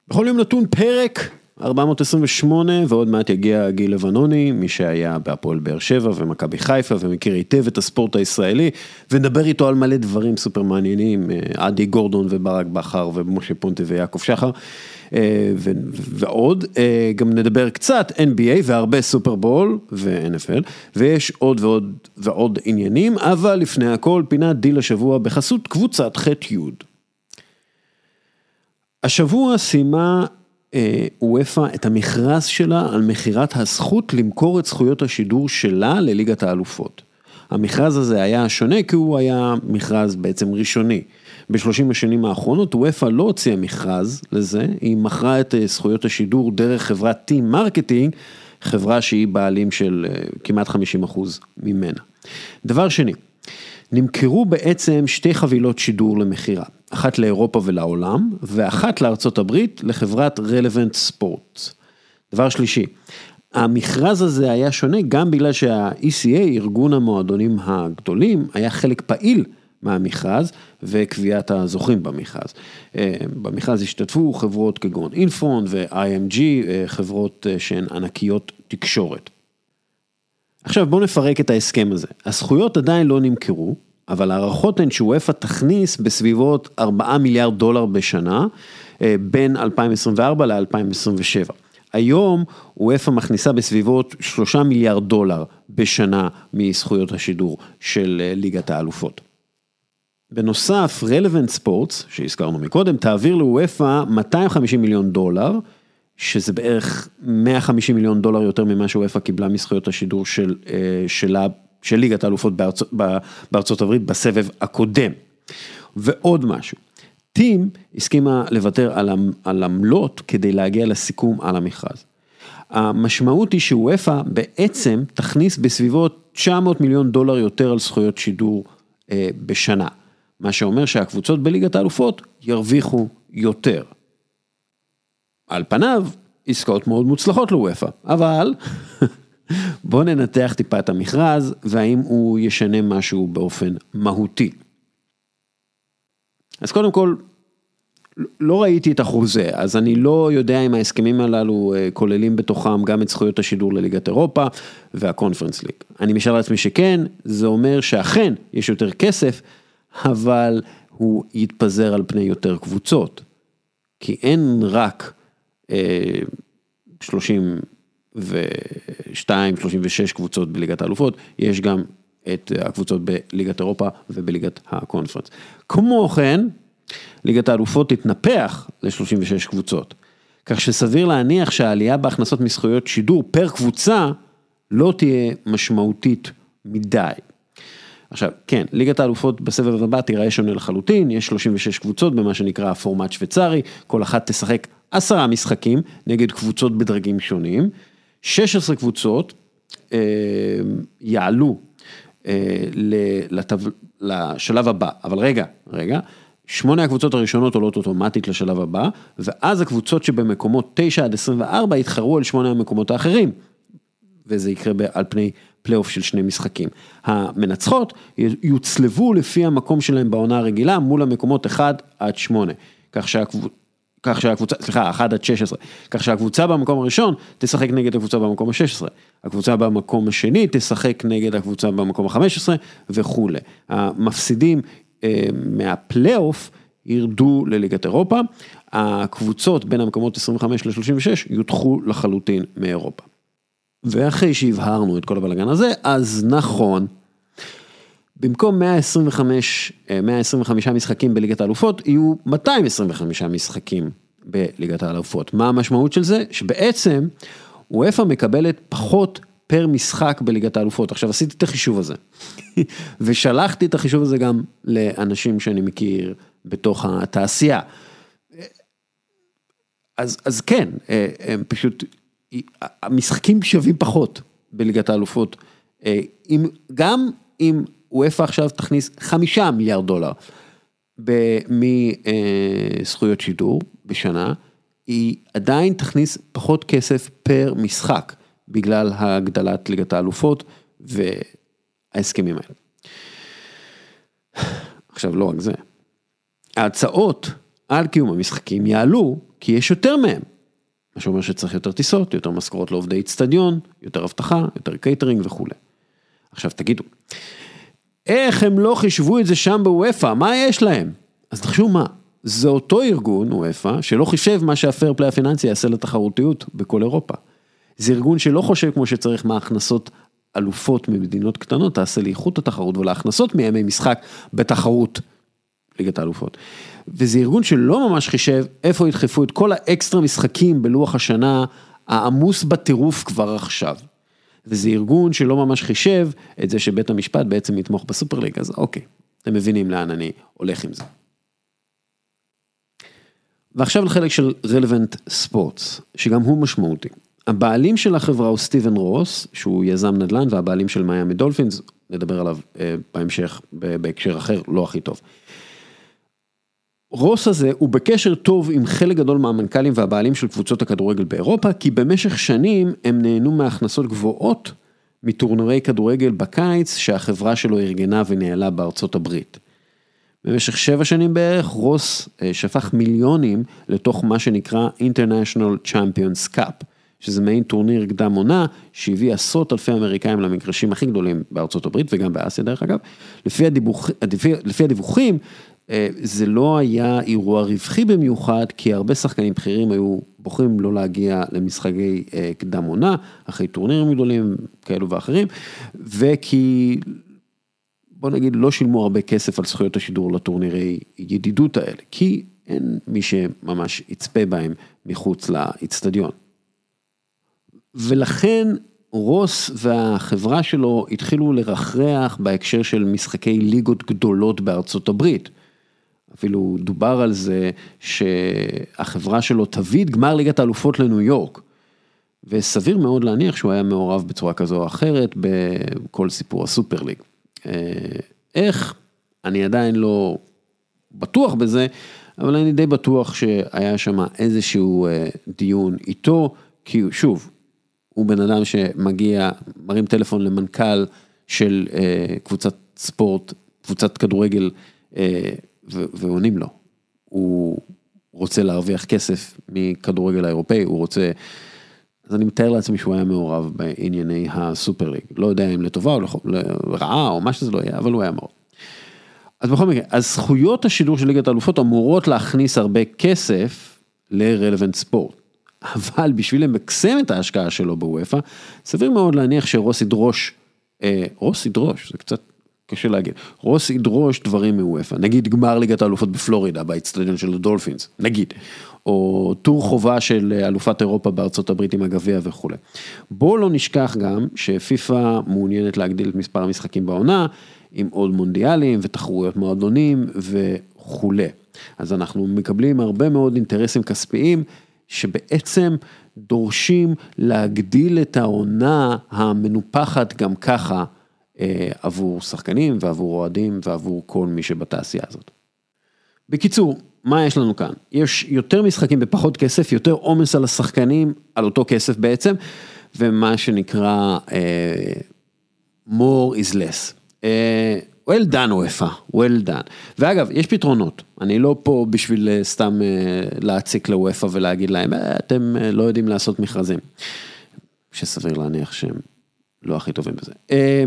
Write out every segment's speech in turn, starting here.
בכל יום נתון פרק 428, ועוד מעט יגיע גיל לבנוני, מי שהיה בהפועל באר שבע ומכבי חיפה, ומכיר היטב את הספורט הישראלי, ונדבר איתו על מלא דברים סופר מעניינים, עדי גורדון וברק בכר, ומשה פונטה ויעקב שחר, ועוד, גם נדבר קצת NBA, והרבה סופרבול ו-NFL, ויש עוד ועוד ועוד עניינים, אבל לפני הכל, פינת דיל השבוע בחסות קבוצת ח' י'. השבוע סיימה וופא את המכרז שלה על מחירת הזכות למכור את זכויות השידור שלה לליגת האלופות. המכרז הזה היה שונה כי הוא היה מכרז בעצם ראשוני. ב-30 השנים האחרונות וופא לא הוציאה מכרז לזה, היא מכרה את זכויות השידור דרך חברת טים מרקטינג, חברה שהיא בעלים של כמעט 50% ממנה. דבר שני, נמכרו בעצם שתי חבילות שידור למחירה, אחת לאירופה ולעולם, ואחת לארצות הברית לחברת Relevant Sports. דבר שלישי, המכרז הזה היה שונה גם בגלל שה-ECA, ארגון המועדונים הגדולים, היה חלק פעיל מהמכרז וקביעת הזוכים במכרז. במכרז השתתפו חברות כגון אינפרון ו-IMG, חברות שהן ענקיות תקשורת. עכשיו בואו נפרק את ההסכם הזה. הזכויות עדיין לא נמכרו, אבל הערכות הן שוופא תכניס בסביבות 4 מיליארד דולר בשנה, בין 2024 ל-2027. היום וופא מכניסה בסביבות 3 מיליארד דולר בשנה מזכויות השידור של ליגת האלופות. בנוסף, Relevant Sports, שהזכרנו מקודם, תעביר לוופא 250 מיליון דולר, שזה בערך 150 מיליון דולר יותר ממה שוופא קיבלה מזכויות השידור של ליגת האלופות בארצות הברית בסבב הקודם. ועוד משהו, טים הסכימה לוותר על עמלות כדי להגיע לסיכום על המכרז. המשמעות היא שוופא בעצם תכניס בסביבות 900 מיליון דולר יותר על זכויות שידור בשנה, מה שאומר שהקבוצות בליגת האלופות ירוויחו יותר. על פניו, עסקאות מאוד מוצלחות לוופא, אבל בואו ננתח טיפה את המכרז, והאם הוא ישנה משהו באופן מהותי. אז קודם כל, לא ראיתי את החוזה, אז אני לא יודע אם ההסכמים הללו כוללים בתוכם גם את זכויות השידור לליגת אירופה והקונפרנס ליג. אני משאר לעצמי שכן, זה אומר שאכן יש יותר כסף, אבל הוא יתפזר על פני יותר קבוצות. כי אין רק 32, 36 קבוצות בליגת האלופות, יש גם את הקבוצות בליגת אירופה ובליגת הקונפרנס. כמו כן, ליגת האלופות תתנפח ל-36 קבוצות, כך שסביר להניח שהעלייה בהכנסות מזכויות שידור פר קבוצה לא תהיה משמעותית מדי. עכשיו, כן, ליגת האלופות בסבב הבא תיראה שונה לחלוטין, יש 36 קבוצות במה שנקרא פורמט שוויצרי, כל אחת תשחק 10 משחקים נגד קבוצות בדרגים שונים, 16 קבוצות יעלו לשלב הבא, אבל רגע, 8 הקבוצות הראשונות עולות אוטומטית לשלב הבא, ואז הקבוצות שבמקומות 9 עד 24 יתחרו על 8 המקומות האחרים, וזה יקרה על פני פלייאוף של 2 משחקים. המנצחות יוצלבו לפי המקום שלהם בעונה הרגילה, מול המקומות 1 עד 8, כך שהקבוצה, 1 עד 16, כך שהקבוצה במקום הראשון תשחק נגד הקבוצה במקום ה-16, הקבוצה במקום השני תשחק נגד הקבוצה במקום ה-15 וכו'. המפסידים מהפלייאוף ירדו לליגת אירופה, הקבוצות בין המקומות 25 ל-36 יודחו לחלוטין מאירופה. ואחרי שהבהרנו את כל הבלגן הזה, אז נכון, במקום 125 משחקים בליגת האלופות, יהיו 225 משחקים בליגת האלופות. מה המשמעות של זה? שבעצם וופא מקבלת פחות פר משחק בליגת האלופות. עכשיו עשיתי את החישוב הזה, ושלחתי את החישוב הזה גם לאנשים שאני מכיר בתוך התעשייה. אז כן, הם פשוט, המשחקים שווים פחות בליגת האלופות, גם אם וופא עכשיו תכניס 5 מיליארד דולר מזכויות שידור בשנה, היא עדיין תכניס פחות כסף פר משחק, בגלל הגדלת ליגת האלופות וההסכמים האלה. עכשיו לא רק זה, ההצעות על קיום המשחקים יעלו, כי יש יותר מהם. מה שאומר שצריך יותר טיסות, יותר משכורות לעובדי אצטדיון, יותר הבטחה, יותר קייטרינג וכו'. עכשיו תגידו, איך הם לא חישבו את זה שם בוופא? מה יש להם? אז תחשבו מה, זה אותו ארגון, וופא, שלא חישב מה שהפייר פליי הפיננסי יעשה לתחרותיות בכל אירופה. זה ארגון שלא חושב כמו שצריך מה הכנסות אלופות ממדינות קטנות, תעשה לאיכות התחרות ולהכנסות מימי משחק בתחרות ליגת האלופות. וזה ארגון שלא ממש חישב איפה ידחפו את כל האקסטרה משחקים בלוח השנה העמוס בטירוף כבר עכשיו. וזה ארגון שלא ממש חישב את זה שבית המשפט בעצם יתמוך בסופר ליג, אז אוקיי, אתם מבינים לאן אני הולך עם זה. ועכשיו לחלק של Relevant Sports, שגם הוא משמעותי. הבעלים של החברה הוא סטיבן רוס, שהוא יזם נדל"ן, והבעלים של מיאמי דולפינס, נדבר עליו בהמשך, בהקשר אחר, לא הכי טוב. רוס הזה הוא בקשר טוב עם חלק גדול מהמנכ"לים והבעלים של קבוצות הכדורגל באירופה, כי במשך שנים הם נהנו מהכנסות גבוהות מטורנירי כדורגל בקיץ, שהחברה שלו ארגנה ונעלה בארצות הברית. במשך 7 שנים בערך, רוס שפך מיליונים לתוך מה שנקרא International Champions Cup, שזה מעין טורניר קדם עונה, שהביא עשרות אלפי אמריקאים למגרשים הכי גדולים בארצות הברית, וגם באסיה דרך אגב. לפי הדיווחים, זה לא היה אירוע רווחי במיוחד, כי הרבה שחקנים בכירים היו בוחרים לא להגיע למשחקי קדם עונה, אחרי טורנירים גדולים כאלו ואחרים, וכי, בוא נגיד, לא שילמו הרבה כסף על זכויות השידור לטורנירי ידידות האלה, כי אין מי שממש יצפה בהם מחוץ לאצטדיון. ולכן רוס והחברה שלו התחילו לרחרח בהקשר של משחקי ליגות גדולות בארצות הברית. אפילו דובר על זה שהחברה שלו תביא את גמר ליגת האלופות לניו יורק. וסביר מאוד להניח שהוא היה מעורב בצורה כזו או אחרת בכל סיפור הסופר ליג. איך? אני עדיין לא בטוח בזה, אבל אני די בטוח שהיה שם איזשהו דיון איתו, כי שוב, הוא בן אדם שמגיע, מרים טלפון למנכ"ל של קבוצת ספורט, קבוצת כדורגל, ועונים לו. הוא רוצה להרוויח כסף מכדורגל האירופאי, הוא רוצה, אז אני מתאר לעצמי שהוא היה מעורב בענייני הסופר ליג. לא יודע אם לטובה או לרעה או מה שזה לא יהיה, אבל הוא היה מעורב. אז בכל מקרה, אז זכויות השידור של ליגת האלופות אמורות להכניס הרבה כסף ל-Relevant Sport. אבל בשביל למקסם את ההשקעה שלו בוופא, סביר מאוד להניח שרוס ידרוש, זה קצת קשה להגיד, רוס ידרוש דברים מוופא, נגיד גמר ליגת האלופות בפלורידה, באצטדיון של הדולפינס, נגיד, או טור חובה של אלופת אירופה בארצות הברית עם הגביע וכו'. בואו לא נשכח גם שפיפ"א מעוניינת להגדיל את מספר המשחקים בעונה, עם עוד מונדיאלים ותחרויות מועדונים וכו'. אז אנחנו מקבלים הרבה מאוד אינטרסים כספיים, שבעצם דורשים להגדיל את העונה המנופחת גם ככה עבור שחקנים ועבור אוהדים ועבור כל מי שבתעשייה הזאת. בקיצור, מה יש לנו כאן? יש יותר משחקים בפחות כסף, יותר עומס על השחקנים, על אותו כסף בעצם, ומה שנקרא more is less. well done וופא, well done. ואגב, יש פתרונות. אני לא פה בשביל סתם להציק לוופא ולהגיד להם, אתם לא יודעים לעשות מכרזים. שסביר להניח שהם לא הכי טובים בזה.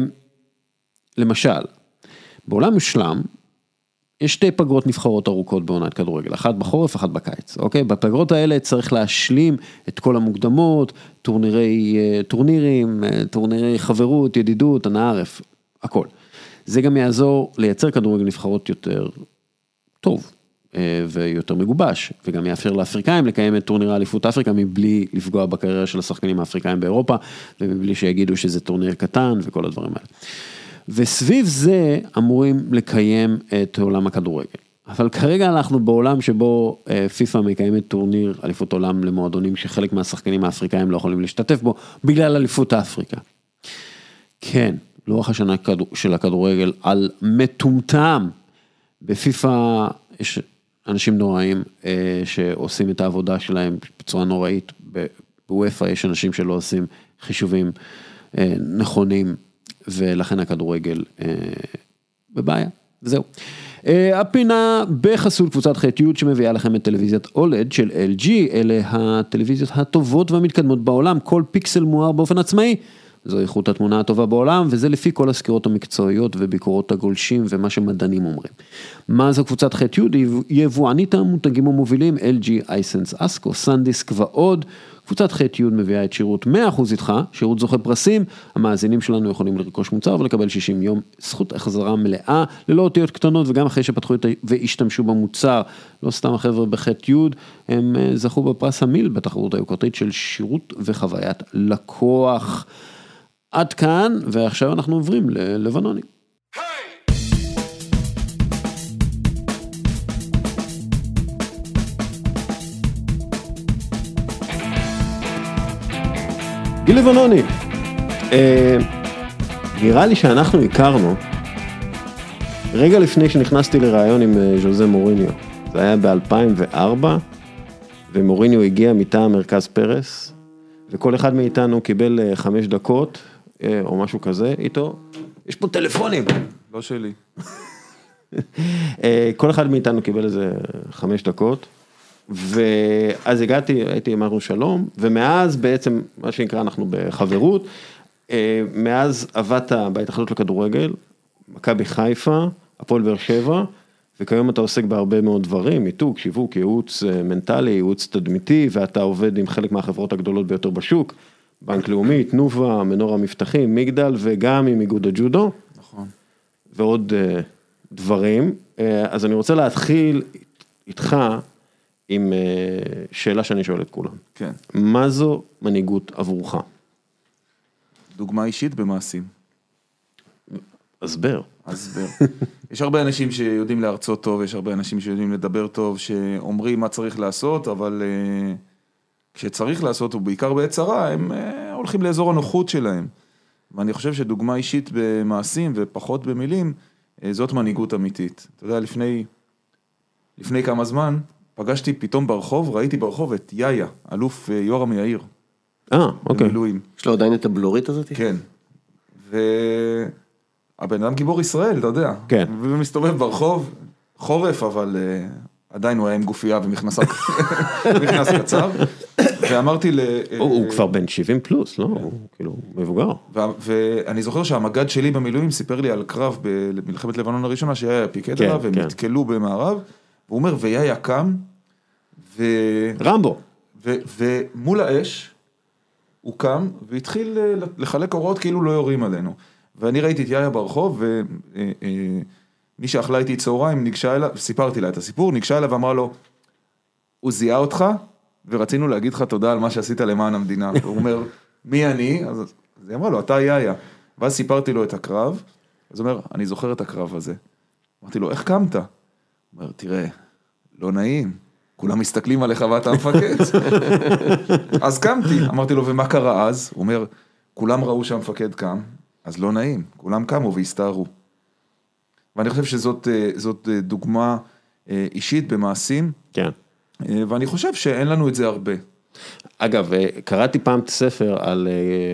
למשל, בעולם מושלם, יש 2 פגרות נבחרות ארוכות בעונת כדורגל, אחת בחורף, אחת בקיץ, אוקיי? בפגרות האלה צריך להשלים את כל המוקדמות, טורנירים, טורנירי חברות, ידידות, הנאה ערף, הכל. זה גם יעזור לייצר כדורגל נבחרות יותר טוב ויותר מגובש, וגם יאפשר לאפריקאים לקיים את טורניר האליפות אפריקה, מבלי לפגוע בקריירה של השחקנים האפריקאים באירופה, ומבלי שיגידו שזה טורניר קטן וכל הדברים האלה. וסביב זה אמורים לקיים את עולם הכדורגל. אבל כרגע אנחנו בעולם שבו פיפ"א מקיימת טורניר אליפות עולם למועדונים שחלק מהשחקנים האפריקאים לא יכולים להשתתף בו, בגלל אליפות אפריקה. כן, לוח השנה של הכדורגל על מטומטם. בפיפ"א יש אנשים נוראים שעושים את העבודה שלהם בצורה נוראית. בוופ"א יש אנשים שלא עושים חישובים נכונים, ולכן הכדורגל בבעיה. וזהו. הפינה בחסות קבוצת ח'-י' שמביאה לכם את טלוויזיית אולד של LG, אלה הטלוויזיות הטובות והמתקדמות בעולם, כל פיקסל מואר באופן עצמאי, זו איכות התמונה הטובה בעולם, וזה לפי כל הסקירות המקצועיות וביקורות הגולשים ומה שמדענים אומרים. מה זו קבוצת ח'-י'? יבואנית המותגים המובילים, LG, אייסנס, אסקו, סנדיסק ועוד. קבוצת ח'-י' מביאה את שירות 100% איתך, שירות זוכה פרסים, המאזינים שלנו יכולים לרכוש מוצר ולקבל 60 יום זכות החזרה מלאה, ללא אותיות קטנות וגם אחרי שפתחו והשתמשו במוצר. לא סתם החבר'ה בח'-י' הם זכו בפרס המיל בתחרות היוקרתית של שירות וחוויית לקוח. עד כאן, ועכשיו אנחנו עוברים ללבנוני. גיל לבנוני, נראה לי שאנחנו הכרנו, רגע לפני שנכנסתי לרעיון עם ז'וזה מוריניו, זה היה ב-2004, ומוריניו הגיע מטעם מרכז פרס, וכל אחד מאיתנו קיבל 5 דקות, או משהו כזה, איתו, יש פה טלפונים. לא שלי. כל אחד מאיתנו קיבל איזה 5 דקות, ואז הייתי אמרנו שלום, ומאז בעצם, מה שנקרא, אנחנו בחברות, מאז עבדת בהתאחדות לכדורגל, מכבי חיפה, הפועל באר שבע, וכיום אתה עוסק בהרבה מאוד דברים, מיתוג, שיווק, ייעוץ מנטלי, ייעוץ תדמיתי, ואתה עובד עם חלק מהחברות הגדולות ביותר בשוק, בנק לאומי, תנובה, מנור המבטחים, מגדל, וגם עם איגוד הג'ודו. נכון. ועוד דברים. אז אני רוצה להתחיל איתך עם שאלה שאני שואל את כולם. כן. מה זו מנהיגות עבורך? דוגמה אישית במעשים. הסבר. יש הרבה אנשים שיודעים להרצות טוב, יש הרבה אנשים שיודעים לדבר טוב, שאומרים מה צריך לעשות, אבל כשצריך לעשות, ובעיקר בעת צרה, הם הולכים לאזור הנוחות שלהם. ואני חושב שדוגמה אישית במעשים ופחות במילים, זאת מנהיגות אמיתית. אתה יודע, לפני כמה זמן, פגשתי פתאום ברחוב, ראיתי ברחוב את יאיה, אלוף יורם יאיר. אוקיי. במילואים. יש לו עדיין את הבלורית הזאת? כן. והבן אדם גיבור ישראל, אתה יודע. כן. ומסתובב ברחוב, חורף, אבל עדיין הוא היה עם גופייה ומכנס קצר. ואמרתי הוא כבר בן 70 פלוס, לא? הוא כאילו מבוגר. ואני זוכר שהמגד שלי במילואים סיפר לי על קרב במלחמת לבנון הראשונה, שהיה פיקד עליו, והם התקלו במערב, והוא אומר, והיה קם, רמבו. ומול האש, הוא קם, והתחיל לחלק הוראות כאילו לא יורים עלינו. ואני ראיתי את יאיה ברחוב, ומי שאכלה איתי צהריים, ניגשה אליו, סיפרתי לה את הסיפור, ניגשה אליו ואמרה לו, הוא זיהה אותך, ורצינו להגיד לך תודה על מה שעשית למען המדינה. הוא אומר, מי אני? אז היא אמרה לו, אתה יאיה. ואז סיפרתי לו את הקרב, אז הוא אומר, אני זוכר את הקרב הזה. אמרתי לו, איך קמת? הוא אומר, תראה, לא נעים, כולם מסתכלים עליך ואתה המפקד. אז קמתי, אמרתי לו, ומה קרה אז? הוא אומר, כולם ראו שהמפקד קם, אז לא נעים, כולם קמו והסתערו. ואני חושב שזאת דוגמה אישית במעשים. כן. ואני חושב שאין לנו את זה הרבה. אגב, קראתי פעם את הספר על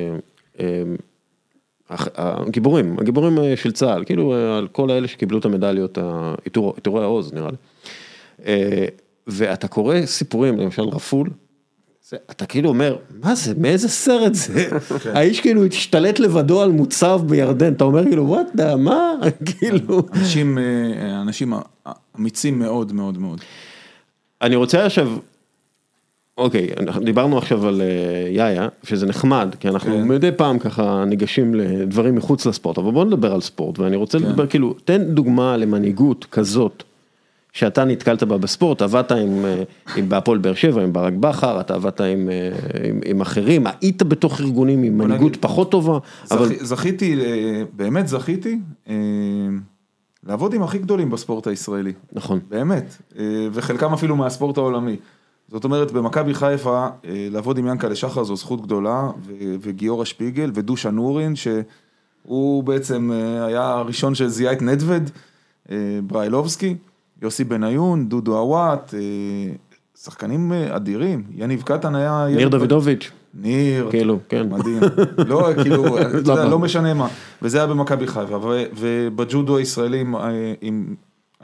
הגיבורים של צה"ל, כאילו על כל האלה שקיבלו את המדליות, עיטורי העוז נראה לי. ואתה קורא סיפורים, למשל רפול, אתה כאילו אומר, מה זה, מאיזה סרט זה? האיש כאילו התשתלט לבדו על מוצב בירדן, אתה אומר כאילו, מה? כאילו. אנשים אמיצים מאוד מאוד מאוד. אני רוצה עכשיו, אוקיי, דיברנו עכשיו על יאיה, שזה נחמד, כי אנחנו מדי פעם ככה ניגשים לדברים מחוץ לספורט, אבל בואו נדבר על ספורט, ואני רוצה לדבר כאילו, תן דוגמה למנהיגות כזאת, שאתה נתקלת בה בספורט, עבדת עם בהפועל באר שבע, עם ברק בכר, אתה עבדת עם אחרים, היית בתוך ארגונים עם מנהיגות פחות טובה. זכיתי, באמת זכיתי, לעבוד עם הכי גדולים בספורט הישראלי. נכון. באמת, וחלקם אפילו מהספורט העולמי. זאת אומרת, במכבי חיפה, לעבוד עם ינקלה שחר זו זכות גדולה, וגיורא שפיגל, ודושה נורין, שהוא בעצם היה הראשון שזיהה את נדווד, בריילובסקי, יוסי בניון, דודו אוואט, שחקנים אדירים, יניב קטן היה... ניר דודוביץ'. ניר, כאילו, כן. מדהים. לא, כאילו, לא משנה מה. וזה היה במכבי חיפה, ובג'ודו הישראלים, עם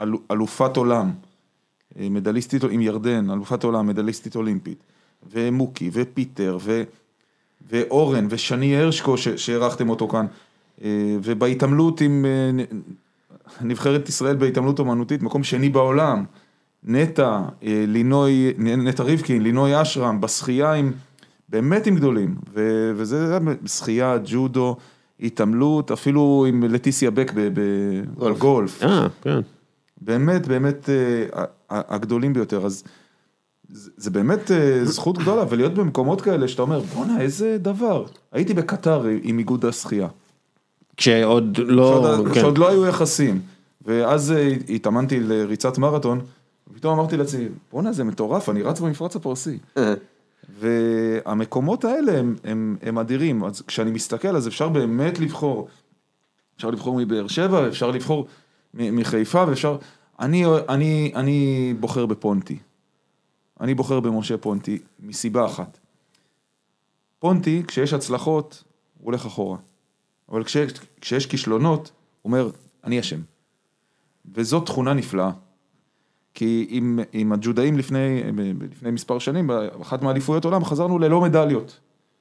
אלופת עולם, מדליסטית עם ירדן, אלופת עולם, מדליסטית אולימפית, ומוקי, ופיטר, ואורן, ושני הרשקו, שערכתם אותו כאן, ובהתעמלות עם נבחרת ישראל בהתעמלות אומנותית, מקום שני בעולם, נטע ריבקין, לינוי אשרם, בשחייה באמת עם גדולים, וזה בשחייה, ג'ודו, התעמלות, אפילו עם לטיסיה בק בגולף. כן. באמת, באמת הגדולים ביותר, אז זה באמת זכות גדולה, ולהיות במקומות כאלה שאתה אומר, בונה, איזה דבר. הייתי בקטר עם איגוד השחייה. כשעוד לא היו יחסים, ואז התאמנתי לריצת מרתון, ופתאום אמרתי לעצמי, בונה, זה מטורף, אני רץ במפרץ הפרסי. והמקומות האלה הם אדירים, אז כשאני מסתכל, אז אפשר באמת לבחור, אפשר לבחור מבאר שבע, אפשר לבחור מחיפה, ואפשר, אני בוחר בפונטי, אני בוחר במשה פונטי, מסיבה אחת. פונטי, כשיש הצלחות, הוא הולך אחורה, אבל כשיש כישלונות, הוא אומר, אני אשם. וזאת תכונה נפלאה. כי עם הג'ודאים לפני מספר שנים, באחת מאליפויות עולם, חזרנו ללא מדליות.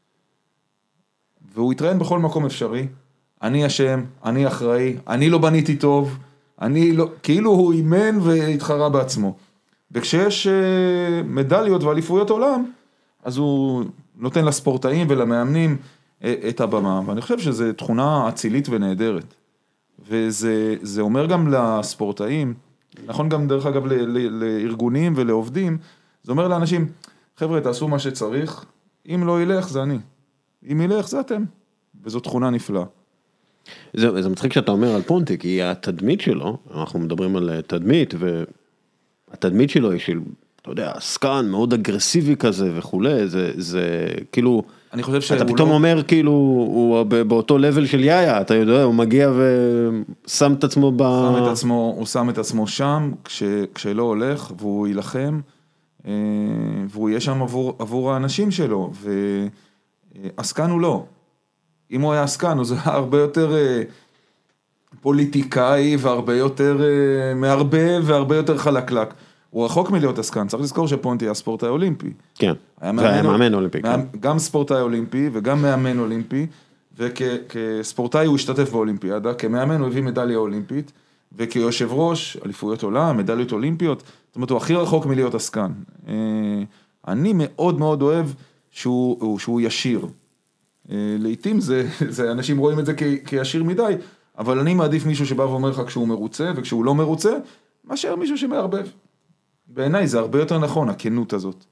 והוא התראיין בכל מקום אפשרי, אני אשם, אני אחראי, אני לא בניתי טוב, כאילו הוא אימן והתחרה בעצמו. וכשיש מדליות ואליפויות עולם, אז הוא נותן לספורטאים ולמאמנים את הבמה, ואני חושב שזו תכונה אצילית ונהדרת. וזה אומר גם לספורטאים, נכון גם דרך אגב לארגונים ולעובדים, זה אומר לאנשים, חבר'ה תעשו מה שצריך, אם לא ילך זה אני, אם ילך זה אתם, וזו תכונה נפלאה. זה מצחיק שאתה אומר על פונטי, כי התדמית שלו, אנחנו מדברים על תדמית, והתדמית שלו היא של, אתה יודע, סקן מאוד אגרסיבי כזה וכולי, זה כאילו, אני חושב שהוא אתה פתאום אומר כאילו, הוא באותו לבל של יאיה, אתה יודע, הוא מגיע ושם את עצמו הוא שם את עצמו שם, כשלא הולך, והוא ילחם, והוא יהיה שם עבור האנשים שלו, ועסקן הוא לא. אם הוא היה עסקן, הוא זה הרבה יותר פוליטיקאי, והרבה יותר מערבב, והרבה יותר חלקלק. הוא רחוק מלהיות עסקן, צריך לזכור שפונטי היה ספורטאי אולימפי. כן, היה מאמן אולימפי. גם ספורטאי אולימפי וגם מאמן אולימפי, וכספורטאי הוא השתתף באולימפיאדה, כמאמן הוא הביא מדליה אולימפית, וכיושב ראש, אליפויות עולם, מדליות אולימפיות, זאת אומרת, הוא הכי רחוק מלהיות עסקן. אני מאוד מאוד אוהב שהוא ישיר. לעתים אנשים רואים את זה כישיר מדי, אבל אני מעדיף מישהו שבא ואומר לך כשהוא מרוצה, וכשהוא לא מרוצה, מאשר מישהו שמערבב. בעיניי זה הרבה יותר נכון, הכנות הזאת.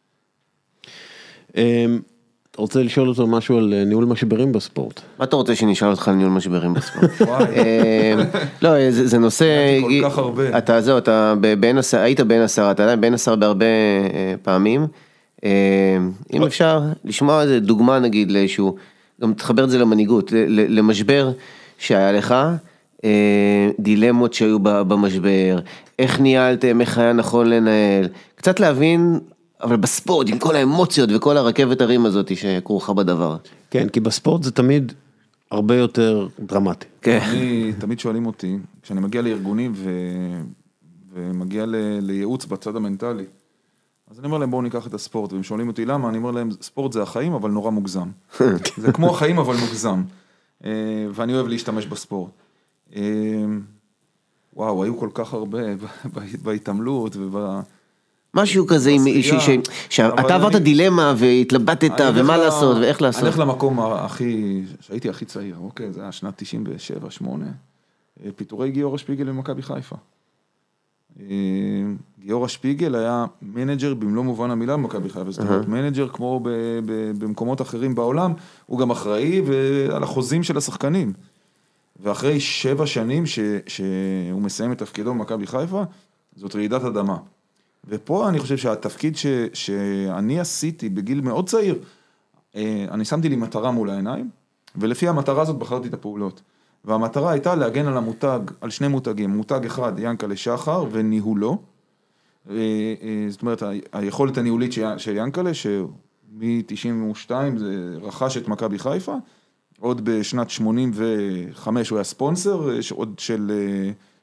אתה רוצה לשאול אותו משהו על ניהול משברים בספורט? מה אתה רוצה שנשאל אותך על ניהול משברים בספורט? לא, זה נושא... כל כך הרבה. אתה היית בין 10, אתה עדיין בין 10 בהרבה פעמים. אם אפשר לשמוע איזה דוגמה נגיד לאיזשהו, גם תחבר את זה למנהיגות, למשבר שהיה לך, דילמות שהיו במשבר, איך ניהלתם, איך היה נכון לנהל, קצת להבין, אבל בספורט, עם כל האמוציות וכל הרכבת הרים הזאת שכרוכה בדבר. כן, כי בספורט זה תמיד הרבה יותר דרמטי. כן. תמיד שואלים אותי, כשאני מגיע לארגונים ומגיע לייעוץ בצד המנטלי, אז אני אומר להם בואו ניקח את הספורט, והם שואלים אותי למה, אני אומר להם ספורט זה החיים אבל נורא מוגזם. זה כמו החיים אבל מוגזם. ואני אוהב להשתמש בספורט. וואו, היו כל כך הרבה בהתעמלות משהו כזה, שאתה עברת דילמה והתלבטת ומה לעשות ואיך לעשות. אני הולך למקום שהייתי הכי צעיר, אוקיי, זה היה שנת 97-8, פיטורי גיורא שפיגל במכבי חיפה. גיורא שפיגל היה מנג'ר במלוא מובן המילה במכבי חיפה, זאת אומרת, מנג'ר כמו במקומות אחרים בעולם, הוא גם אחראי על החוזים של השחקנים. ואחרי 7 שנים שהוא מסיים את תפקידו במכבי חיפה, זאת רעידת אדמה. ופה אני חושב שהתפקיד שאני עשיתי בגיל מאוד צעיר, אני שמתי לי מטרה מול העיניים, ולפי המטרה הזאת בחרתי את הפעולות. והמטרה הייתה להגן על המותג, על 2 מותגים, מותג אחד, ינקלה שחר וניהולו, זאת אומרת, היכולת הניהולית של ינקלה, שמ-92 זה רכש את מכבי חיפה, עוד בשנת 85 הוא היה ספונסר, עוד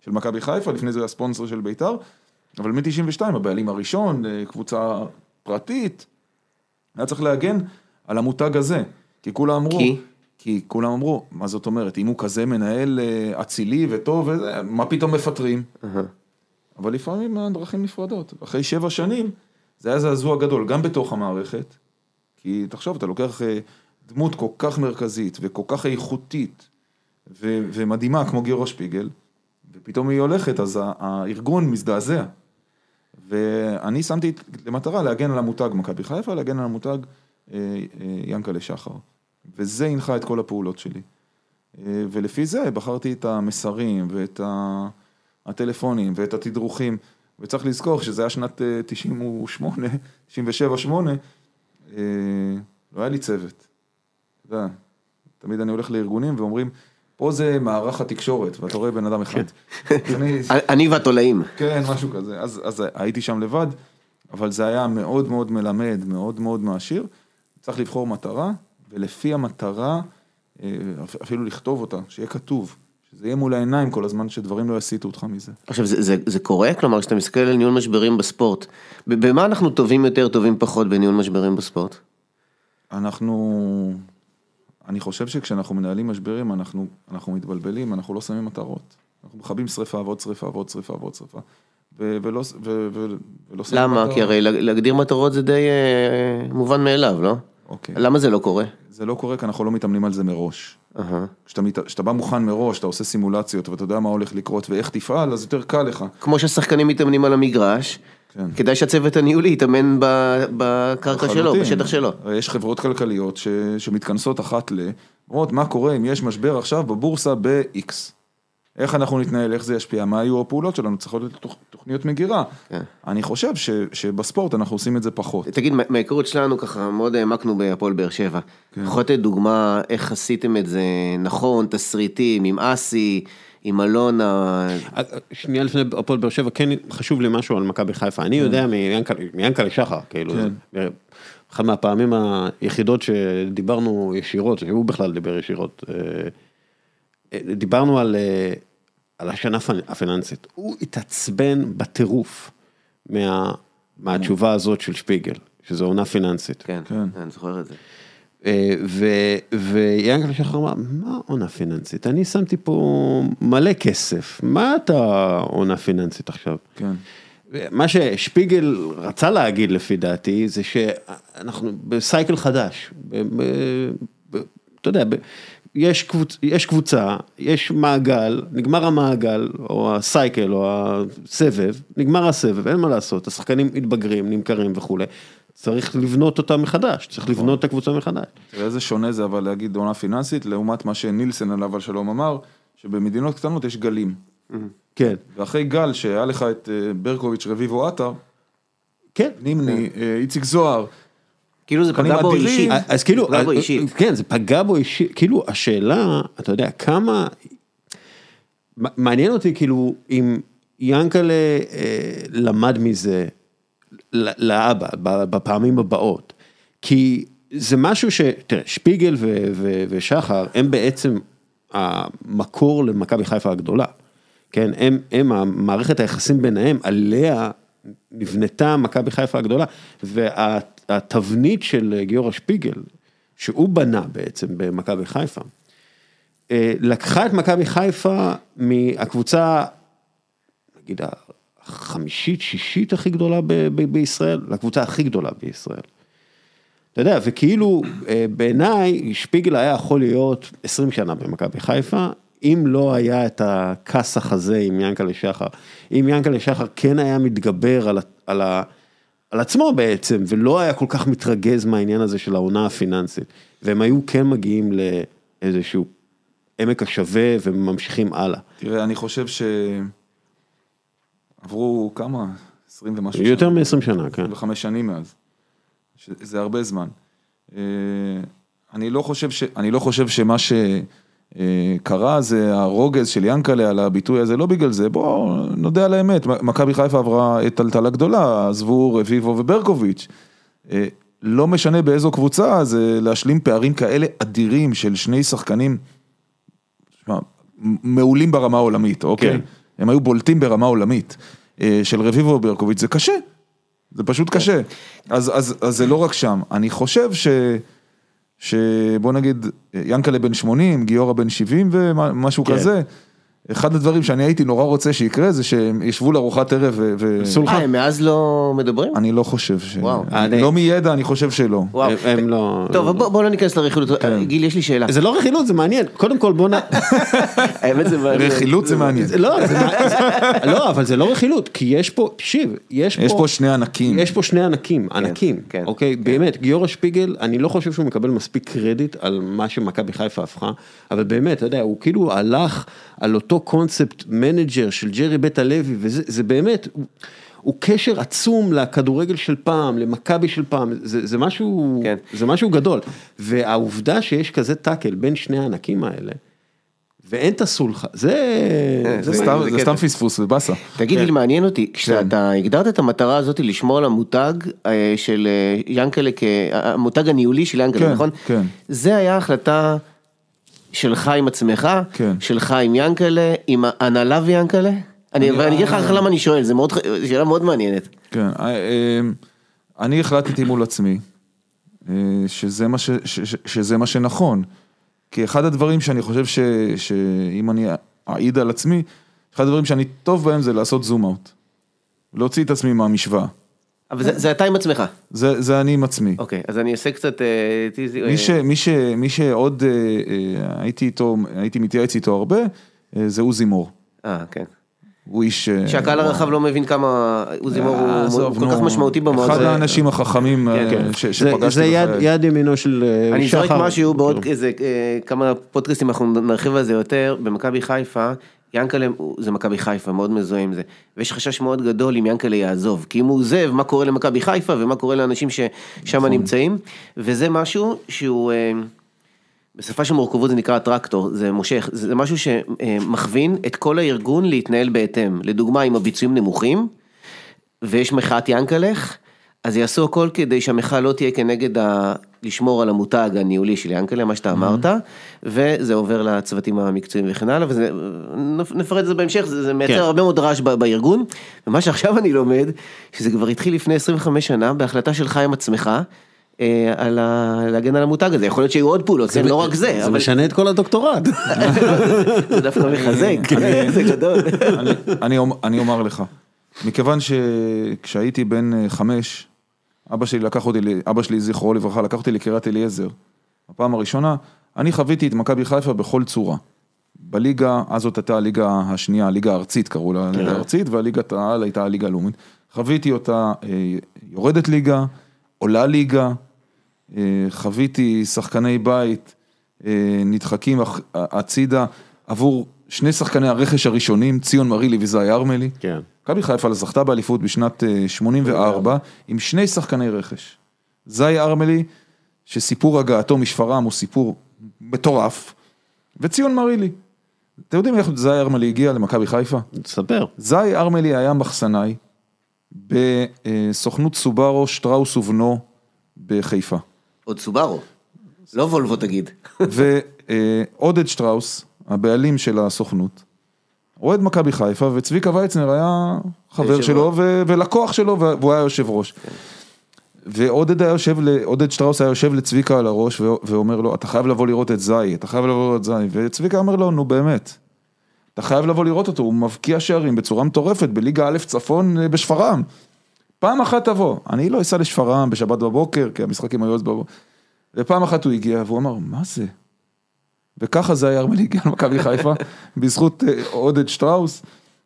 של מכבי חיפה, לפני זה היה ספונסר של ביתר, אבל מ-92 הבעלים הראשון, קבוצה פרטית, היה צריך להגן על המותג הזה, כי כולם אמרו, מה זאת אומרת, אם הוא כזה מנהל אצילי וטוב, מה פתאום מפטרים? אבל לפעמים הדרכים נפרדות. אחרי 7 שנים, זה היה זעזוע גדול, גם בתוך המערכת, כי תחשוב, אתה לוקח דמות כל כך מרכזית וכל כך איכותית ומדהימה כמו גיורא שפיגל, ופתאום היא הולכת, אז הארגון מזדעזע. ואני שמתי למטרה להגן על המותג מכבי חיפה, להגן על המותג ינקלה שחר. וזה הנחה את כל הפעולות שלי. ולפי זה בחרתי את המסרים ואת הטלפונים ואת התדרוכים, וצריך לזכור שזה היה שנת 98, 97-8, לא היה לי צוות. תמיד אני הולך לארגונים ואומרים, פה זה מערך התקשורת, ואתה רואה בן אדם אחד. אני והתולעים. כן, משהו כזה. אז הייתי שם לבד, אבל זה היה מאוד מאוד מלמד, מאוד מאוד מעשיר. צריך לבחור מטרה, ולפי המטרה, אפילו לכתוב אותה, שיהיה כתוב, שזה יהיה מול העיניים כל הזמן, שדברים לא יסיטו אותך מזה. עכשיו, זה קורה? כלומר, כשאתה מסתכל על ניהול משברים בספורט, במה אנחנו טובים יותר, טובים פחות בניהול משברים בספורט? אני חושב שכשאנחנו מנהלים משברים, אנחנו מתבלבלים, אנחנו לא שמים מטרות. אנחנו מחבים שריפה, ועוד שריפה, ועוד שריפה, ועוד שריפה. ולא שמים למה? כי הרי להגדיר מטרות זה די מובן מאליו, לא? אוקיי. למה זה לא קורה? זה לא קורה כי אנחנו לא מתאמנים על זה מראש. כשאתה בא מוכן מראש, אתה עושה סימולציות, ואתה יודע מה הולך לקרות ואיך תפעל, אז יותר קל לך. כמו שהשחקנים מתאמנים על המגרש, כדאי שהצוות הניהולי יתאמן בקרקע שלו, בשטח שלו. יש חברות כלכליות שמתכנסות אחת אומרות, מה קורה אם יש משבר עכשיו בבורסה ב-X? איך אנחנו נתנהל, איך זה ישפיע, מה היו הפעולות שלנו, צריכות להיות תוכניות מגירה. אני חושב שבספורט אנחנו עושים את זה פחות. תגיד, מההיכרות שלנו ככה, מאוד העמקנו בהפועל באר שבע. יכול לתת דוגמה, איך עשיתם את זה נכון, תסריטים, עם אסי, עם אלונה. שנייה לפני הפועל באר שבע, כן חשוב לי משהו על מכבי חיפה. אני יודע מיענקלה שחר, כאילו, אחת מהפעמים היחידות שדיברנו ישירות, שהוא בכלל דיבר ישירות, דיברנו על השנה הפיננסית. הוא התעצבן בטירוף מהתשובה הזאת של שפיגל, שזו עונה פיננסית. כן, אני זוכר את זה. ויענקלה שחר אמר, מה עונה פיננסית? אני שמתי פה מלא כסף, מה אתה עונה פיננסית עכשיו? כן. מה ששפיגל רצה להגיד לפי דעתי, זה שאנחנו בסייקל חדש, אתה יודע, יש קבוצה, יש מעגל, נגמר המעגל, או הסייקל, או הסבב, נגמר הסבב, אין מה לעשות, השחקנים מתבגרים, נמכרים וכו'. צריך לבנות אותה מחדש, צריך לבנות את הקבוצה מחדש. תראה איזה שונה זה, אבל להגיד עונה פיננסית, לעומת מה שנילסן עליו על שלום אמר, שבמדינות קטנות יש גלים. כן. ואחרי גל שהיה לך את ברקוביץ', רביבו עטר, כן. נימני, איציק זוהר, כאילו זה פגע בו אישית. אז כאילו, כן, זה פגע בו אישית, כאילו השאלה, אתה יודע, כמה, מעניין אותי כאילו, אם ינקלה למד מזה לאבא, בפעמים הבאות, כי זה משהו תראה, שפיגל ושחר, הם בעצם המקור למכבי חיפה הגדולה, כן, הם המערכת היחסים ביניהם, עליה נבנתה מכבי חיפה הגדולה, והתבנית של גיורא שפיגל, שהוא בנה בעצם במכבי חיפה, לקחה את מכבי חיפה מהקבוצה, נגיד, החמישית, שישית הכי גדולה בישראל, לקבוצה הכי גדולה בישראל. אתה יודע, וכאילו בעיניי שפיגל היה יכול להיות 20 שנה במכבי חיפה, אם לא היה את הכסח הזה עם ינקלה שחר, אם ינקלה שחר כן היה מתגבר על עצמו בעצם, ולא היה כל כך מתרגז מהעניין הזה של העונה הפיננסית, והם היו כן מגיעים לאיזשהו עמק השווה וממשיכים הלאה. תראה, אני חושב שעברו כמה? 20 ומשהו יותר מ-20 שנה, כן. 25 שנים מאז. זה הרבה זמן. אני לא חושב שמה שקרה זה הרוגז של ינקלה על הביטוי הזה, לא בגלל זה, בוא נודה על האמת, מכבי חיפה עברה את טלטלה גדולה, עזבו רביבו וברקוביץ', לא משנה באיזו קבוצה, זה להשלים פערים כאלה אדירים של שני שחקנים, מעולים ברמה העולמית, אוקיי? הם היו בולטים ברמה עולמית, של רביבו ברקוביץ', זה קשה, זה פשוט קשה, אז זה לא רק שם, אני חושב שבוא נגיד, ינקלה בן 80, גיורא בן 70 ומשהו כזה, אחד הדברים שאני הייתי נורא רוצה שיקרה, זה שהם ישבו לארוחת ערב הם מאז לא מדברים? אני לא חושב לא מידע, אני חושב שלא. הם לא... טוב, בוא לא ניכנס לרכילות. גיל, יש לי שאלה. זה לא רכילות, זה מעניין. קודם כל בוא האמת זה מעניין. רכילות זה מעניין. לא, אבל זה לא רכילות, כי יש פה, תקשיב, יש פה שני ענקים. יש פה שני ענקים, אוקיי? באמת, גיורא שפיגל, אני לא חושב שהוא מקבל מספיק קרדיט על מה שמכבי חיפה הפכה, אבל באמת, אתה יודע, הוא כאילו הלך על אותו קונספט מנג'ר של ג'רי בית הלוי, וזה באמת, הוא קשר עצום לכדורגל של פעם, למכבי של פעם, זה משהו גדול, והעובדה שיש כזה טאקל בין שני הענקים האלה, ואין את הסולחה, זה סתם פספוס ובאסה. תגיד לי, מעניין אותי, כשאתה הגדרת את המטרה הזאת לשמור על המותג של ינקלה, המותג הניהולי של ינקלה, נכון? כן. זה היה החלטה שלך עם עצמך, שלך עם ינקלה, עם הנהלה וינקלה? ואני אגיד לך למה אני שואל, זו שאלה מאוד מעניינת. כן, אני החלטתי מול עצמי, שזה מה שנכון, כי אחד הדברים שאני חושב שאם אני אעיד על עצמי, אחד הדברים שאני טוב בהם זה לעשות זום אאוט, להוציא את עצמי מהמשוואה. אבל זה אתה עם עצמך. זה אני עם עצמי. אוקיי, אז אני אעשה קצת... מי שעוד הייתי מתייעץ איתו הרבה, זה עוזי מור. כן. הוא איש... שהקהל הרחב לא מבין כמה עוזי מור הוא כל כך משמעותי במועד. אחד האנשים החכמים שפגשתי. זה יד ימינו של שחר. אני זורק משהו בעוד כמה פודקאסטים, אנחנו נרחיב על זה יותר, במכבי חיפה, ינקלה זה מכבי חיפה, מאוד מזוהה עם זה, ויש חשש מאוד גדול אם ינקלה יעזוב, כי אם הוא עוזב, מה קורה למכבי חיפה, ומה קורה לאנשים ששם נמצאים, וזה משהו שהוא, בשפה של מורכבות זה נקרא טרקטור, זה מושך, זה משהו שמכווין את כל הארגון להתנהל בהתאם, לדוגמה אם הביצועים נמוכים, ויש מחאת ינקלך, אז יעשו הכל כדי שהמחאה לא תהיה כנגד לשמור על המותג הניהולי של ינקלה, מה שאתה אמרת, וזה עובר לצוותים המקצועיים וכן הלאה, ונפרד את זה בהמשך, זה מייצר הרבה מאוד רעש בארגון, ומה שעכשיו אני לומד, שזה כבר התחיל לפני 25 שנה, בהחלטה שלך עם עצמך, להגן על המותג הזה, יכול להיות שיהיו עוד פעולות, זה לא רק זה. זה משנה את כל הדוקטורט. זה דווקא מחזק, זה גדול. אני אומר לך, מכיוון שכשהייתי בן 5, אבא שלי זכרו לברכה, לקח אותי לקריית אליעזר. הפעם הראשונה, אני חוויתי את מכבי חיפה בכל צורה. בליגה, אז זאת הייתה הליגה השנייה, הליגה הארצית קראו לה, הליגה הארצית, והליגת העל הייתה הליגה הלאומית. חוויתי אותה יורדת ליגה, עולה ליגה, חוויתי שחקני בית, נדחקים הצידה, עבור שני שחקני הרכש הראשונים, ציון מרילי וזאי ארמלי. כן. מכבי חיפה זכתה באליפות בשנת 84, עם שני שחקני רכש. זאי ארמלי, שסיפור הגעתו משפרעם הוא סיפור מטורף, וציון מרילי. אתם יודעים איך זאי ארמלי הגיע למכבי חיפה? תספר. זאי ארמלי היה מחסנאי, בסוכנות סובארו, שטראוס ובנו, בחיפה. עוד סובארו, לא וולבו תגיד. ועודד שטראוס, הבעלים של הסוכנות, אוהד מכבי חיפה, וצביקה וייצנר היה חבר שלו, ולקוח שלו, והוא היה יושב ראש. ועודד שטראוס היה יושב לצביקה על הראש, ואומר לו, אתה חייב לבוא לראות את זאי, אתה חייב לבוא לראות את זאי, וצביקה אומר לו, נו באמת, אתה חייב לבוא לראות אותו, הוא מבקיע שערים בצורה מטורפת, בליגה א' צפון בשפרעם. פעם אחת תבוא, אני לא אסע לשפרעם בשבת בבוקר, כי המשחקים היו אז בבוקר, ופעם אחת הוא הגיע, והוא אמר, מה זה? וככה זה היה ארמלי הגיע למכבי חיפה, בזכות עודד שטראוס,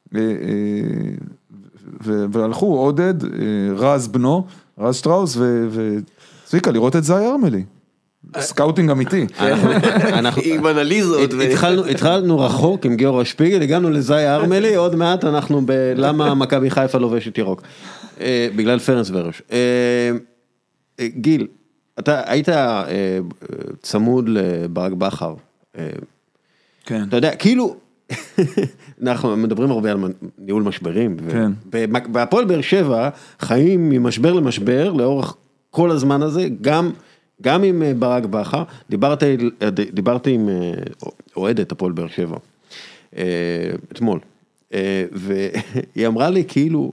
והלכו עודד, רז בנו, רז שטראוס, וצביקה לראות את זאי ארמלי. סקאוטינג אמיתי. עם אנליזות. התחלנו רחוק עם גיורא שפיגל, הגענו לזאי ארמלי, עוד מעט אנחנו בלמה מכבי חיפה לובשת ירוק. בגלל פרנס ורוש. גיל, אתה היית צמוד לברק בכר. כן. אתה יודע, כאילו, אנחנו מדברים הרבה על ניהול משברים. כן. בהפועל באר שבע חיים ממשבר למשבר, לאורך כל הזמן הזה, גם עם ברק בכר, דיברתי עם אוהדת הפועל באר שבע, אתמול, והיא אמרה לי כאילו,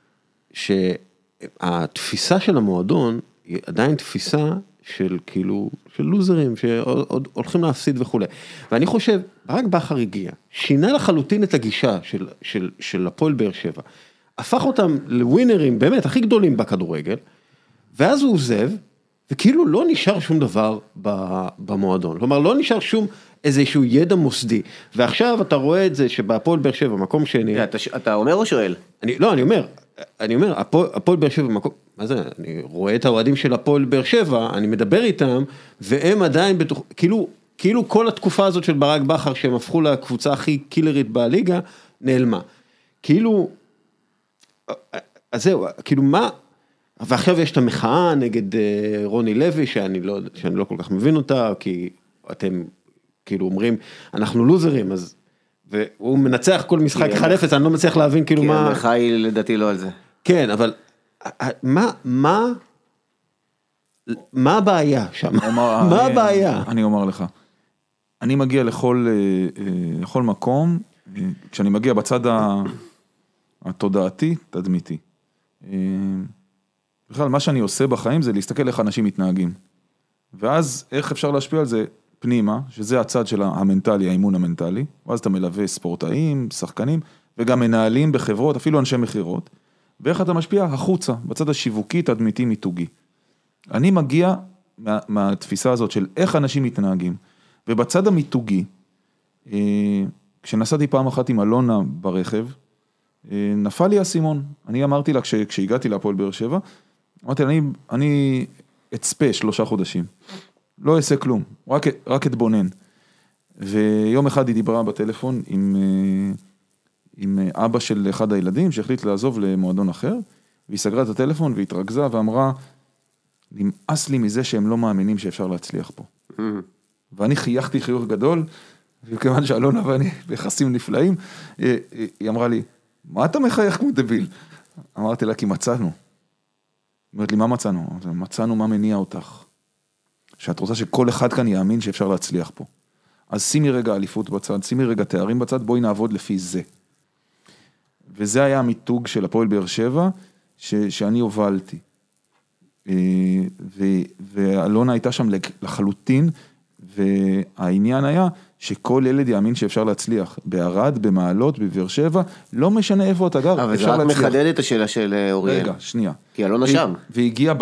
שהתפיסה של המועדון, היא עדיין תפיסה של כאילו, של לוזרים, שעוד הולכים להפסיד וכו'. ואני חושב, ברק בכר הגיע, שינה לחלוטין את הגישה של הפועל באר שבע, הפך אותם לווינרים באמת הכי גדולים בכדורגל, ואז הוא עוזב, וכאילו לא נשאר שום דבר במועדון. כלומר, לא נשאר שום איזשהו ידע מוסדי. ועכשיו אתה רואה את זה שבהפועל באר שבע, מקום שני... אתה אומר או שואל? לא, אני אומר, הפועל באר שבע במקום... מה זה? אני רואה את האוהדים של הפועל באר שבע, אני מדבר איתם, והם עדיין בתוך... כאילו כל התקופה הזאת של ברק בכר, שהם הפכו לקבוצה הכי קילרית בליגה, נעלמה. כאילו... אז זהו, כאילו מה... ועכשיו יש את המחאה נגד רוני לוי, שאני לא כל כך מבין אותה, כי אתם כאילו אומרים, אנחנו לוזרים, אז... והוא מנצח כל משחק 1-0, אני לא מצליח להבין כאילו מה... כי המחאה היא לדעתי לא על זה. כן, אבל מה הבעיה שם? מה הבעיה? אני אומר לך, אני מגיע לכל מקום, כשאני מגיע בצד התודעתי, תדמיתי. בכלל, מה שאני עושה בחיים זה להסתכל איך אנשים מתנהגים. ואז איך אפשר להשפיע על זה פנימה, שזה הצד של המנטלי, האימון המנטלי, ואז אתה מלווה ספורטאים, שחקנים, וגם מנהלים בחברות, אפילו אנשי מחירות, ואיך אתה משפיע החוצה, בצד השיווקי, תדמיתי, מיתוגי. אני מגיע מהתפיסה הזאת של איך אנשים מתנהגים, ובצד המיתוגי, כשנסעתי פעם אחת עם אלונה ברכב, נפל לי הסימון. אני אמרתי לה, כשהגעתי להפועל באר שבע, אמרתי לה, אני אצפה 3 חודשים. לא אעשה כלום, רק אתבונן. ויום אחד היא דיברה בטלפון עם אבא של אחד הילדים, שהחליט לעזוב למועדון אחר, והיא סגרה את הטלפון והתרכזה ואמרה, נמאס לי מזה שהם לא מאמינים שאפשר להצליח פה. ואני חייכתי חיוך גדול, וכיוון שאלונה ואני ביחסים נפלאים, היא אמרה לי, מה אתה מחייך כמו דביל? אמרתי לה, כי מצאנו. אומרת לי, מה מצאנו? מצאנו מה מניע אותך. שאת רוצה שכל אחד כאן יאמין שאפשר להצליח פה. אז שימי רגע אליפות בצד, שימי רגע תארים בצד, בואי נעבוד לפי זה. וזה היה המיתוג של הפועל באר שבע, שאני הובלתי. ואלונה הייתה שם לחלוטין, והעניין היה שכל ילד יאמין שאפשר להצליח. בערד, במעלות, בבאר שבע, לא משנה איפה אתה גר, אבל זה רק מחדד את השאלה של אוריאל. רגע, שנייה. כי אלונה שם. והגיע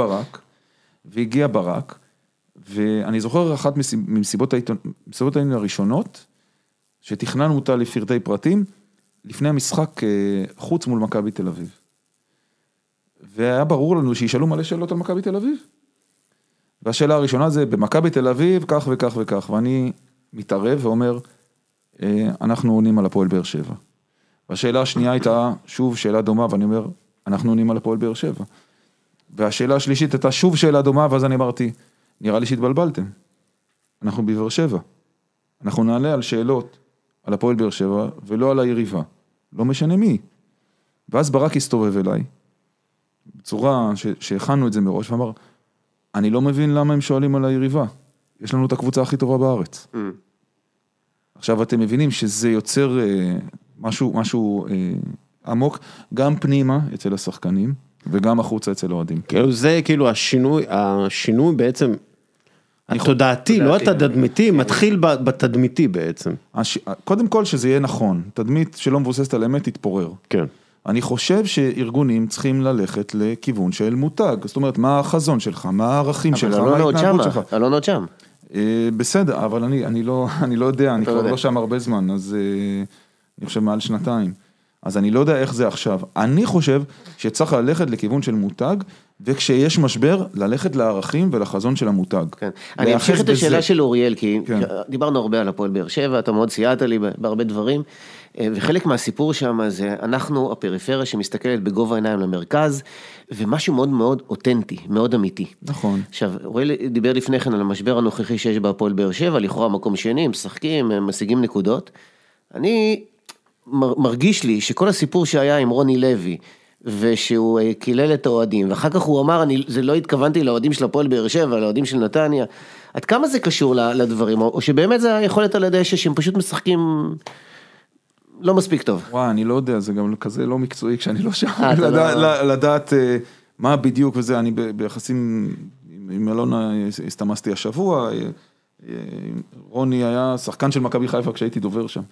ברק, ואני זוכר אחת ממסיבות העניין הראשונות, שתכננו אותה לפרטי פרטים, לפני המשחק חוץ מול מכבי תל אביב. והיה ברור לנו שישאלו מלא שאלות על מכבי תל אביב. והשאלה הראשונה זה, במכבי תל אביב, כך וכך וכך, ואני מתערב ואומר, אנחנו עונים על הפועל באר שבע. והשאלה השנייה הייתה, שוב שאלה דומה, ואני אומר, אנחנו עונים על הפועל באר שבע. והשאלה השלישית הייתה שוב שאלה דומה, ואז אני אמרתי, נראה לי שהתבלבלתם. אנחנו בבאר שבע. אנחנו נעלה על שאלות על הפועל באר שבע, ולא על היריבה. לא משנה מי. ואז ברק הסתובב אליי, בצורה שהכנו את זה מראש, ואמר, אני לא מבין למה הם שואלים על היריבה. יש לנו את הקבוצה הכי טובה בארץ. עכשיו אתם מבינים שזה יוצר משהו עמוק, גם פנימה אצל השחקנים, וגם החוצה אצל האוהדים. זה כאילו השינוי בעצם, התודעתי, לא התדמיתי, מתחיל בתדמיתי בעצם. קודם כל שזה יהיה נכון, תדמית שלא מבוססת על אמת תתפורר. כן. אני חושב שארגונים צריכים ללכת לכיוון של מותג, זאת אומרת, מה החזון שלך, מה הערכים שלך, מה ההתנהגות שלך. אבל לא שם. בסדר, אבל אני לא יודע, אני כבר לא שם הרבה זמן, אז אני חושב מעל 2 אז אני לא יודע איך זה עכשיו. אני חושב שצריך ללכת לכיוון של מותג, וכשיש משבר, ללכת לערכים ולחזון של המותג. כן. אני אמשיך את השאלה של אוריאל, כי דיברנו הרבה על הפועל באר שבע, אתה מאוד סייעת לי בהרבה דברים, וחלק מהסיפור שם זה, אנחנו הפריפריה שמסתכלת בגובה העיניים למרכז, ומשהו מאוד מאוד אותנטי, מאוד אמיתי. נכון. עכשיו, אוריאל דיבר לפני כן על המשבר הנוכחי שיש בהפועל באר שבע, לכאורה מקום שני, משחקים, משיגים נקודות. אני מרגיש לי שכל הסיפור שהיה עם רוני לוי, ושהוא קילל את האוהדים, ואחר כך הוא אמר, זה לא התכוונתי לאוהדים של הפועל באר שבע, לאוהדים של נתניה, עד כמה זה קשור לדברים, או שבאמת זה היכולת על ידי שהם פשוט משחקים לא מספיק טוב. וואי, אני לא יודע, זה גם כזה לא מקצועי כשאני לא שם, לא- לדעת מה בדיוק וזה, אני ביחסים עם אלונה הסתמסתי השבוע, רוני היה שחקן של מכבי חיפה כשהייתי דובר שם,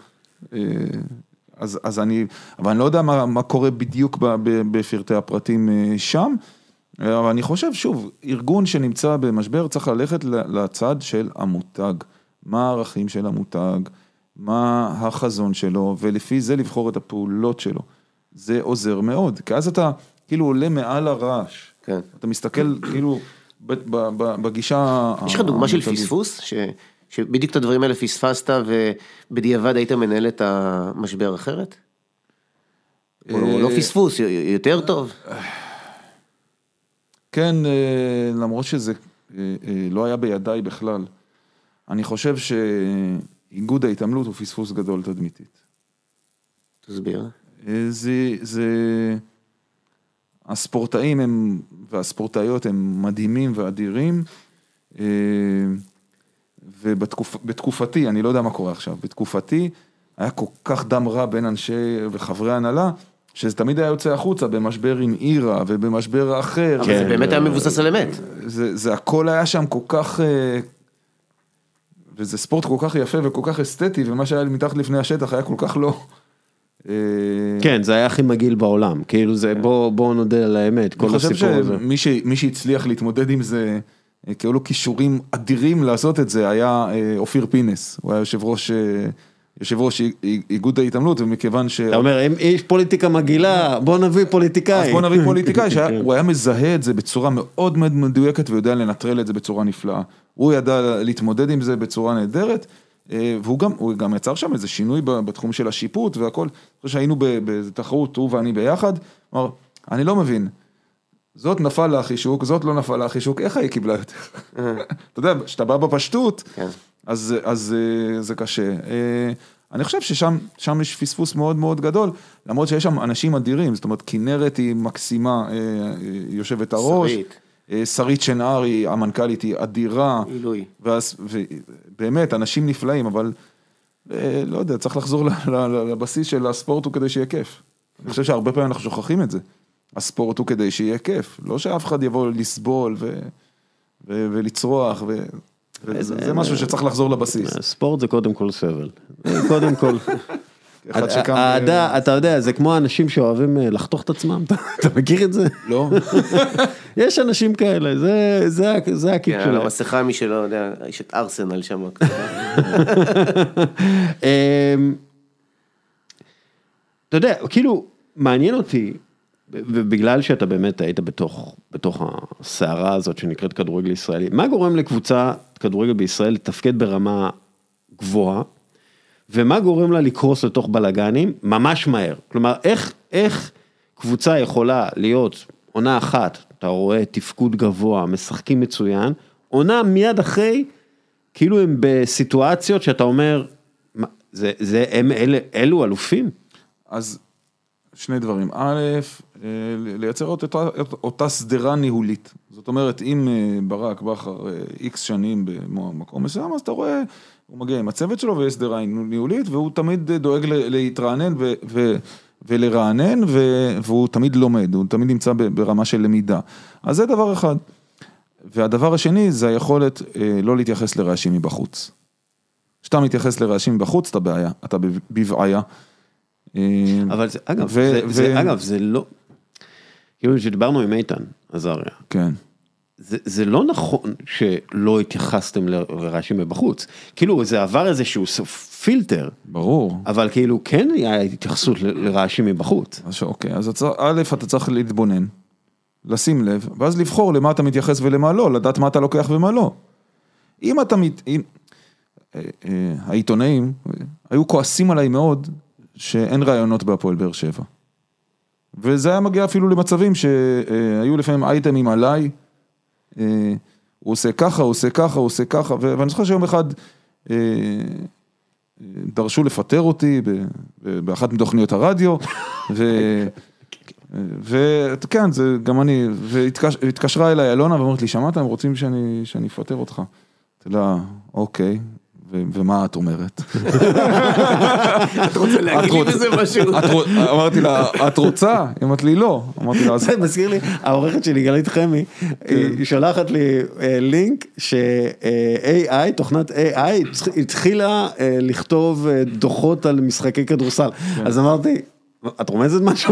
אז אבל אני לא יודע מה קורה בדיוק בפרטי הפרטים שם, אבל אני חושב, שוב, ארגון שנמצא במשבר צריך ללכת לצד של המותג, מה הערכים של המותג, מה החזון שלו, ולפי זה לבחור את הפעולות שלו. זה עוזר מאוד, כי אז אתה כאילו עולה מעל הרעש. כן. אתה מסתכל כאילו בגישה... יש לך דוגמה של פספוס, שבדיוק את הדברים האלה פספסת, ובדיעבד היית מנהל את המשבר אחרת? או לא פספוס, יותר טוב? כן, למרות שזה לא היה בידיי בכלל. אני חושב שאיגוד ההתעמלות הוא פספוס גדול תדמיתית. תסביר. הספורטאים והספורטאיות הם מדהימים ואדירים, ובתקופתי, אני לא יודע מה קורה עכשיו, בתקופתי היה כל כך דם רע בין אנשי וחברי הנהלה, שזה תמיד היה יוצא החוצה במשבר עם אירה ובמשבר אחר. אבל זה באמת היה מבוסס על אמת. זה הכל היה שם כל כך, וזה ספורט כל כך יפה וכל כך אסתטי, ומה שהיה מתחת לפני השטח היה כל כך לא. כן, זה היה הכי מגעיל בעולם, כאילו זה, בואו נודה על האמת, כל הסיפור הזה. אני חושב שמי שהצליח להתמודד עם זה, כאלו כישורים אדירים לעשות את זה, היה אופיר פינס, הוא היה יושב ראש איגוד ההתעמלות, ומכיוון ש... אתה אומר, אם יש פוליטיקה מגעילה, בוא נביא פוליטיקאי. אז בוא נביא פוליטיקאי, שהוא היה מזהה את זה בצורה מאוד מאוד מדויקת, ויודע לנטרל את זה בצורה נפלאה. הוא ידע להתמודד עם זה בצורה נהדרת, והוא גם יצר שם איזה שינוי בתחום של השיפוט והכל. אני חושב שהיינו בתחרות, הוא ואני ביחד, אמר, אני לא מבין, זאת נפל לאחישוק, זאת לא נפל לאחישוק, איך היא קיבלה יותר? אתה יודע, כשאתה בא בפשטות, אז זה קשה. אני חושב ששם יש פספוס מאוד מאוד גדול, למרות שיש שם אנשים אדירים, זאת אומרת, כנרת היא מקסימה, יושבת הראש, שרית שנער היא, המנכ"לית היא אדירה, ובאמת, אנשים נפלאים, אבל לא יודע, צריך לחזור לבסיס של הספורט הוא כדי שיהיה כיף. אני חושב שהרבה פעמים אנחנו שוכחים את זה. הספורט הוא כדי שיהיה כיף, לא שאף אחד יבוא לסבול ולצרוח, זה משהו שצריך לחזור לבסיס. ספורט זה קודם כל סבל, קודם כל. אתה יודע, זה כמו האנשים שאוהבים לחתוך את עצמם, אתה מכיר את זה? לא. יש אנשים כאלה, זה הקיק שלהם. כן, המסכה מי שלא יודע, יש את ארסנל שם. אתה יודע, כאילו, מעניין אותי, ובגלל שאתה באמת היית בתוך הסערה הזאת שנקראת כדורגל ישראלי, מה גורם לקבוצה כדורגל בישראל לתפקד ברמה גבוהה, ומה גורם לה לקרוס לתוך בלגנים ממש מהר? כלומר, איך קבוצה יכולה להיות עונה אחת, אתה רואה תפקוד גבוה, משחקים מצוין, עונה מיד אחרי, כאילו הם בסיטואציות שאתה אומר, אלו אלופים? אז שני דברים. א', לייצר אותה סדרה ניהולית. זאת אומרת, אם ברק בחר איקס שנים במקום מסוים, אז אתה רואה, הוא מגיע עם הצוות שלו ויש סדרה ניהולית, והוא תמיד דואג להתרענן ולרענן, והוא תמיד לומד, הוא תמיד נמצא ברמה של למידה. אז זה דבר אחד. והדבר השני, זה היכולת לא להתייחס לרעשים מבחוץ. כשאתה מתייחס לרעשים מבחוץ, אתה בבעיה. אבל אגב, זה לא, כאילו שדיברנו עם איתן עזריה, כן. זה לא נכון שלא התייחסתם לרעשים מבחוץ, כאילו זה עבר איזשהו פילטר, ברור, אבל כאילו כן היה התייחסות לרעשים מבחוץ. אוקיי, אז א', אתה צריך להתבונן, לשים לב, ואז לבחור למה אתה מתייחס ולמה לא, לדעת מה אתה לוקח ומה לא. אם אתה, העיתונאים היו כועסים עליי מאוד, שאין רעיונות בהפועל באר שבע. וזה היה מגיע אפילו למצבים שהיו לפעמים אייטמים עליי, הוא עושה ככה, הוא עושה ככה, הוא עושה ככה, ואני זוכר שיום אחד דרשו לפטר אותי באחת מתוכניות הרדיו, וכן, זה גם אני, והתקשרה אליי אלונה ואומרת לי, שמעת, הם רוצים שאני אפטר אותך. אתה יודע, אוקיי, ומה את אומרת? את רוצה להגיד לי בזה משהו? אמרתי לה, את רוצה? היא אמרת לי לא. אמרתי לה, זה מזכיר לי, העורכת שלי, גלית חמי, היא שולחת לי לינק ש-AI, תוכנת AI, התחילה לכתוב דוחות על משחקי כדורסל. אז אמרתי, את רומזת משהו?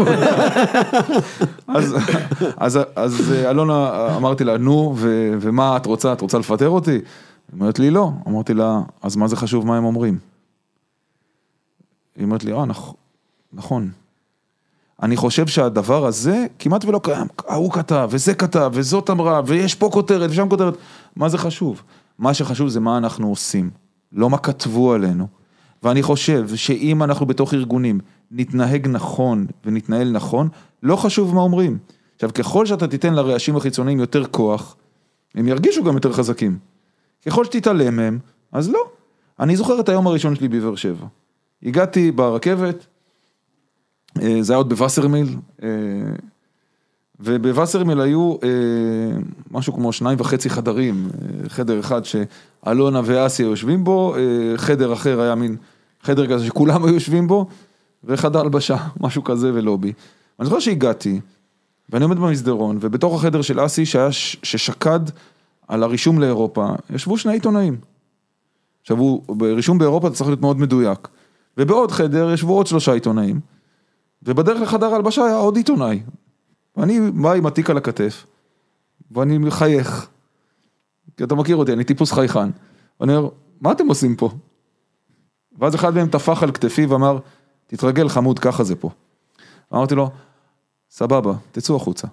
אז אלונה, אמרתי לה, נו, ומה את רוצה? את רוצה לפטר אותי? היא אומרת לי לא. אמרתי לה, אז מה זה חשוב מה הם אומרים? היא אומרת לי, נכון. אני חושב שהדבר הזה כמעט ולא קיים. הוא כתב, וזה כתב, וזאת אמרה, ויש פה כותרת, ושם כותרת. מה זה חשוב? מה שחשוב זה מה אנחנו עושים. לא מה כתבו עלינו. ואני חושב שאם אנחנו בתוך ארגונים נתנהג נכון ונתנהל נכון, לא חשוב מה אומרים. עכשיו, ככל שאתה תיתן לרעשים החיצוניים יותר כוח, הם ירגישו גם יותר חזקים. ככל שתתעלם מהם, אז לא. אני זוכר את היום הראשון שלי בבאר שבע. הגעתי ברכבת, זה היה עוד בווסרמיל, ובווסרמיל היו משהו כמו 2.5 חדרים, חדר אחד שאלונה ואסי יושבים בו, חדר אחר היה מין חדר כזה שכולם היו יושבים בו, וחדר הלבשה, משהו כזה ולובי. אני זוכר שהגעתי, ואני עומד במסדרון, ובתוך החדר של אסי ששקד על הרישום לאירופה, ישבו 2 עיתונאים. עכשיו, ברישום באירופה זה צריך להיות מאוד מדויק. ובעוד חדר ישבו עוד 3 עיתונאים, ובדרך לחדר הלבשה היה עוד עיתונאי. ואני בא עם התיק על הכתף, ואני מחייך. כי אתה מכיר אותי, אני טיפוס חייכן. ואני אומר, מה אתם עושים פה? ואז אחד מהם טפח על כתפי ואמר, תתרגל חמוד, ככה זה פה. אמרתי לו, סבבה, תצאו החוצה.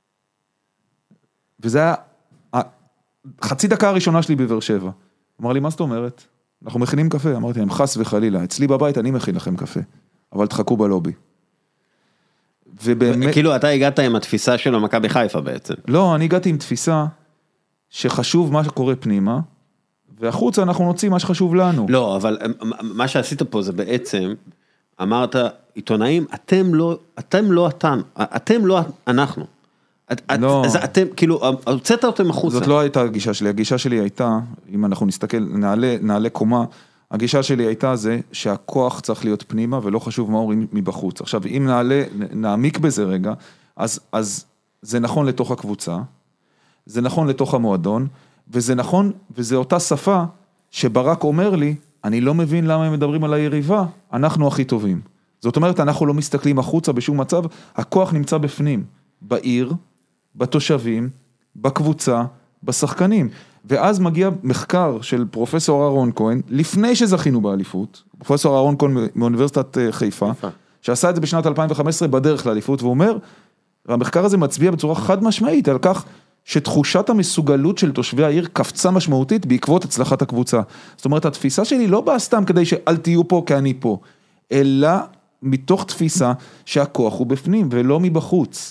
וזה היה חצי דקה הראשונה שלי בבאר שבע. אמר לי, מה זאת אומרת? אנחנו מכינים קפה. אמרתי להם, חס וחלילה, אצלי בבית אני מכין לכם קפה, אבל תחכו בלובי. ובאמת... כאילו אתה הגעת עם התפיסה של מכבי חיפה בעצם. לא, אני הגעתי עם תפיסה שחשוב מה שקורה פנימה, והחוצה אנחנו נוציא מה שחשוב לנו. לא, אבל מה שעשית פה זה בעצם, אמרת, עיתונאים, אתם לא אנחנו. אז אתם, כאילו, הוצאת אותם החוצה. זאת לא הייתה הגישה שלי, הגישה שלי הייתה, אם אנחנו נסתכל, נעלה קומה, הגישה שלי הייתה זה שהכוח צריך להיות פנימה, ולא חשוב מה אומרים מבחוץ. עכשיו, אם נעמיק בזה רגע, אז זה נכון לתוך הקבוצה, זה נכון לתוך המועדון, וזה נכון, וזה אותה שפה שברק אומר לי, אני לא מבין למה הם מדברים על היריבה, אנחנו הכי טובים. זאת אומרת, אנחנו לא מסתכלים החוצה בשום מצב, הכוח נמצא בפנים, בעיר, בתושבים, בקבוצה, בשחקנים. ואז מגיע מחקר של פרופסור אהרון כהן, לפני שזכינו באליפות, פרופסור אהרון כהן מאוניברסיטת חיפה, שעשה את זה בשנת 2015 בדרך לאליפות, והוא אומר, והמחקר הזה מצביע בצורה חד משמעית על כך, שתחושת המסוגלות של תושבי העיר קפצה משמעותית בעקבות הצלחת הקבוצה. זאת אומרת, התפיסה שלי לא באה סתם כדי שאל תהיו פה כי אני פה, אלא מתוך תפיסה שהכוח הוא בפנים ולא מבחוץ.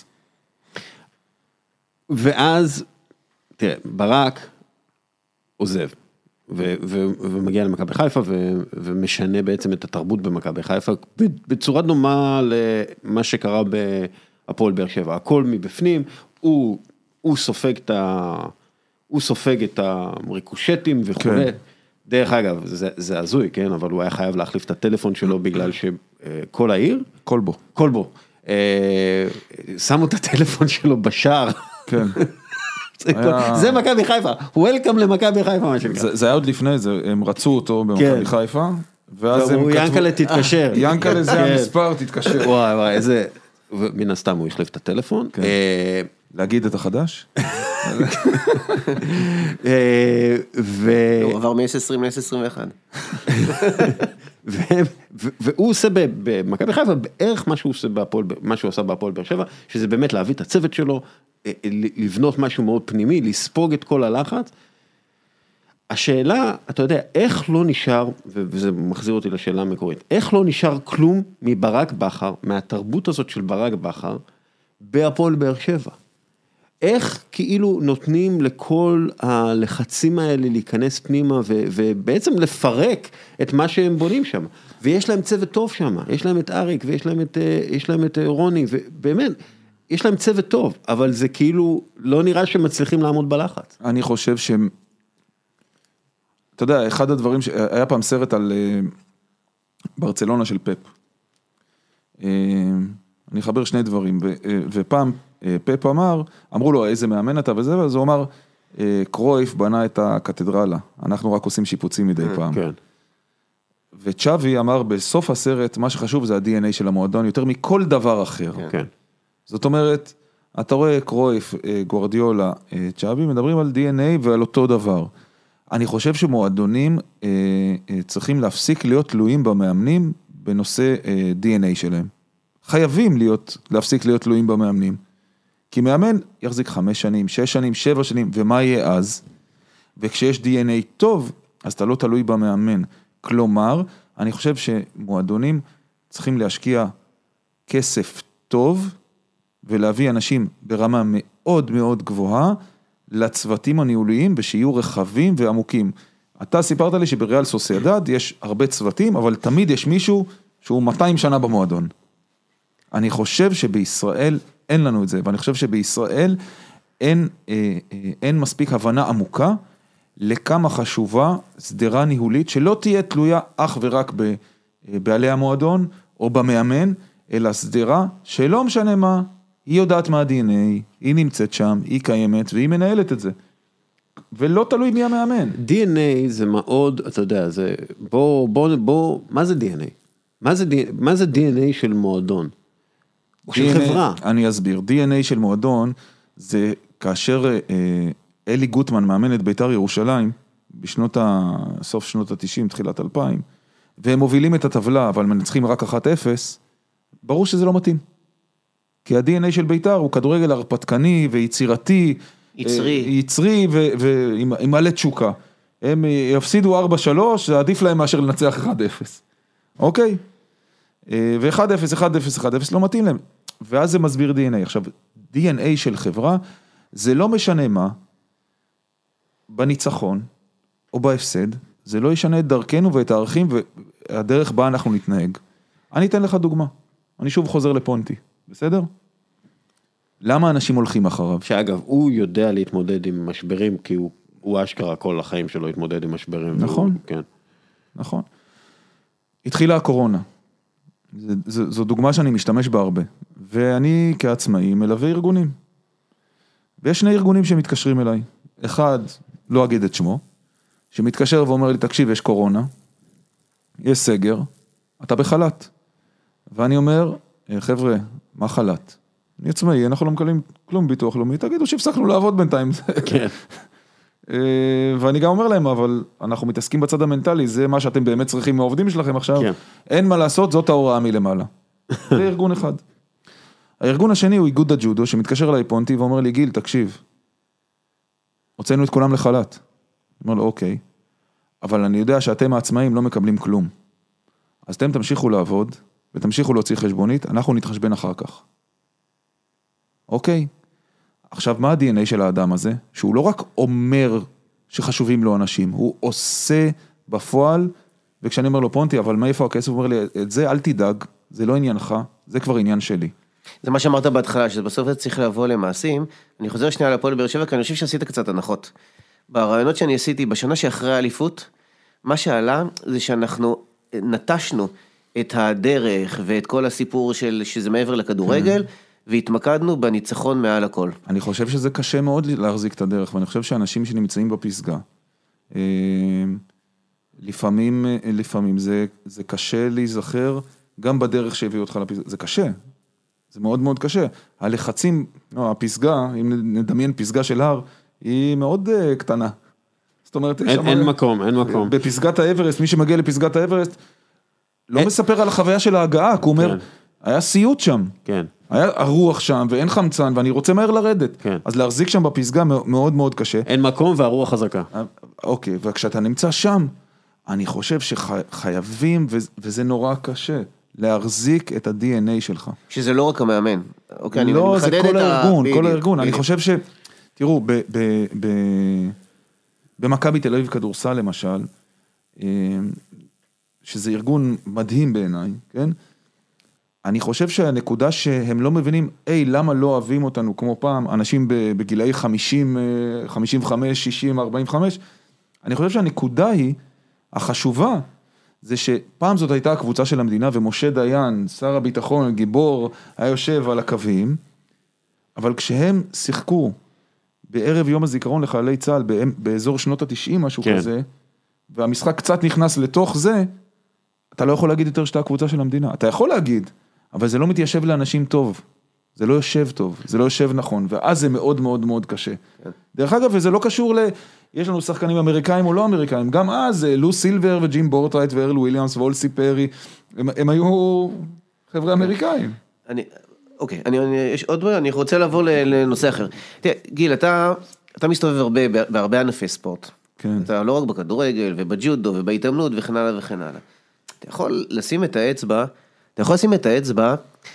ואז, תראה, ברק עוזב, ומגיע למכבי חיפה, ומשנה בעצם את התרבות במכבי חיפה, בצורה דומה למה שקרה בהפועל באר שבע. הכל מבפנים, הוא סופג את הריקושטים וכו'. דרך אגב, זה הזוי, כן? אבל הוא היה חייב להחליף את הטלפון שלו בגלל שכל העיר, כלבו, שמו את הטלפון שלו בשער. כן. זה מכבי חיפה, וולקאם למכבי חיפה, מה שנקרא. זה היה עוד לפני זה, הם רצו אותו במכבי חיפה, ואז הם כתבו... ינקלה תתקשר. ינקלה זה המספר, תתקשר. וואי, איזה... מן הסתם הוא יחליף את הטלפון. להגיד את החדש? הוא עבר מ-20 ל-21. והוא עושה במכבי חיפה בערך מה שהוא עושה בהפועל באר שבע, שזה באמת להביא את הצוות שלו, לבנות משהו מאוד פנימי, לספוג את כל הלחץ. השאלה, אתה יודע, איך לא נשאר, וזה מחזיר אותי לשאלה המקורית, איך לא נשאר כלום מברק בכר, מהתרבות הזאת של ברק בכר, בהפועל באר שבע? איך כאילו נותנים לכל הלחצים האלה להיכנס פנימה, ובעצם לפרק את מה שהם בונים שם, ויש להם צוות טוב שם, יש להם את אריק, ויש להם את רוני, ובאמת, יש להם צוות טוב, אבל זה כאילו לא נראה שהם מצליחים לעמוד בלחץ. אני חושב שהם, אתה יודע, אחד הדברים, היה פעם סרט על ברצלונה של פפ. אני אחבר שני דברים, ופעם פפ אמרו לו איזה מאמן אתה וזה, אז הוא אמר, קרויף בנה את הקתדרלה, אנחנו רק עושים שיפוצים מדי פעם. כן. וצ'אבי אמר בסוף הסרט, מה שחשוב זה ה-DNA של המועדון, יותר מכל דבר אחר. כן. זאת אומרת, אתה רואה קרויף, גוארדיולה, צ'אבי, מדברים על DNA ועל אותו דבר. אני חושב שמועדונים צריכים להפסיק להיות תלויים במאמנים בנושא DNA שלהם. חייבים להפסיק להיות תלויים במאמנים. כי מאמן יחזיק 5 שנים, 6 שנים, 7 שנים, ומה יהיה אז? וכשיש DNA טוב, אז אתה לא תלוי במאמן. כלומר, אני חושב שמועדונים צריכים להשקיע כסף טוב, ולהביא אנשים ברמה מאוד מאוד גבוהה, לצוותים הניהוליים, ושיהיו רחבים ועמוקים. אתה סיפרת לי שבריאל סוסיידד יש הרבה צוותים, אבל תמיד יש מישהו שהוא 200 שנה במועדון. אני חושב שבישראל אין לנו את זה, ואני חושב שבישראל אין מספיק הבנה עמוקה, לכמה חשובה סדרה ניהולית, שלא תהיה תלויה אך ורק בבעלי המועדון, או במאמן, אלא סדרה שלא משנה מה, היא יודעת מה ה-DNA, היא נמצאת שם, היא קיימת, והיא מנהלת את זה. ולא תלוי מי המאמן. DNA זה מאוד, אתה יודע, זה, בוא, מה זה DNA? מה זה DNA של מועדון? של חברה? אני אסביר, DNA של מועדון, זה כאשר אלי גוטמן מאמן את בית"ר ירושלים, סוף שנות ה-90, תחילת 2000, והם מובילים את הטבלה, אבל מנצחים רק 1-0, ברור שזה לא מתאים. כי ה-DNA של בית"ר הוא כדורגל הרפתקני ויצירתי, יצרי ועם מלא תשוקה. הם יפסידו 4-3, זה עדיף להם מאשר לנצח 1-0. אוקיי? ו-1-0, 1-0, 1-0 לא מתאים להם. ואז זה מסביר DNA. עכשיו, DNA של חברה, זה לא משנה מה, בניצחון או בהפסד, זה לא ישנה את דרכנו ואת הערכים והדרך בה אנחנו נתנהג. אני אתן לך דוגמה. אני שוב חוזר לפונטי. בסדר? למה אנשים הולכים אחריו? שאגב, הוא יודע להתמודד עם משברים, כי הוא אשכרה כל החיים שלו התמודד עם משברים. נכון. כן. נכון. התחילה הקורונה. זו דוגמה שאני משתמש בה הרבה. ואני כעצמאי מלווה ארגונים. ויש 2 ארגונים שמתקשרים אליי. אחד, לא אגיד את שמו, שמתקשר ואומר לי, תקשיב, יש קורונה, יש סגר, אתה בחל"ת. ואני אומר, חבר'ה, מה חל"ת? אני עצמאי, אנחנו לא מקבלים כלום ביטוח לאומי, תגידו שהפסקנו לעבוד בינתיים. כן. ואני גם אומר להם, אבל אנחנו מתעסקים בצד המנטלי, זה מה שאתם באמת צריכים מהעובדים שלכם עכשיו, כן. אין מה לעשות, זאת ההוראה מלמעלה. זה ארגון אחד. הארגון השני הוא איגוד הג'ודו, שמתקשר אליי פונטי ואומר לי, גיל, תקשיב, הוצאנו את כולם לחל"ת. אני אומר לו, אוקיי, אבל אני יודע שאתם העצמאים לא מקבלים כלום. אז אתם תמשיכו לעבוד, ותמשיכו להוציא חשבונית, אנחנו נתחשבן אחר כך. אוקיי? עכשיו, מה ה-DNA של האדם הזה? שהוא לא רק אומר שחשובים לו אנשים, הוא עושה בפועל, וכשאני אומר לו פונטי, אבל מאיפה הכסף? הוא אומר לי, את זה אל תדאג, זה לא עניינך, זה כבר עניין שלי. זה מה שאמרת בהתחלה, שבסוף זה צריך לבוא למעשים. אני חוזר שנייה לפועל באר שבע, כי אני חושב שעשית קצת הנחות. ברעיונות שאני עשיתי, בשנה שאחרי האליפות, מה שעלה זה שאנחנו נטשנו את הדרך ואת כל הסיפור שזה מעבר לכדורגל, והתמקדנו בניצחון מעל הכל. אני חושב שזה קשה מאוד להחזיק את הדרך, ואני חושב שאנשים שנמצאים בפסגה, לפעמים זה קשה להיזכר, גם בדרך שהביאו אותך לפסגה, זה קשה, זה מאוד מאוד קשה. הלחצים, הפסגה, אם נדמיין פסגה של הר, היא מאוד קטנה. זאת אומרת, אין מקום. בפסגת האברסט, מי שמגיע לפסגת האברסט, לא מספר על החוויה של ההגעה, כי הוא אומר, היה סיוט שם. כן. היה הרוח שם, ואין חמצן, ואני רוצה מהר לרדת. כן. אז להחזיק שם בפסגה מאוד מאוד קשה. אין מקום והרוח חזקה. אוקיי, וכשאתה נמצא שם, אני חושב שחייבים, וזה נורא קשה, להחזיק את ה-DNA שלך. שזה לא רק המאמן. אוקיי, אני לא, זה מחדד כל את הארגון, כל הארגון. אני חושב תראו, במכבי תל אביב כדורסל למשל, שזה ארגון מדהים בעיניי, כן? אני חושב שהנקודה שהם לא מבינים, למה לא אוהבים אותנו כמו פעם, אנשים בגילאי 50, 55, 60, 45, אני חושב שהנקודה היא, החשובה, זה שפעם זאת הייתה הקבוצה של המדינה, ומשה דיין, שר הביטחון, גיבור, היה יושב על הקווים, אבל כשהם שיחקו בערב יום הזיכרון לחיילי צה"ל, באזור שנות ה-90, משהו כזה, והמשחק קצת נכנס לתוך זה, אתה לא יכול להגיד יותר שאתה הקבוצה של המדינה. אתה יכול להגיד, אבל זה לא מתיישב לאנשים טוב. זה לא יושב טוב, זה לא יושב נכון, ואז זה מאוד מאוד מאוד קשה. דרך אגב, וזה לא קשור יש לנו שחקנים אמריקאים או לא אמריקאים, גם אז לו סילבר וג'ים בורטרייט וארל וויליאמס ואולסי פרי, הם היו חבר'ה אמריקאים. אוקיי, יש עוד דבר, אני רוצה לעבור לנושא אחר. תראה, גיל, אתה מסתובב בהרבה ענפי ספורט. כן. אתה לא רק בכדורגל ובג'ודו ובהתאמנות וכן הלאה וכן הלאה. אתה יכול לשים את האצבע,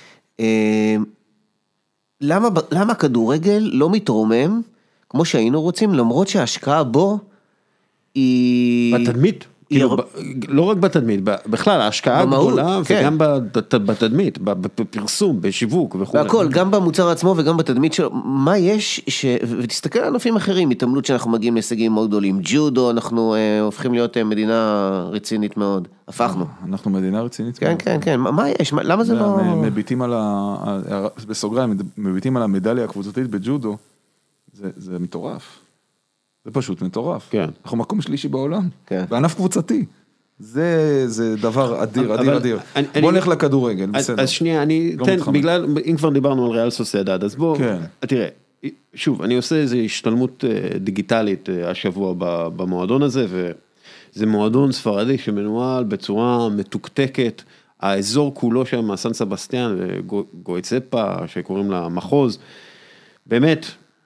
למה הכדורגל לא מתרומם כמו שהיינו רוצים, למרות שההשקעה בו היא... בתדמית, לא רק בתדמית, בכלל ההשקעה גדולה וגם בתדמית, בפרסום, בשיווק וכו'. והכל, גם במוצר עצמו וגם בתדמית שלו, מה יש, ותסתכל על ענפים אחרים, התעמלות שאנחנו מגיעים להישגים מאוד גדולים, ג'ודו, אנחנו הופכים להיות מדינה רצינית מאוד, הפכנו. אנחנו מדינה רצינית מאוד. כן, כן, מה יש, למה זה לא... מביטים בסוגריים, מביטים על המדליה הקבוצתית בג'ודו, זה מטורף. זה פשוט מטורף. כן. אנחנו מקום שלישי בעולם. כן. בענף קבוצתי. זה דבר אדיר. בוא נלך לכדורגל, בסדר. אז שנייה, אם כבר דיברנו על ריאל סוסיידד, אז בוא, תראה, שוב, אני עושה איזו השתלמות דיגיטלית השבוע במועדון הזה, וזה מועדון ספרדי שמנוהל בצורה מתוקתקת, האזור כולו שם, סן סבסטיאן וגויצפה, שקוראים לה מחוז, באמת,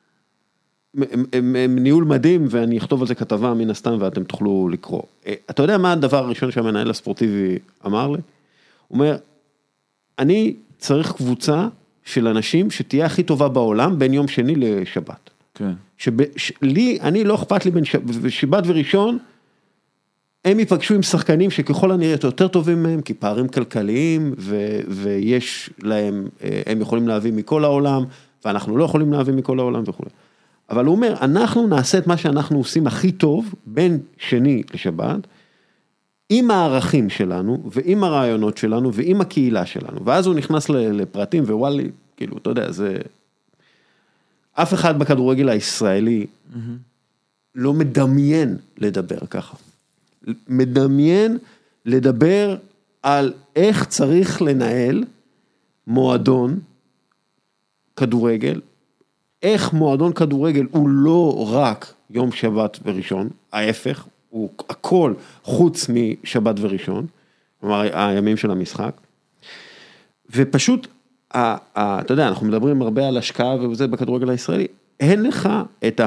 הם ניהול מדהים, ואני אכתוב על זה כתבה מן הסתם, ואתם תוכלו לקרוא. אתה יודע מה הדבר הראשון שהמנהל הספורטיבי אמר לי? הוא אומר, אני צריך קבוצה של אנשים שתהיה הכי טובה בעולם, בין יום שני לשבת. כן. אני לא אכפת לי בין שבת וראשון, הם ייפגשו עם שחקנים שככל הנראה יותר טובים מהם, כי פערים כלכליים, ויש להם, הם יכולים להביא מכל העולם, ואנחנו לא יכולים להביא מכל העולם וכו'. אבל הוא אומר, אנחנו נעשה את מה שאנחנו עושים הכי טוב, בין שני לשבת, עם הערכים שלנו, ועם הרעיונות שלנו, ועם הקהילה שלנו. ואז הוא נכנס לפרטים, ווואלי, כאילו, אתה יודע, זה... אף אחד בכדורגל הישראלי לא מדמיין לדבר ככה. מדמיין לדבר על איך צריך לנהל מועדון כדורגל, איך מועדון כדורגל הוא לא רק יום שבת וראשון, ההפך, הוא הכל חוץ משבת וראשון, כלומר הימים של המשחק, ופשוט, אתה יודע, אנחנו מדברים הרבה על השקעה וזה בכדורגל הישראלי, אין לך את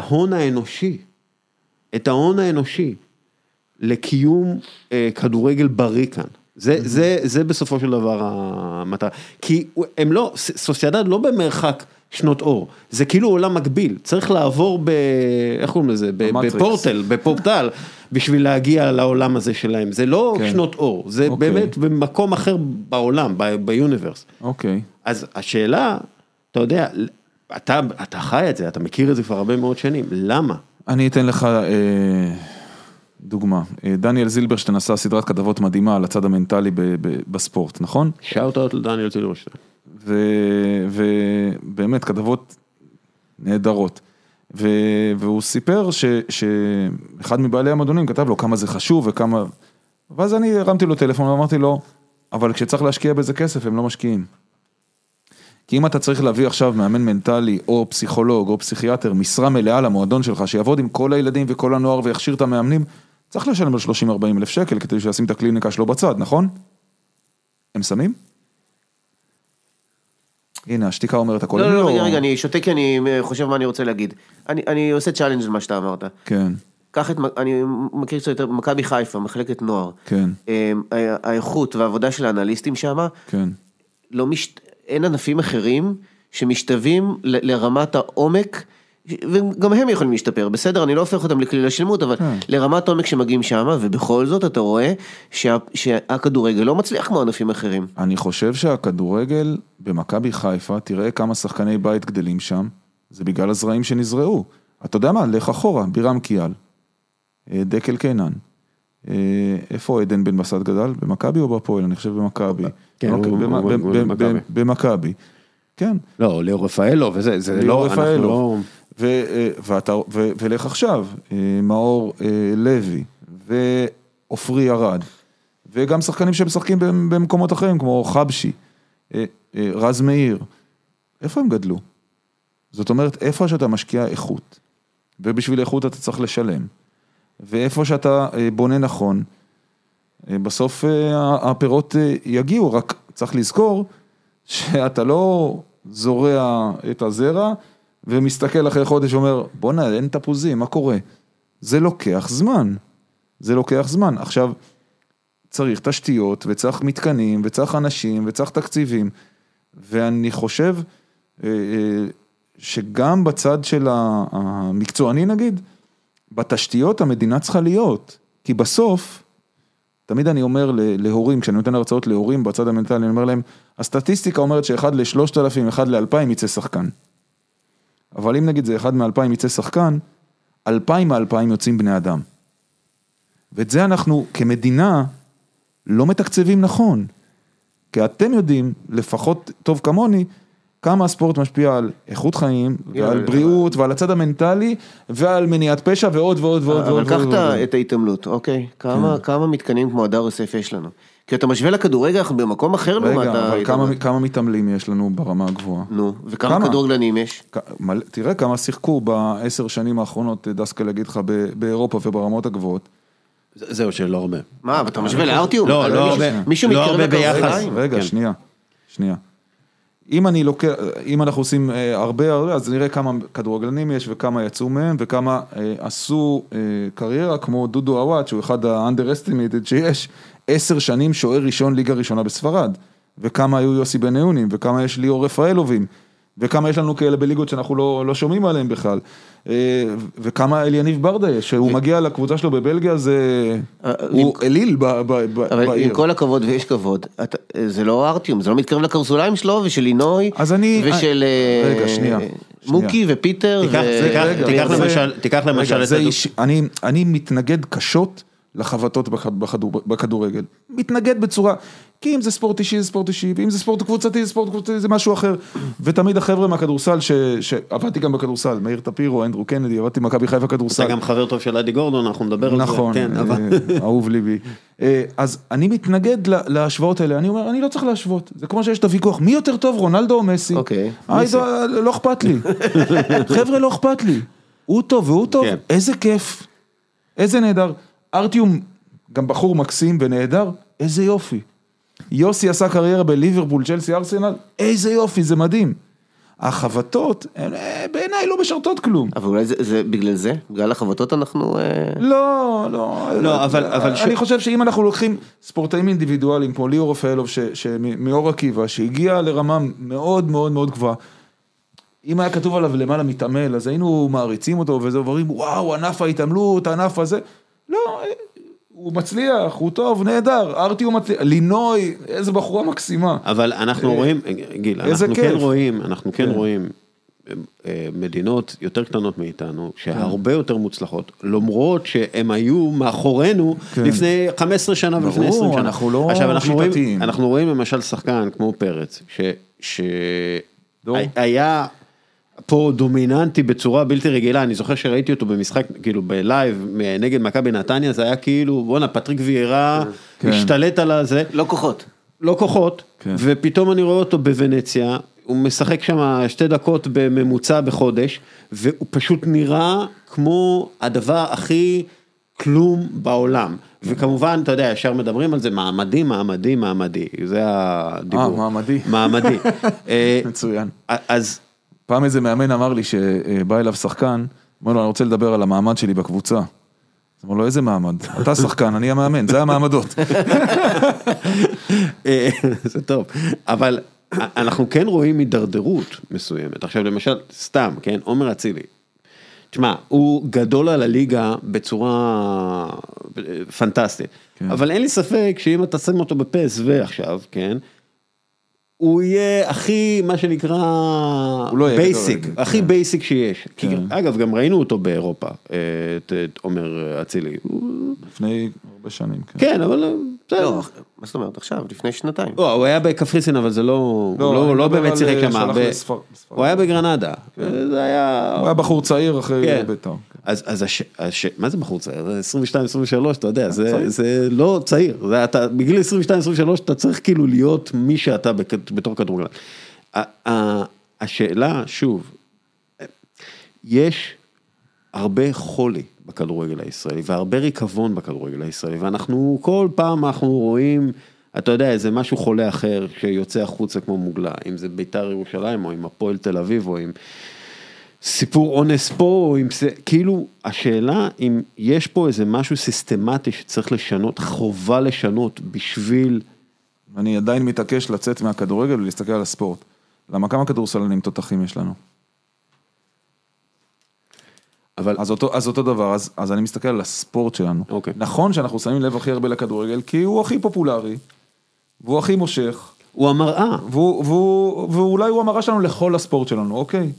ההון האנושי, לקיום כדורגל בריא כאן. זה בסופו של דבר המטרה. כי הם לא, סוסיידד לא במרחק שנות אור, זה כאילו עולם מקביל, צריך לעבור איך קוראים לזה? בפורטל, בשביל להגיע לעולם הזה שלהם. זה לא שנות אור, זה באמת במקום אחר בעולם, ביוניברס. אוקיי. אז השאלה, אתה יודע, אתה חי את זה, אתה מכיר את זה כבר הרבה מאוד שנים, למה? אני אתן לך דוגמה. דניאל זילברשטיין עשה סדרת כתבות מדהימה על הצד המנטלי בספורט, נכון? שאוט-אוט לדניאל זילברשטיין. ובאמת כתבות נהדרות. והוא סיפר שאחד מבעלי המועדונים כתב לו כמה זה חשוב וכמה... ואז אני הרמתי לו טלפון ואמרתי לו, אבל כשצריך להשקיע בזה כסף הם לא משקיעים. כי אם אתה צריך להביא עכשיו מאמן מנטלי או פסיכולוג או פסיכיאטר, משרה מלאה למועדון שלך, שיעבוד עם כל הילדים וכל הנוער ויכשיר את המאמנים, צריך לשלם על 30-40 אלף שקל כדי שישים את הקליניקה שלו בצד, נכון? הם שמים? הנה, השתיקה אומרת הכל. לא, רגע, אני שותק כי אני חושב מה אני רוצה להגיד. אני עושה צ'אלנג' למה שאתה אמרת. כן. אני מכיר קצת יותר, מכבי חיפה, מחלקת נוער. כן. האיכות והעבודה של האנליסטים שם, כן. אין ענפים אחרים שמשתווים לרמת העומק, וגם הם יכולים להשתפר, בסדר, אני לא הופך אותם לכליל השלמות, אבל לרמת העומק שמגיעים שם, ובכל זאת אתה רואה שהכדורגל לא מצליח כמו ענפים אחרים. אני חושב שהכדורגל במכבי חיפה, תראה כמה שחקני בית גדלים שם, זה בגלל הזרעים שנזרעו. אתה יודע מה, לך אחורה, בירם קיאל. דקל קינן. איפה עדן בן בסט גדל? במכבי או בפועל? אני חושב במכבי. כן, במכבי. במכבי. כן. לא, ליאור רפאלו, וזה, זה ליאור לא, אנחנו רפאלו. לא... ולך עכשיו, מאור לוי, ואופרי ארד, וגם שחקנים שמשחקים במקומות אחרים, כמו חבשי, רז מאיר. איפה הם גדלו? זאת אומרת, איפה שאתה משקיע איכות, ובשביל איכות אתה צריך לשלם, ואיפה שאתה בונה נכון, בסוף הפירות יגיעו, רק צריך לזכור שאתה לא זורע את הזרע, ומסתכל אחרי חודש ואומר, בוא אין תפוזים, מה קורה? זה לוקח זמן. זה לוקח זמן. עכשיו, צריך תשתיות, וצריך מתקנים, וצריך אנשים, וצריך תקציבים, ואני חושב שגם בצד של המקצועני נגיד, בתשתיות המדינה צריכה להיות, כי בסוף, תמיד אני אומר להורים, כשאני נותן הרצאות להורים בצד המנטלי, אני אומר להם, הסטטיסטיקה אומרת שאחד ל3,000, אחד ל2,000 יצא שחקן. אבל אם נגיד זה אחד מ2,000 יצא שחקן, 2,000 מ2,000 יוצאים בני אדם. ואת זה אנחנו כמדינה לא מתקצבים נכון. כי אתם יודעים, לפחות טוב כמוני, כמה הספורט משפיע על איכות חיים, ועל בריאות, ועל הצד המנטלי, ועל מניעת פשע, ועוד ועוד ועוד. אבל קח את ההתעמלות, אוקיי? כמה מתקנים כמו הדר יוסף יש לנו? כי אתה משווה לכדורגל, אנחנו במקום אחר לעומת רגע, אבל כמה מתעמלים יש לנו ברמה הגבוהה? נו, וכמה כדורגלנים יש? תראה כמה שיחקו ב10 שנים האחרונות, דסקה להגיד לך, באירופה וברמות הגבוהות. זהו, שלא הרבה. מה, אבל אתה משווה לארטיום? לא הרבה. מישהו מתקרב ביחס. רגע, שנייה. אם אנחנו עושים הרבה, אז נראה כמה כדורגלנים יש וכמה יצאו מהם וכמה עשו קריירה כמו דודו עוואט, שהוא אחד ה-underestimated שיש, 10 שנים שוער ראשון ליגה ראשונה בספרד, וכמה היו יוסי בניונים, וכמה יש ליאור רפאלובים, וכמה יש לנו כאלה בליגות שאנחנו לא שומעים עליהם בכלל, וכמה אליניב ברדה יש, שהוא מגיע לקבוצה שלו בבלגיה, הוא אליל בעיר. אבל עם כל הכבוד ויש כבוד, זה לא ארטיום, זה לא מתקרב לקרסוליים שלו ושל לינוי, ושל מוקי ופיטר. תיקח למשל את אני מתנגד קשות לחבטות בכדורגל. מתנגד בצורה, כי אם זה ספורט אישי, זה ספורט אישי, ואם זה ספורט קבוצתי, זה ספורט קבוצתי, זה משהו אחר. ותמיד החבר'ה מהכדורסל, שעבדתי גם בכדורסל, מאיר טפירו, אנדרו קנדי, עבדתי במכבי חיפה כדורסל. אתה גם חבר טוב של אדי גורדון, אנחנו נדבר על זה. נכון, אהוב ליבי. אז אני מתנגד להשוואות האלה, אני אומר, אני לא צריך להשוות. זה כמו שיש את הוויכוח, מי יותר טוב, רונלדו או מסי? אוקיי. לא אכפת לי. חבר'ה, לא אכפת לי. הוא טוב והוא טוב, איזה כיף. איזה נהדר. ארטיום, גם בחור מקסים ונהדר, איזה יופי. יוסי עשה קריירה בליברפול, צ'לסי, ארסנל, איזה יופי, זה מדהים. החבטות, בעיניי לא משרתות כלום. אבל אולי זה בגלל זה? בגלל החבטות אנחנו... לא, אבל אני חושב שאם אנחנו לוקחים ספורטאים אינדיבידואליים, כמו ליאור רפאלוב, מאור עקיבא, שהגיע לרמה מאוד מאוד מאוד גבוהה, אם היה כתוב עליו למעלה מתעמל, אז היינו מעריצים אותו, וזה אומרים, וואו, ענף ההתעמלות, הענף הזה. לא, הוא מצליח, הוא טוב, נהדר, ארטי הוא מצליח, לינוי, איזה בחורה מקסימה. אבל אנחנו רואים, גיל, אנחנו כן רואים מדינות יותר קטנות מאיתנו, שהרבה יותר מוצלחות, למרות שהם היו מאחורינו לפני 15 שנה ולפני 20 שנה. אנחנו לא שיטתיים. אנחנו רואים למשל שחקן כמו פרץ, שהיה פה דומיננטי בצורה בלתי רגילה, אני זוכר שראיתי אותו במשחק, כאילו בלייב, נגד מכבי נתניה, זה היה כאילו, בואנה, פטריק ויירה, השתלט על הזה. לא כוחות, ופתאום אני רואה אותו בוונציה, הוא משחק שם 2 דקות בממוצע בחודש, והוא פשוט נראה כמו הדבר הכי כלום בעולם. וכמובן, אתה יודע, ישר מדברים על זה, מעמדי, זה הדיבור. מעמדי. מצוין. אז פעם איזה מאמן אמר לי שבא אליו שחקן, אמר לו, אני רוצה לדבר על המעמד שלי בקבוצה. אמר לו, איזה מעמד? אתה שחקן, אני המאמן, זה המעמדות. זה טוב, אבל אנחנו כן רואים הידרדרות מסוימת. עכשיו למשל, סתם, כן, עומר אצילי. תשמע, הוא גדול על הליגה בצורה פנטסטית, אבל אין לי ספק שאם אתה שם אותו בפס ועכשיו, כן, הוא יהיה הכי, מה שנקרא, בייסיק, הכי בייסיק שיש. אגב, גם ראינו אותו באירופה, את עומר אצילי. לפני הרבה שנים. כן, אבל... לא, מה זאת אומרת עכשיו? לפני שנתיים. הוא היה בקפריסין, אבל זה לא באמת שיחק כמה. הוא היה בגרנדה. הוא היה בחור צעיר אחרי בית"ר. אז מה זה בחור צעיר? זה 22-23, אתה יודע, זה לא צעיר. בגיל 22-23 אתה צריך כאילו להיות מי שאתה בתור כדורגלן. השאלה, שוב, יש הרבה חולי בכדורגל הישראלי, והרבה ריקבון בכדורגל הישראלי, ואנחנו כל פעם אנחנו רואים, אתה יודע, איזה משהו חולה אחר שיוצא החוצה כמו מוגלה, אם זה בית"ר ירושלים, או עם הפועל תל אביב, או עם סיפור אונס פה, או עם זה, כאילו, השאלה אם יש פה איזה משהו סיסטמטי שצריך לשנות, חובה לשנות בשביל... אני עדיין מתעקש לצאת מהכדורגל ולהסתכל על הספורט. למה כמה כדורסלנים תותחים יש לנו? אז אותו דבר, אז אני מסתכל על הספורט שלנו. נכון שאנחנו שמים לב הכי הרבה לכדורגל, כי הוא הכי פופולרי, והוא הכי מושך. הוא המראה. ואולי הוא המראה שלנו לכל הספורט שלנו, אוקיי?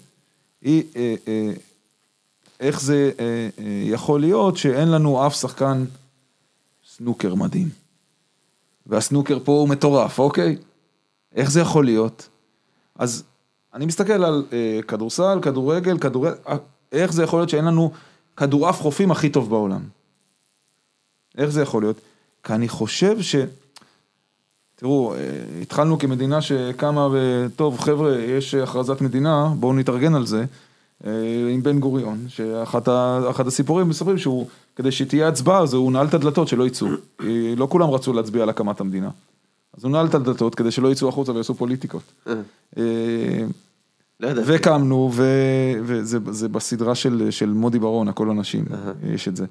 איך זה יכול להיות שאין לנו אף שחקן סנוקר מדהים? והסנוקר פה הוא מטורף, אוקיי? איך זה יכול להיות? אז אני מסתכל על כדורסל, כדורגל, איך זה יכול להיות שאין לנו כדורעף חופים הכי טוב בעולם? איך זה יכול להיות? כי אני חושב תראו, התחלנו כמדינה שקמה וטוב, חבר'ה, יש הכרזת מדינה, בואו נתארגן על זה, עם בן גוריון, שאחד הסיפורים מספרים שהוא, כדי שתהיה הצבעה, הוא נעל את הדלתות שלא יצאו. לא כולם רצו להצביע על הקמת המדינה. אז הוא נעל את הדלתות כדי שלא יצאו החוצה ויעשו פוליטיקות. וקמנו, וזה בסדרה של מודי ברון, הכל אנשים, יש את זה.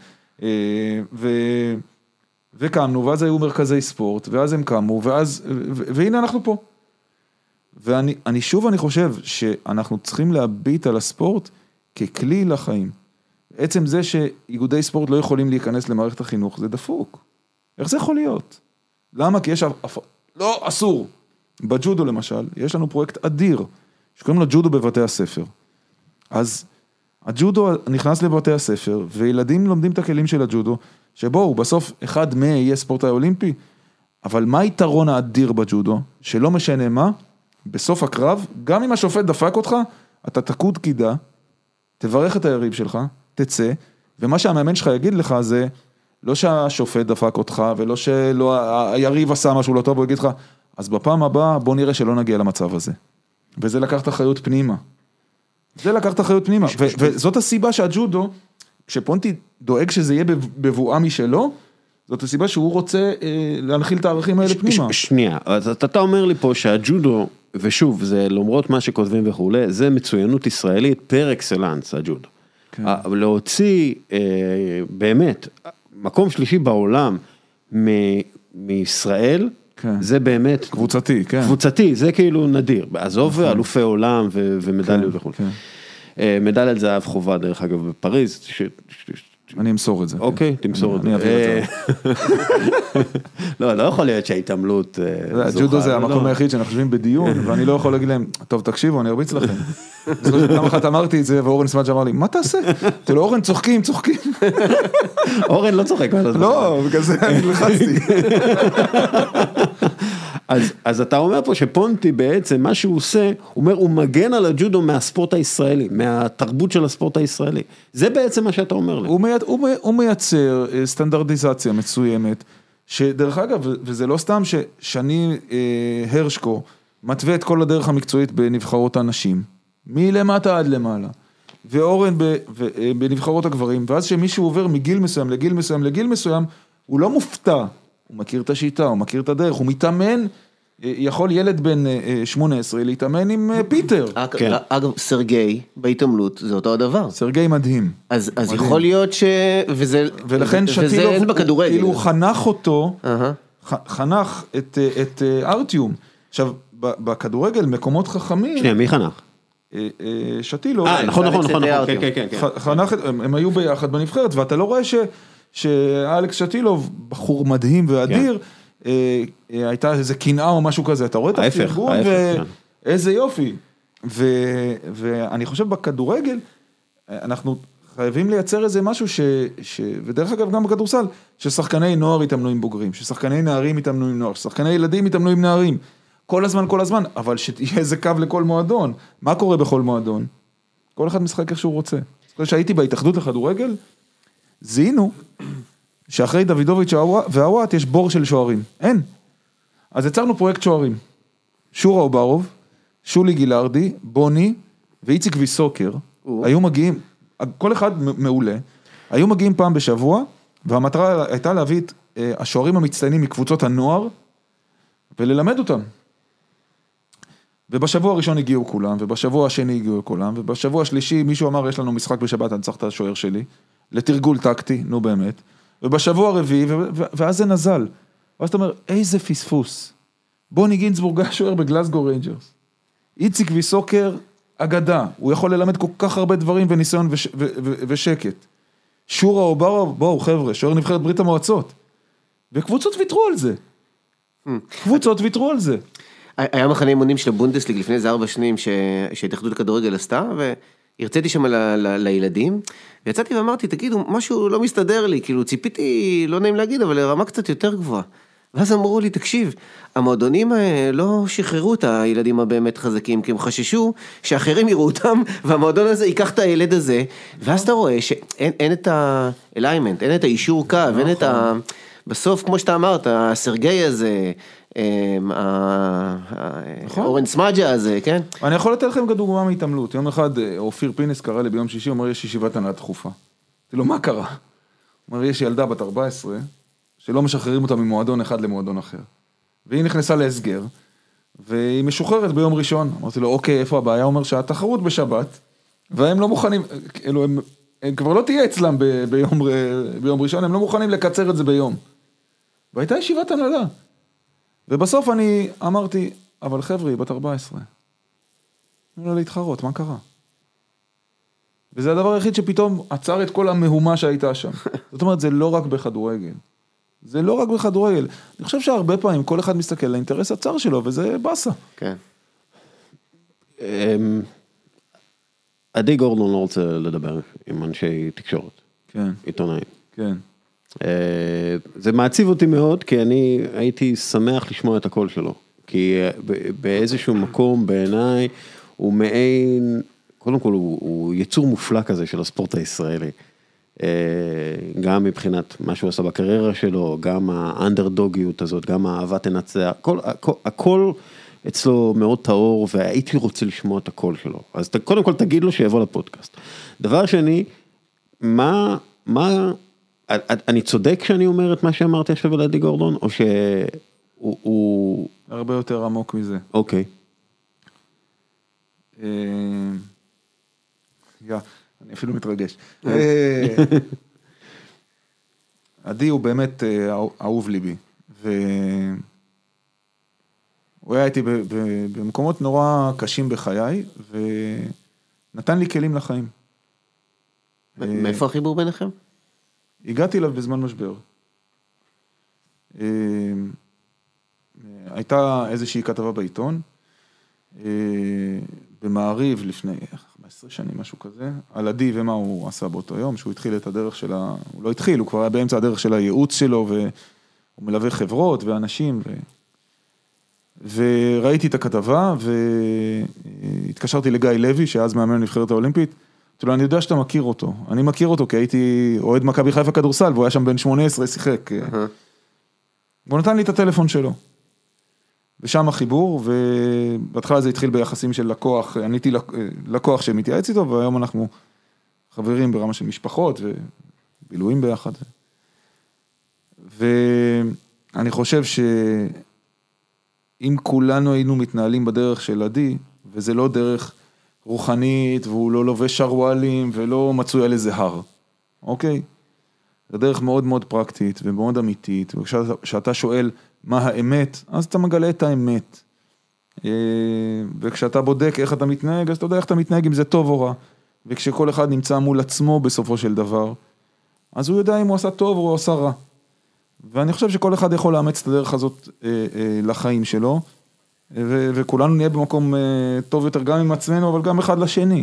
וקמנו, ואז היו מרכזי ספורט, ואז הם קמו, והנה אנחנו פה. ואני חושב שאנחנו צריכים להביט על הספורט ככלי לחיים. עצם זה שאיגודי ספורט לא יכולים להיכנס למערכת החינוך, זה דפוק. איך זה יכול להיות? למה? כי יש... לא, אסור. בג'ודו למשל, יש לנו פרויקט אדיר, שקוראים לו ג'ודו בבתי הספר. אז הג'ודו נכנס לבתי הספר, וילדים לומדים את הכלים של הג'ודו, שבו בסוף אחד יהיה ספורטאי אולימפי, אבל מה היתרון האדיר בג'ודו? שלא משנה מה, בסוף הקרב, גם אם השופט דפק אותך, אתה תקוד קידה, תברך את היריב שלך, תצא, ומה שהמאמן שלך יגיד לך זה, לא שהשופט דפק אותך, ולא שהיריב עשה משהו לא טוב, הוא יגיד לך, אז בפעם הבאה בוא נראה שלא נגיע למצב הזה. וזה לקחת אחריות פנימה. וזאת הסיבה שהג'ודו, כשפונטי דואג שזה יהיה בבואה משלו, זאת הסיבה שהוא רוצה להנחיל את הערכים האלה פנימה. שנייה, אז אתה אומר לי פה שהג'ודו, ושוב, זה למרות מה שכותבים וכו', זה מצוינות ישראלית פר אקסלנס, הג'ודו. להוציא באמת, מקום שלישי בעולם מישראל, זה באמת... קבוצתי, כן. קבוצתי, זה כאילו נדיר. עזוב אלופי עולם ומדליות וכו'. מדליית זהב חובה דרך אגב בפריז. אני אמסור את זה. אוקיי, תמסור את זה. אני אעביר את זה. לא יכול להיות שההתעמלות זוכה. ג'ודו זה המקום היחיד שאנחנו חושבים בדיון, ואני לא יכול להגיד להם, טוב תקשיבו, אני ארביץ לכם. פעם אחת אמרתי את זה, ואורן סמאג' אמר לי, מה תעשה? תראו, אורן צוחקים. אורן לא צוחק. לא, בגלל זה אני לחצתי. אז אתה אומר פה שפונטי בעצם, מה שהוא עושה, הוא מגן על הג'ודו מהספורט הישראלי, מהתרבות של הספורט הישראלי. זה בעצם מה שאתה אומר לי. הוא מייצר סטנדרטיזציה מסוימת, שדרך אגב, וזה לא סתם ששני הרשקו, מתווה את כל הדרך המקצועית בנבחרות הנשים, מלמטה עד למעלה, ואורן בנבחרות הגברים, ואז שמישהו עובר מגיל מסוים לגיל מסוים לגיל מסוים, הוא לא מופתע. הוא מכיר את השיטה, הוא מכיר את הדרך, הוא מתאמן, יכול ילד בן 18 להתאמן עם פיטר. אגב, סרגי בהתעמלות, זה אותו הדבר. סרגי מדהים. אז יכול להיות ולכן שטילוב, כאילו חנך אותו, חנך את ארטיום. עכשיו, בכדורגל, מקומות חכמים... שנייה, מי חנך? שטילוב. נכון. חנך, הם היו ביחד בנבחרת, ואתה לא רואה שאלכס שטילוב, בחור מדהים ואדיר, הייתה איזה קנאה או משהו כזה, אתה רואה את הפרגון ואיזה יופי. ואני חושב בכדורגל, אנחנו חייבים לייצר איזה משהו ודרך אגב גם בכדורסל, ששחקני נוער יתאמנו עם בוגרים, ששחקני נערים יתאמנו עם נוער, ששחקני ילדים יתאמנו עם נערים, כל הזמן, אבל שתהיה איזה קו לכל מועדון. מה קורה בכל מועדון? כל אחד משחק איך שהוא רוצה. כשהייתי בהתאחדות לכדורגל, זיהינו שאחרי דוידוביץ' והוואט יש בור של שוערים. אין. אז יצרנו פרויקט שוערים. שורה אוברוב, שולי גילארדי, בוני ואיציק ויסוקר, היו מגיעים, כל אחד מעולה, היו מגיעים פעם בשבוע, והמטרה הייתה להביא את השוערים המצטיינים מקבוצות הנוער, וללמד אותם. ובשבוע הראשון הגיעו כולם, ובשבוע השני הגיעו כולם, ובשבוע השלישי מישהו אמר, יש לנו משחק בשבת, אני צריך את השוער שלי, לתרגול טקטי, נו באמת, ובשבוע הרביעי, ואז זה נזל. ואז אתה אומר, איזה פספוס. בוני גינצבורג השוער בגלסגו ריינג'רס. איציק ויסוקר, אגדה, הוא יכול ללמד כל כך הרבה דברים וניסיון ושקט. שורה אוברוב, בואו חבר'ה, שוער נבחרת ברית המועצות. וקבוצות ויתרו על זה. קבוצות ויתרו על זה. היה מחנה אימונים של הבונדסליג לפני איזה 4 שנים שהתאחדות לכדורגל עשתה, והרציתי שם לילדים, ויצאתי ואמרתי, תגידו, משהו לא מסתדר לי, כאילו ציפיתי, לא נעים להגיד, אבל לרמה קצת יותר גבוהה. ואז אמרו לי, תקשיב, המועדונים לא שחררו את הילדים הבאמת חזקים, כי הם חששו שאחרים יראו אותם, והמועדון הזה ייקח את הילד הזה, ואז אתה רואה שאין את האליימנט, אין את האישור קו, אין את בסוף, כמו שאתה אמרת, הסרגי הזה, אורן סמאג'ה הזה, כן? אני יכול לתת לכם דוגמה מהתעמלות. יום אחד אופיר פינס קרא לי ביום שישי, הוא אומר, יש ישיבת הנהלה דחופה. אמרתי לו, מה קרה? הוא אומר, יש ילדה בת 14, שלא משחררים אותה ממועדון אחד למועדון אחר. והיא נכנסה להסגר, והיא משוחררת ביום ראשון. אמרתי לו, אוקיי, איפה הבעיה? הוא אומר שהתחרות בשבת, והם לא מוכנים, כאילו, הם כבר לא תהיה אצלם ביום ראשון, הם לא מוכנים לקצר את זה ביום. והייתה ישיבת הנהלה. ובסוף אני אמרתי, אבל חבר'ה, היא בת 14. לא להתחרות, מה קרה? וזה הדבר היחיד שפתאום עצר את כל המהומה שהייתה שם. זאת אומרת, זה לא רק בכדורגל. זה לא רק בכדורגל. אני חושב שהרבה פעמים כל אחד מסתכל לאינטרס הצר שלו, וזה בסה. כן. עדי גורדון לא רוצה לדבר עם אנשי תקשורת. כן. עיתונאים. כן. זה מעציב אותי מאוד, כי אני הייתי שמח לשמוע את הקול שלו. כי באיזשהו מקום בעיניי, הוא מעין, קודם כל הוא יצור מופלא כזה של הספורט הישראלי. גם מבחינת מה שהוא עשה בקריירה שלו, גם האנדרדוגיות הזאת, גם האהבה תנצח, הכל אצלו מאוד טהור, והייתי רוצה לשמוע את הקול שלו. אז קודם כל תגיד לו שיבוא לפודקאסט. דבר שני, אני צודק שאני אומר את מה שאמרתי עכשיו על עדי גורדון, או שהוא... הרבה יותר עמוק מזה. אוקיי. אני אפילו מתרגש. עדי הוא באמת אהוב ליבי, והוא היה איתי במקומות נורא קשים בחיי, ונתן לי כלים לחיים. מאיפה החיבור ביניכם? הגעתי אליו בזמן משבר. הייתה איזושהי כתבה בעיתון, במעריב לפני 15 שנים, משהו כזה, על עדי ומה הוא עשה באותו יום, שהוא התחיל את הדרך שלה, הוא לא התחיל, הוא כבר היה באמצע הדרך של הייעוץ שלו, והוא מלווה חברות ואנשים, וראיתי את הכתבה, והתקשרתי לגיא לוי, שאז מאמן נבחרת האולימפית, אמרתי לו, אני יודע שאתה מכיר אותו, אני מכיר אותו, כי הייתי אוהד מכבי חיפה כדורסל, והוא היה שם בן 18, שיחק. והוא נתן לי את הטלפון שלו. ושם החיבור, ובהתחלה זה התחיל ביחסים של לקוח, עניתי לקוח שמתייעץ איתו, והיום אנחנו חברים ברמה של משפחות, ובילויים ביחד. ואני חושב שאם כולנו היינו מתנהלים בדרך של עדי, וזה לא דרך רוחנית, והוא לא לובש שרוואלים, ולא מצוי על איזה הר, אוקיי? זה דרך מאוד מאוד פרקטית, ומאוד אמיתית, וכשאתה שואל, מה האמת, אז אתה מגלה את האמת. וכשאתה בודק איך אתה מתנהג, אז אתה יודע איך אתה מתנהג, אם זה טוב או רע. וכשכל אחד נמצא מול עצמו בסופו של דבר, אז הוא יודע אם הוא עשה טוב או הוא עשה רע. ואני חושב שכל אחד יכול לאמץ את הדרך הזאת לחיים שלו, וכולנו נהיה במקום טוב יותר גם עם עצמנו, אבל גם אחד לשני.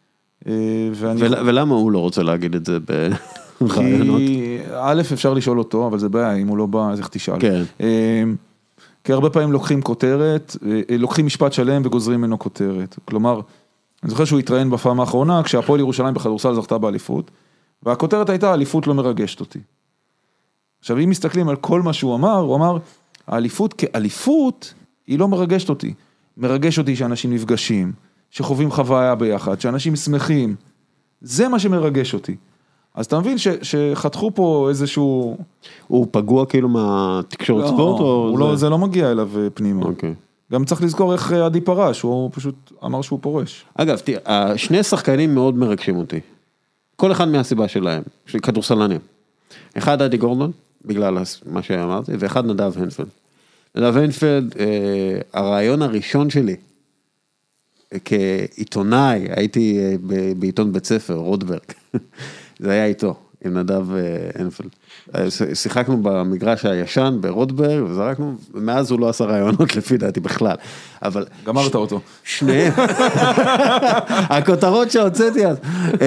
ולמה הוא לא רוצה להגיד את זה ברעיונות? כי א' אפשר לשאול אותו, אבל זה בעיה, אם הוא לא בא, אז איך תשאל. כן. כי הרבה פעמים לוקחים כותרת, לוקחים משפט שלם וגוזרים ממנו כותרת. כלומר, אני זוכר שהוא התראיין בפעם האחרונה, כשהפועל ירושלים בכדורסל זכתה באליפות, והכותרת הייתה, האליפות לא מרגשת אותי. עכשיו, אם מסתכלים על כל מה שהוא אמר, האליפות כאליפות, היא לא מרגשת אותי. מרגש אותי שאנשים נפגשים, שחווים חוויה ביחד, שאנשים שמחים. זה מה שמרגש אותי. אז אתה מבין שחתכו פה איזשהו... הוא פגוע כאילו מהתקשורת ספורט? לא, זה לא מגיע אליו פנימה. אוקיי. גם צריך לזכור איך עדי פרש, הוא פשוט אמר שהוא פורש. אגב, תראה, שני שחקנים מאוד מרגשים אותי. כל אחד מהסיבה שלהם, של כדורסלנים. אחד עדי גורדון, בגלל מה שאמרתי, ואחד נדב הנפלד. נדב הנפלד, הרעיון הראשון שלי, כעיתונאי, הייתי בעיתון בית ספר, רודברג, זה היה איתו, עם נדב הנפלד. שיחקנו במגרש הישן ברודברג, וזרקנו, ומאז הוא לא עשה רעיונות לפי דעתי בכלל. אבל... גמרת אותו. שניהם, הכותרות שהוצאתי אז,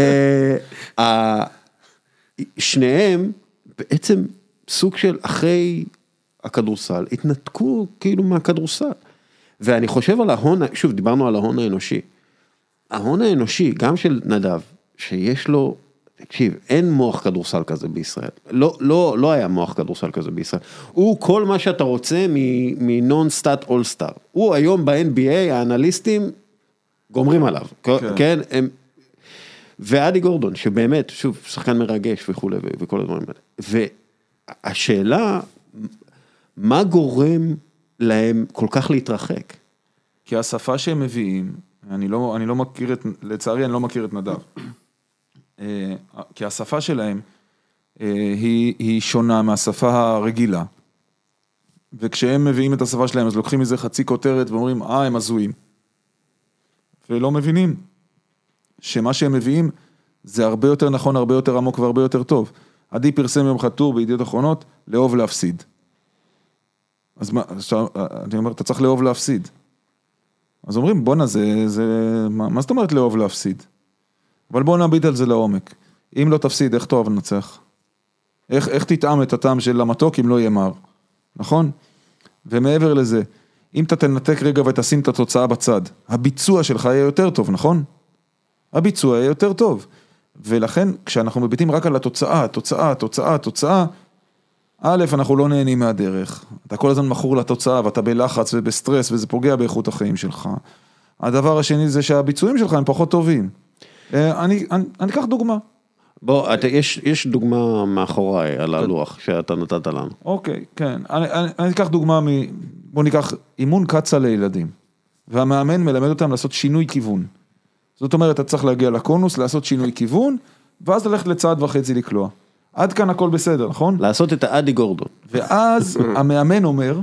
שניהם בעצם סוג של אחרי הכדורסל, התנתקו כאילו מהכדורסל. ואני חושב על ההון, שוב, דיברנו על ההון האנושי. ההון האנושי, גם של נדב, שיש לו, תקשיב, אין מוח כדורסל כזה בישראל. לא היה מוח כדורסל כזה בישראל. הוא כל מה שאתה רוצה מנון-סטאט אול-סטאר. הוא היום ב-NBA, האנליסטים גומרים עליו. כן? ועדי גורדון, שבאמת, שוב, שחקן מרגש וכו' וכל הדברים האלה. והשאלה, מה גורם להם כל כך להתרחק? כי השפה שהם מביאים, אני לא מכיר לצערי אני לא מכיר את נדב. כי השפה שלהם היא שונה מהשפה הרגילה. וכשהם מביאים את השפה שלהם, אז לוקחים איזה חצי כותרת ואומרים, הם הזויים. ולא מבינים שמה שהם מביאים זה הרבה יותר נכון, הרבה יותר עמוק והרבה יותר טוב. עדי פרסם יום חתור בידיעות אחרונות, לאהוב להפסיד. אז מה, אני אומר, אתה צריך לאהוב להפסיד. אז אומרים, בוא מה זאת אומרת לאהוב להפסיד? אבל בוא נביט על זה לעומק. אם לא תפסיד, איך תאהב לנצח? איך תטעם את הטעם של המתוק אם לא יהיה מר? נכון? ומעבר לזה, אם אתה תנתק רגע ותשים את התוצאה בצד, הביצוע שלך יהיה יותר טוב, נכון? הביצוע יהיה יותר טוב. ולכן, כשאנחנו מביטים רק על התוצאה, א', אנחנו לא נהנים מהדרך. אתה כל הזמן מכור לתוצאה, ואתה בלחץ ובסטרס, וזה פוגע באיכות החיים שלך. הדבר השני זה שהביצועים שלך הם פחות טובים. אני אקח דוגמה. בוא, יש דוגמה מאחוריי על הלוח שאתה נתת לנו. אוקיי, כן. אני אקח דוגמה בוא ניקח אימון קצה לילדים. והמאמן מלמד אותם לעשות שינוי כיוון. זאת אומרת, אתה צריך להגיע לקונוס, לעשות שינוי כיוון, ואז ללכת לצעד וחצי לקלוע. עד כאן הכל בסדר, נכון? לעשות את העדי גורדון. ואז המאמן אומר,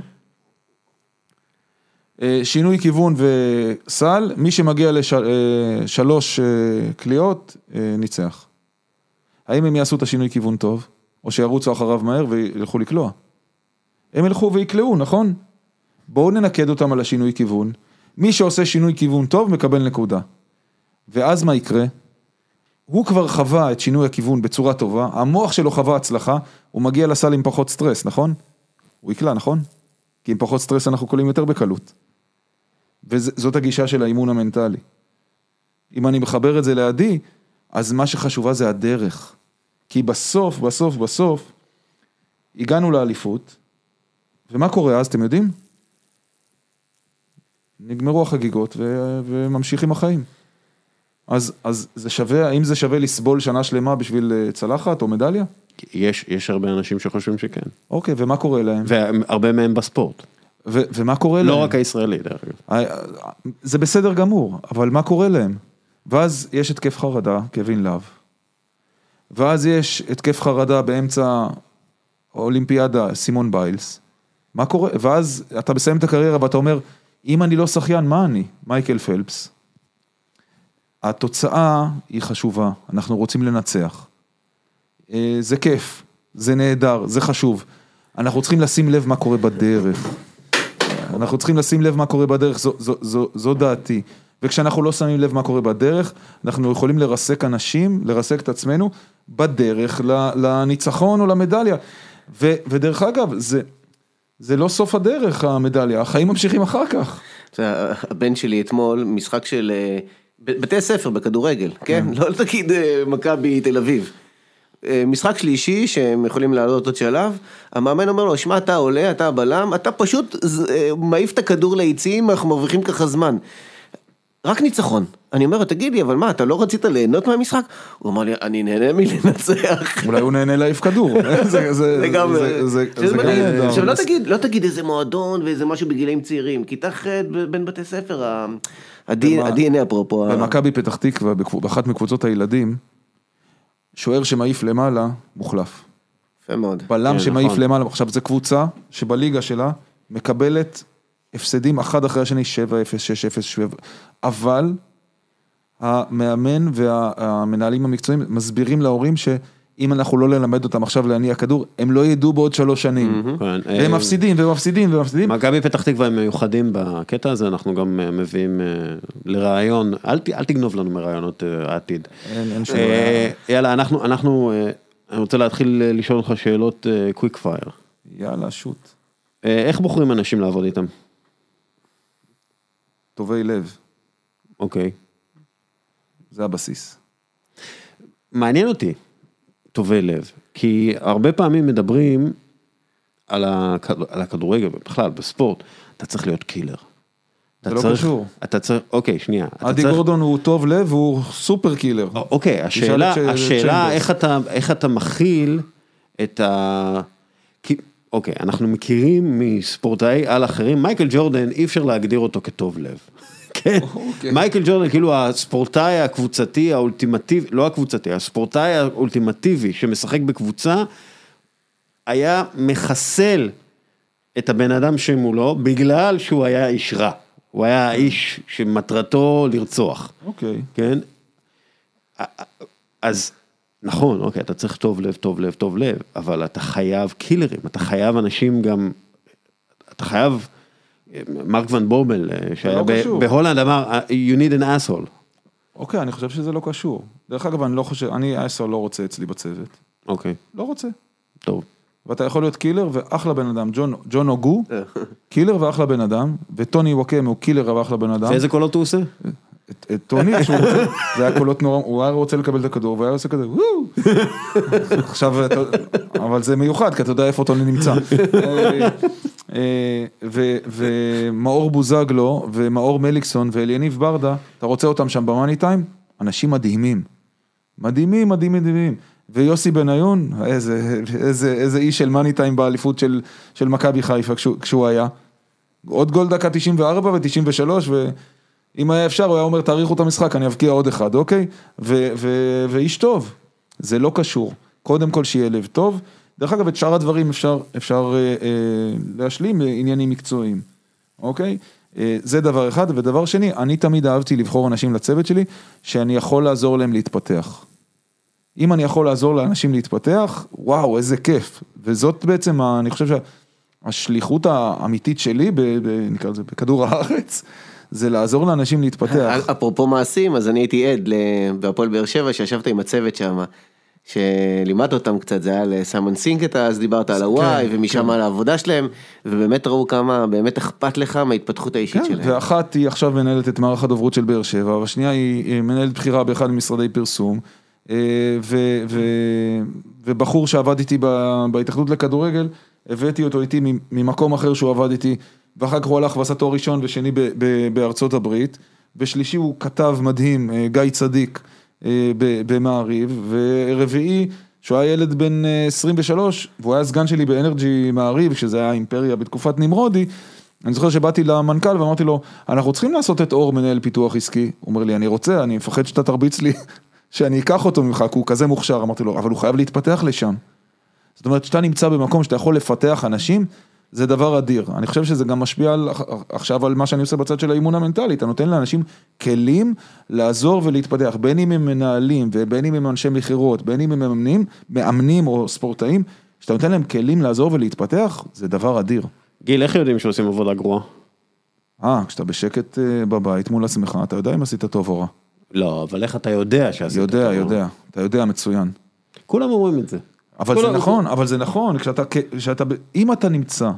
שינוי כיוון וסל, מי שמגיע לשלוש קליעות, ניצח. האם הם יעשו את השינוי כיוון טוב, או שירוצו אחריו מהר וילכו לקלוע? הם ילכו ויקלעו, נכון? בואו ננקד אותם על השינוי כיוון. מי שעושה שינוי כיוון טוב, מקבל נקודה. ואז מה יקרה? הוא כבר חווה את שינוי הכיוון בצורה טובה, המוח שלו חווה הצלחה, הוא מגיע לסל עם פחות סטרס, נכון? הוא יקלע, נכון? כי עם פחות סטרס אנחנו קולים יותר בקלות. וזאת הגישה של האימון המנטלי. אם אני מחבר את זה לידי, אז מה שחשובה זה הדרך. כי בסוף, הגענו לאליפות, ומה קורה אז, אתם יודעים? נגמרו החגיגות וממשיכים החיים. אז זה שווה, האם זה שווה לסבול שנה שלמה בשביל צלחת או מדליה? יש הרבה אנשים שחושבים שכן. אוקיי, ומה קורה להם? והרבה מהם בספורט. ומה קורה להם? לא רק הישראלי, דרך אגב. זה בסדר גמור, אבל מה קורה להם? ואז יש התקף חרדה, קווין לב. ואז יש התקף חרדה באמצע האולימפיאדה, סימון ביילס. מה קורה? ואז אתה מסיים את הקריירה ואתה אומר, אם אני לא שחיין, מה אני? מייקל פלפס. התוצאה היא חשובה, אנחנו רוצים לנצח. זה כיף, זה נהדר, זה חשוב. אנחנו צריכים לשים לב מה קורה בדרך. אנחנו צריכים לשים לב מה קורה בדרך, זו דעתי. וכשאנחנו לא שמים לב מה קורה בדרך, אנחנו יכולים לרסק אנשים, לרסק את עצמנו, בדרך לניצחון או למדליה. ודרך אגב, זה לא סוף הדרך המדליה, החיים ממשיכים אחר כך. הבן שלי אתמול, משחק של בתי ספר בכדורגל, כן? לא תגיד מכבי תל אביב. משחק שלישי שהם יכולים לעלות עוד שלב, המאמן אומר לו, שמע, אתה עולה, אתה הבלם, אתה פשוט מעיף את הכדור ליציאים, אנחנו מרוויחים ככה זמן. רק ניצחון. אני אומר, תגידי, אבל מה, אתה לא רצית ליהנות מהמשחק? הוא אמר לי, אני נהנה מלנצח. אולי הוא נהנה להעיף כדור. זה גם נהדר. עכשיו, לא תגיד איזה מועדון ואיזה משהו בגילאים צעירים, כי תח בין בתי ספר, ה-DNA אפרופו. במכבי פתח תקווה, באחת מקבוצות הילדים, שוער שמעיף למעלה, מוחלף. יפה מאוד. בלם שמעיף למעלה, עכשיו זו קבוצה שבליגה שלה מקבלת הפסדים אחד אחרי השני, 7-0, 6-0, אבל המאמן והמנהלים המקצועיים מסבירים להורים שאם אנחנו לא ללמד אותם עכשיו להניע כדור, הם לא ידעו בעוד 3 שנים. והם מפסידים ומפסידים ומפסידים. מכבי פתח תקווה הם מיוחדים בקטע הזה, אנחנו גם מביאים לרעיון, אל תגנוב לנו מרעיונות העתיד. אין שום יאללה, אני רוצה להתחיל לשאול אותך שאלות קוויק פייר. יאללה, שוט. איך בוחרים אנשים לעבוד איתם? טובי לב. אוקיי. זה הבסיס. מעניין אותי, טובי לב, כי הרבה פעמים מדברים על הכדורגל, בכלל, בספורט, אתה צריך להיות קילר. זה לא קשור. אתה צריך, אוקיי, שנייה. אדי גורדון הוא טוב לב, והוא סופר קילר. אוקיי, השאלה איך אתה מכיל את ה... אוקיי, אנחנו מכירים מספורטאי על אחרים, מייקל ג'ורדן אי אפשר להגדיר אותו כטוב לב. כן, מייקל ג'ורדן כאילו הספורטאי הקבוצתי האולטימטיבי, לא הקבוצתי, הספורטאי האולטימטיבי שמשחק בקבוצה, היה מחסל את הבן אדם שמולו, בגלל שהוא היה איש רע. הוא היה איש שמטרתו לרצוח. אוקיי. כן? אז... נכון, אוקיי, אתה צריך טוב לב, טוב לב, טוב לב, אבל אתה חייב קילרים, אתה חייב אנשים גם, אתה חייב, מרק ון בובל, שהיה בהולנד אמר, you need an asshole. אוקיי, אני חושב שזה לא קשור. דרך אגב, אני לא חושב, אני asshole לא רוצה אצלי בצוות. אוקיי. לא רוצה. טוב. ואתה יכול להיות קילר ואחלה בן אדם, ג'ון אוגו, קילר ואחלה בן אדם, וטוני ווקם הוא קילר ואחלה בן אדם. ואיזה קולות הוא עושה? טוני, זה היה קולות נורא, הוא היה רוצה לקבל את הכדור, והוא היה עושה כזה, עכשיו, אבל זה מיוחד, כי אתה יודע איפה טוני נמצא. ומאור בוזגלו, ומאור מליקסון, ואליניב ברדה, אתה רוצה אותם שם במאני טיים? אנשים מדהימים. מדהימים, מדהימים, מדהימים. ויוסי בניון, איזה איש של מאני טיים באליפות של מכבי חיפה, כשהוא היה. עוד גול דקה 94 ו-93, אם היה אפשר, הוא היה אומר, תאריכו את המשחק, אני אבקיע עוד אחד, אוקיי? ואיש טוב, זה לא קשור. קודם כל שיהיה לב טוב. דרך אגב, את שאר הדברים אפשר להשלים עניינים מקצועיים, אוקיי? זה דבר אחד, ודבר שני, אני תמיד אהבתי לבחור אנשים לצוות שלי, שאני יכול לעזור להם להתפתח. אם אני יכול לעזור לאנשים להתפתח, וואו, איזה כיף. וזאת בעצם, אני חושב שהשליחות האמיתית שלי, נקרא לזה, בכדור הארץ, זה לעזור לאנשים להתפתח. אפרופו מעשים, אז אני הייתי עד בהפועל באר שבע, שישבת עם הצוות שם, שלימד אותם קצת, זה היה לסיימון סינקט, אז דיברת על הוואי, ומשם על העבודה שלהם, ובאמת ראו כמה, באמת אכפת לך מההתפתחות האישית שלהם. ואחת היא עכשיו מנהלת את מערך הדוברות של באר שבע, והשנייה היא מנהלת בחירה באחד ממשרדי פרסום, ובחור שעבד איתי בהתאחדות לכדורגל, הבאתי אותו איתי ממקום אחר שהוא עבד איתי, ואחר כך הוא הלך ועשה תואר ראשון ושני בארצות הברית, ושלישי הוא כתב מדהים, גיא צדיק במעריב, ורביעי שהוא היה ילד בן 23, והוא היה סגן שלי באנרג'י מעריב, שזה היה אימפריה בתקופת נמרודי, אני זוכר שבאתי למנכ"ל ואמרתי לו, אנחנו צריכים לעשות את אור מנהל פיתוח עסקי, הוא אומר לי, אני רוצה, אני מפחד שאתה תרביץ לי, שאני אקח אותו ממך, כי הוא כזה מוכשר, אמרתי לו, אבל הוא חייב להתפתח לשם. זאת אומרת, שאתה נמצא במקום שאתה יכול לפתח אנשים, זה דבר אדיר. אני חושב שזה גם משפיע עכשיו על מה שאני עושה בצד של האימון המנטלי. אתה נותן לאנשים כלים לעזור ולהתפתח, בין אם הם מנהלים, ובין אם הם אנשי מחירות, בין אם הם מאמנים או ספורטאים, שאתה נותן להם כלים לעזור ולהתפתח, זה דבר אדיר. גיל, איך יודעים שעושים עבודה גרועה? כשאתה בשקט בבית מול עצמך, אתה יודע אם עשית טוב או רע. לא, אבל איך אתה יודע שעשית טוב? יודע, אתה יודע מצוין. כולם אומרים את זה. אבל זה נכון, אם אתה נמצא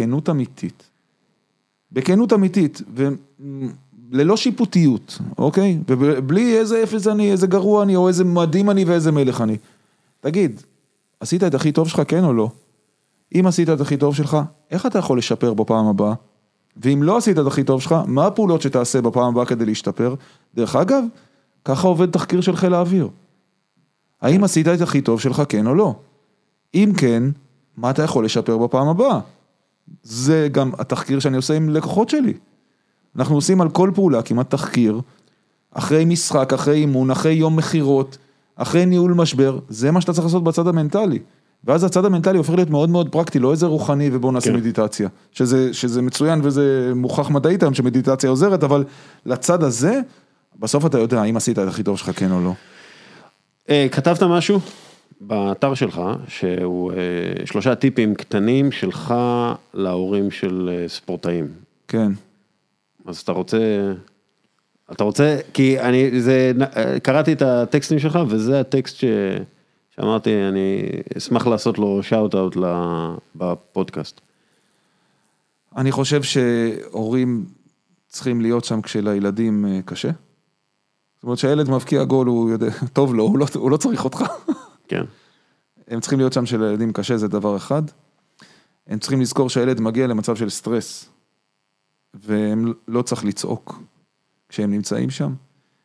בכנות אמיתית, וללא שיפוטיות, אוקיי? ובלי איזה אפס אני, איזה גרוע אני, או איזה מדהים אני ואיזה מלך אני. תגיד, עשית את הכי טוב שלך, כן או לא? אם עשית את הכי טוב שלך, איך אתה יכול לשפר בפעם הבאה? ואם לא עשית את הכי טוב שלך, מה הפעולות שתעשה בפעם הבאה כדי להשתפר? דרך אגב, ככה עובד תחקיר של חיל האוויר. האם עשית את הכי טוב שלך, כן או לא? אם כן, מה אתה יכול לשפר בפעם הבאה? זה גם התחקיר שאני עושה עם לקוחות שלי. אנחנו עושים על כל פעולה כמעט תחקיר, אחרי משחק, אחרי אימון, אחרי יום מחירות, אחרי ניהול משבר, זה מה שאתה צריך לעשות בצד המנטלי. ואז הצד המנטלי הופך להיות מאוד מאוד פרקטי, לא איזה רוחני ובוא נעשה מדיטציה. שזה מצוין וזה מוכח מדעית היום שמדיטציה עוזרת, אבל לצד הזה, בסוף אתה יודע האם עשית את הכי טוב שלך כן או לא. כתבת משהו באתר שלך, שהוא 3 טיפים קטנים שלך להורים של ספורטאים. כן. אז אתה רוצה, כי קראתי את הטקסטים שלך, וזה הטקסט שאמרתי, אני אשמח לעשות לו שאוט-אוט בפודקאסט. אני חושב שהורים צריכים להיות שם כשלילדים קשה. זאת אומרת שהילד מבקיע גול, הוא יודע, טוב לו, הוא לא צריך אותך. כן. הם צריכים להיות שם שלילדים קשה, זה דבר אחד. הם צריכים לזכור שהילד מגיע למצב של סטרס, והם לא צריך לצעוק כשהם נמצאים שם.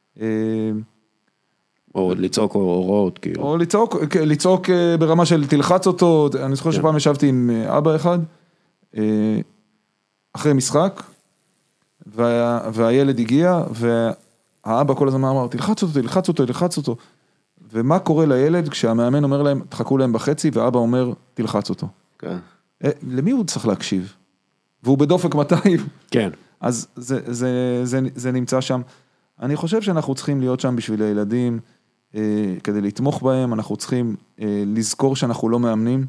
או לצעוק או הוראות, כאילו. או לצעוק ברמה של תלחץ אותו. אני זוכר שפעם ישבתי עם אבא אחד, אחרי משחק, והילד הגיע, והאבא כל הזמן אמר, תלחץ אותו. ומה קורה לילד כשהמאמן אומר להם, תחכו להם בחצי, ואבא אומר, תלחץ אותו. כן. למי הוא צריך להקשיב? והוא בדופק 200. כן. אז זה נמצא שם. אני חושב שאנחנו צריכים להיות שם בשביל הילדים, כדי לתמוך בהם, אנחנו צריכים לזכור שאנחנו לא מאמנים,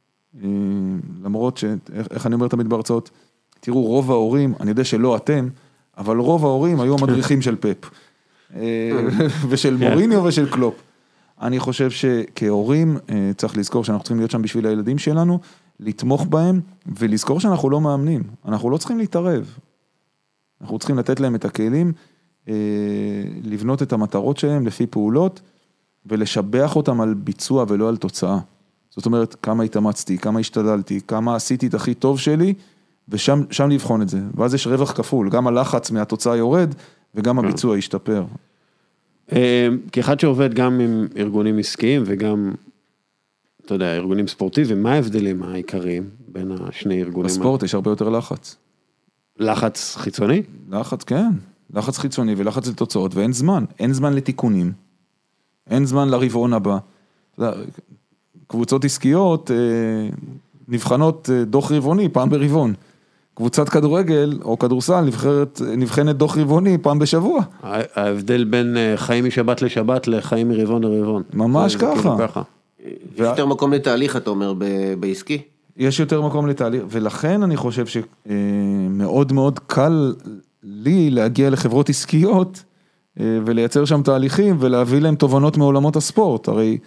למרות איך אני אומר תמיד בהרצאות, תראו, רוב ההורים, אני יודע שלא אתם, אבל רוב ההורים היו המדריכים של פפ, ושל מוריניו ושל קלופ. אני חושב שכהורים צריך לזכור שאנחנו צריכים להיות שם בשביל הילדים שלנו, לתמוך בהם, ולזכור שאנחנו לא מאמנים, אנחנו לא צריכים להתערב, אנחנו צריכים לתת להם את הכלים, לבנות את המטרות שלהם לפי פעולות, ולשבח אותם על ביצוע ולא על תוצאה. זאת אומרת, כמה התאמצתי, כמה השתדלתי, כמה עשיתי את הכי טוב שלי, ושם לבחון את זה. ואז יש רווח כפול, גם הלחץ מהתוצאה יורד, וגם הביצוע ישתפר. כאחד שעובד גם עם ארגונים עסקיים, וגם, אתה יודע, ארגונים ספורטיביים, מה ההבדלים העיקריים בין השני ארגונים? בספורט יש הרבה יותר לחץ. לחץ חיצוני? לחץ, כן. לחץ חיצוני ולחץ לתוצאות, ואין זמן. אין זמן לתיקונים. אין זמן לרבעון הבא. קבוצות עסקיות נבחנות דוח רבעוני פעם ברבעון. קבוצת כדורגל או כדורסל נבחנת דוח רבעוני פעם בשבוע. ההבדל בין חיים משבת לשבת לחיים מרבעון לרבעון. ממש ככה. יש יותר מקום לתהליך, אתה אומר, בעסקי? יש יותר מקום לתהליך, ולכן אני חושב שמאוד מאוד קל לי להגיע לחברות עסקיות, ולייצר שם תהליכים, ולהביא להם תובנות מעולמות הספורט. הרי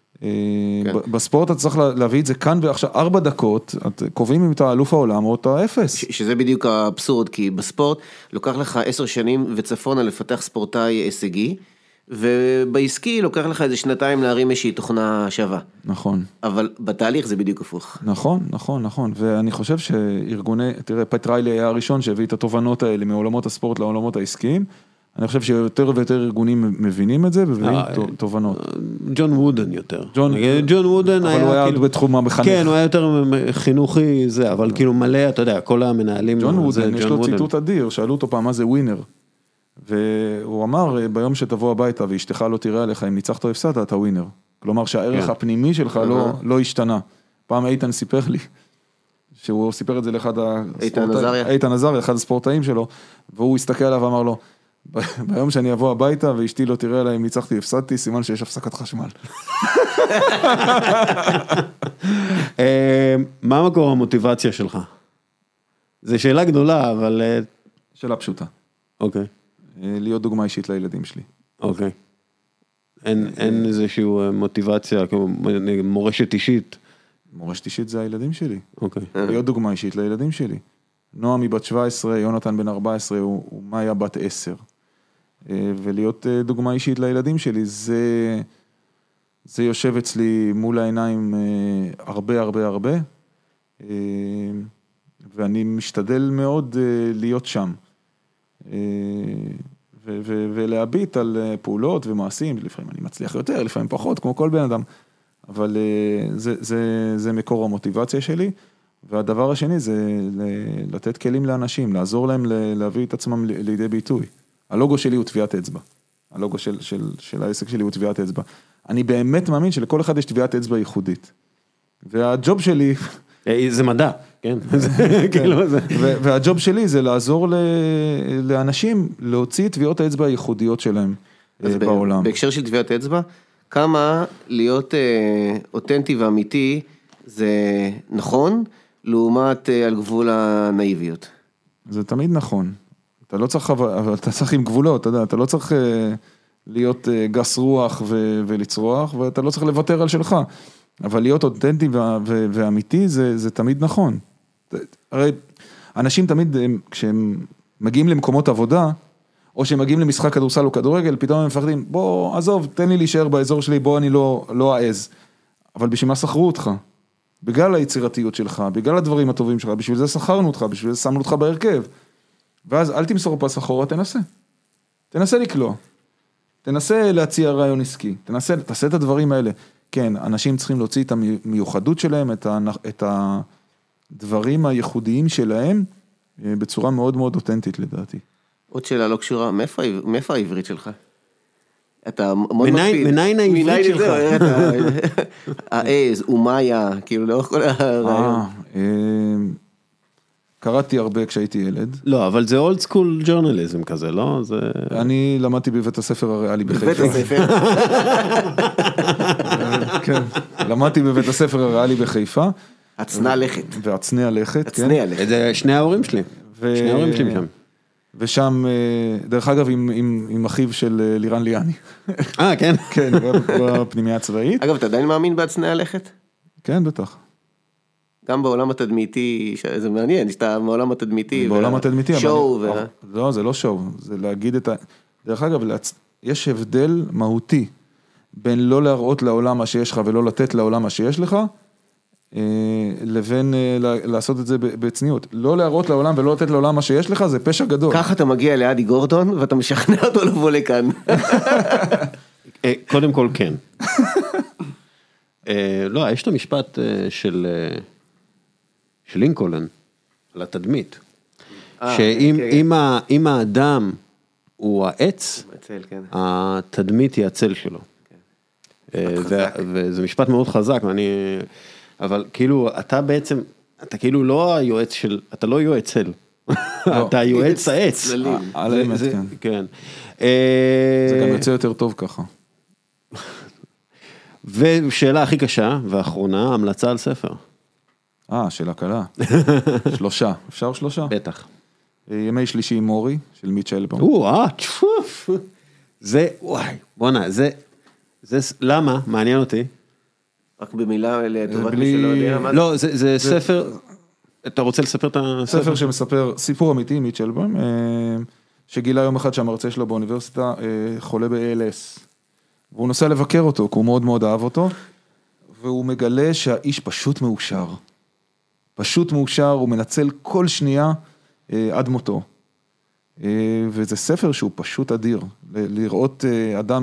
בספורט אתה צריך להביא את זה כאן ועכשיו 4 דקות, קובעים אם אתה אלוף העולם או אתה 0. שזה בדיוק האבסורד, כי בספורט לוקח לך 10 שנים וצפונה לפתח ספורטאי הישגי, ובעסקי לוקח לך איזה 2 להרים איזושהי תוכנה שווה. נכון. אבל בתהליך זה בדיוק הפוך. נכון. ואני חושב שארגוני, תראה, פט ריילי היה הראשון שהביא את התובנות האלה מעולמות הספורט לעולמות העסקיים, אני חושב שיותר ויותר ארגונים מבינים את זה, ומביאים תובנות. ג'ון וודן יותר. ג'ון וודן היה... אבל הוא היה בתחום המחנך. כן, הוא היה יותר חינוכי, זה, אבל כאילו מלא, אתה יודע, כל המנהלים... ג'ון וודן, יש לו ציטוט אדיר, שאלו אותו פעם מה זה ווינר. והוא אמר, ביום שתבוא הביתה ואשתך לא תראה עליך, אם ניצחת או הפסדת, אתה ווינר. כלומר שהערך הפנימי שלך לא השתנה. פעם איתן סיפר לי, שהוא סיפר את זה לאחד איתן עזריה, אחד הספורטאים שלו, והוא הסתכל עליו ואמר לו, ביום שאני אבוא הביתה ואשתי לא תראה עליי אם ניצחתי הפסדתי, סימן שיש הפסקת חשמל. מה מקור המוטיבציה שלך? זו שאלה גדולה, אבל... שאלה פשוטה. אוקיי. להיות דוגמה אישית לילדים שלי. אוקיי. אין איזושהי מוטיבציה, כמו מורשת אישית? מורשת אישית זה הילדים שלי. אוקיי. להיות דוגמה אישית לילדים שלי. נועם היא בת 17, יונתן בן 14, ומאיה בת 10. ולהיות דוגמה אישית לילדים שלי, זה יושב אצלי מול העיניים הרבה הרבה הרבה, ואני משתדל מאוד להיות שם. ולהביט על פעולות ומעשים, לפעמים אני מצליח יותר, לפעמים פחות, כמו כל בן אדם, אבל זה מקור המוטיבציה שלי, והדבר השני זה לתת כלים לאנשים, לעזור להם להביא את עצמם לידי ביטוי. הלוגו שלי הוא טביעת אצבע, הלוגו של העסק שלי הוא טביעת אצבע. אני באמת מאמין שלכל אחד יש טביעת אצבע ייחודית, והג'וב שלי... זה מדע, כן? והג'וב שלי זה לעזור לאנשים להוציא טביעות האצבע הייחודיות שלהם בעולם. בהקשר של טביעת אצבע, כמה להיות אותנטי ואמיתי זה נכון, לעומת על גבול הנאיביות? זה תמיד נכון. אתה לא צריך, אבל אתה צריך עם גבולות, אתה יודע, אתה לא צריך להיות גס רוח ולצרוח, ואתה לא צריך לוותר על שלך. אבל להיות אותנטי ואמיתי זה תמיד נכון. הרי אנשים תמיד, כשהם מגיעים למקומות עבודה, או שהם מגיעים למשחק כדורסל או כדורגל, פתאום הם מפחדים, בוא, עזוב, תן לי להישאר באזור שלי, בוא, אני לא אעז. אבל בשביל מה שכרו אותך? בגלל היצירתיות שלך, בגלל הדברים הטובים שלך, בשביל זה שכרנו אותך, בשביל זה שמנו אותך בהרכב. ואז אל תמסור פס אחורה, תנסה לקלוע. תנסה להציע רעיון עסקי, תעשה את הדברים האלה. כן, אנשים צריכים להוציא את המיוחדות שלהם, את הדברים הייחודיים שלהם, בצורה מאוד מאוד אותנטית לדעתי. עוד שאלה לא קשורה, מאיפה העברית שלך? אתה מאוד מקפיד. מניין העברית שלך? העז, אומיה, כאילו לאורך כל הרעיון. קראתי הרבה כשהייתי ילד. לא, אבל זה אולד סקול ג'ורנליזם כזה, לא? אני למדתי בבית הספר הריאלי בחיפה. בבית הספר? כן, למדתי בבית הספר הריאלי בחיפה. הצנע לכת. והצנע לכת, כן. הצנע לכת. זה שני ההורים שלי. שני ההורים שלי שם. ושם, דרך אגב, עם אחיו של לירן ליאני. כן? כן, בפנימיה הצבאית. אגב, אתה עדיין מאמין בהצנע לכת? כן, בטח. גם בעולם התדמיתי, זה מעניין, שאתה בעולם התדמיתי. בעולם התדמיתי. שואו. לא, זה לא שואו, זה להגיד את ה... דרך אגב, יש הבדל מהותי בין לא להראות לעולם מה שיש לך ולא לתת לעולם מה שיש לך, לבין לעשות את זה בצניעות. לא להראות לעולם ולא לתת לעולם מה שיש לך, זה פשע גדול. ככה אתה מגיע לאדי גורדון, ואתה משכנע אותו לבוא לכאן. קודם כל כן. לא, יש את המשפט של לינקולן, על התדמית. שאם האדם הוא העץ, התדמית היא הצל שלו. וזה משפט מאוד חזק, אבל כאילו, אתה בעצם, אתה כאילו לא היועץ של, אתה לא יועץ צל, אתה יועץ העץ. על האמת, כן. זה גם יוצא יותר טוב ככה. ושאלה הכי קשה, ואחרונה, המלצה על ספר. שאלה קלה. 3, אפשר 3? בטח. ימי שלישי עם מורי, של מיץ' אלבום. תשוף. זה, וואי, בוא'נה, זה, למה? מעניין אותי. רק במילה לטובת מי שלא יודע מה זה. לא, זה ספר, אתה רוצה לספר את הספר? ספר שמספר סיפור אמיתי, מיץ' אלבום, שגילה יום אחד שהמרצה שלו באוניברסיטה חולה ב-ALS. והוא נוסע לבקר אותו, כי הוא מאוד מאוד אהב אותו, והוא מגלה שהאיש פשוט מאושר. פשוט מאושר, הוא מנצל כל שנייה עד מותו. וזה ספר שהוא פשוט אדיר, לראות אדם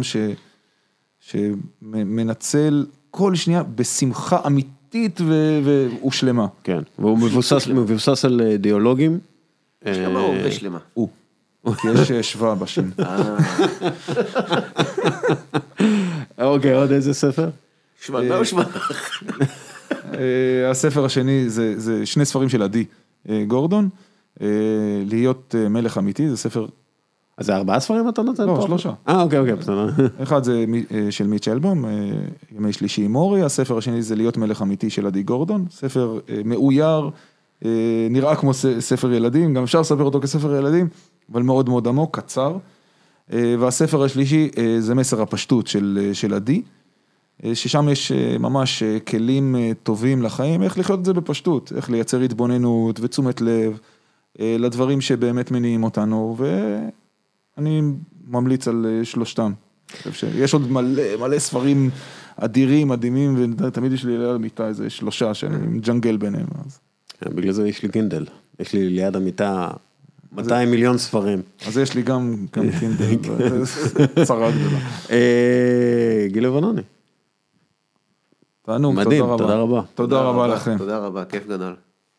שמנצל כל שנייה בשמחה אמיתית ושלמה. כן, והוא מבוסס על אידיאולוגים. שלמה או ושלמה? כי יש שווה בשין. אוקיי, עוד איזה ספר? שמנה או שמנה? הספר השני זה 2 ספרים של עדי גורדון, להיות מלך אמיתי, זה ספר אז זה 4 ספרים אתה נותן פה? לא, 3. אוקיי, בסדר. אחד זה של מיץ' אלבום, ימי שלישי עם מורי, הספר השני זה להיות מלך אמיתי של עדי גורדון, ספר מאויר, נראה כמו ספר ילדים, גם אפשר לספר אותו כספר ילדים, אבל מאוד מאוד עמוק, קצר, והספר השלישי זה מסר הפשטות של עדי, ששם יש ממש כלים טובים לחיים, איך לחיות את זה בפשטות, איך לייצר התבוננות ותשומת לב, לדברים שבאמת מניעים אותנו, ואני ממליץ על 3. יש עוד מלא ספרים אדירים, מדהימים, ותמיד יש לי ליד המיטה איזה 3 שאני ג'נגל ביניהם. בגלל זה יש לי קינדל, יש לי ליד המיטה 200 מיליון ספרים. אז יש לי גם קינדל, צרה גדולה. גיל לבנוני. תענוג, תודה רבה. תודה רבה לכם. תודה רבה, כיף גדול.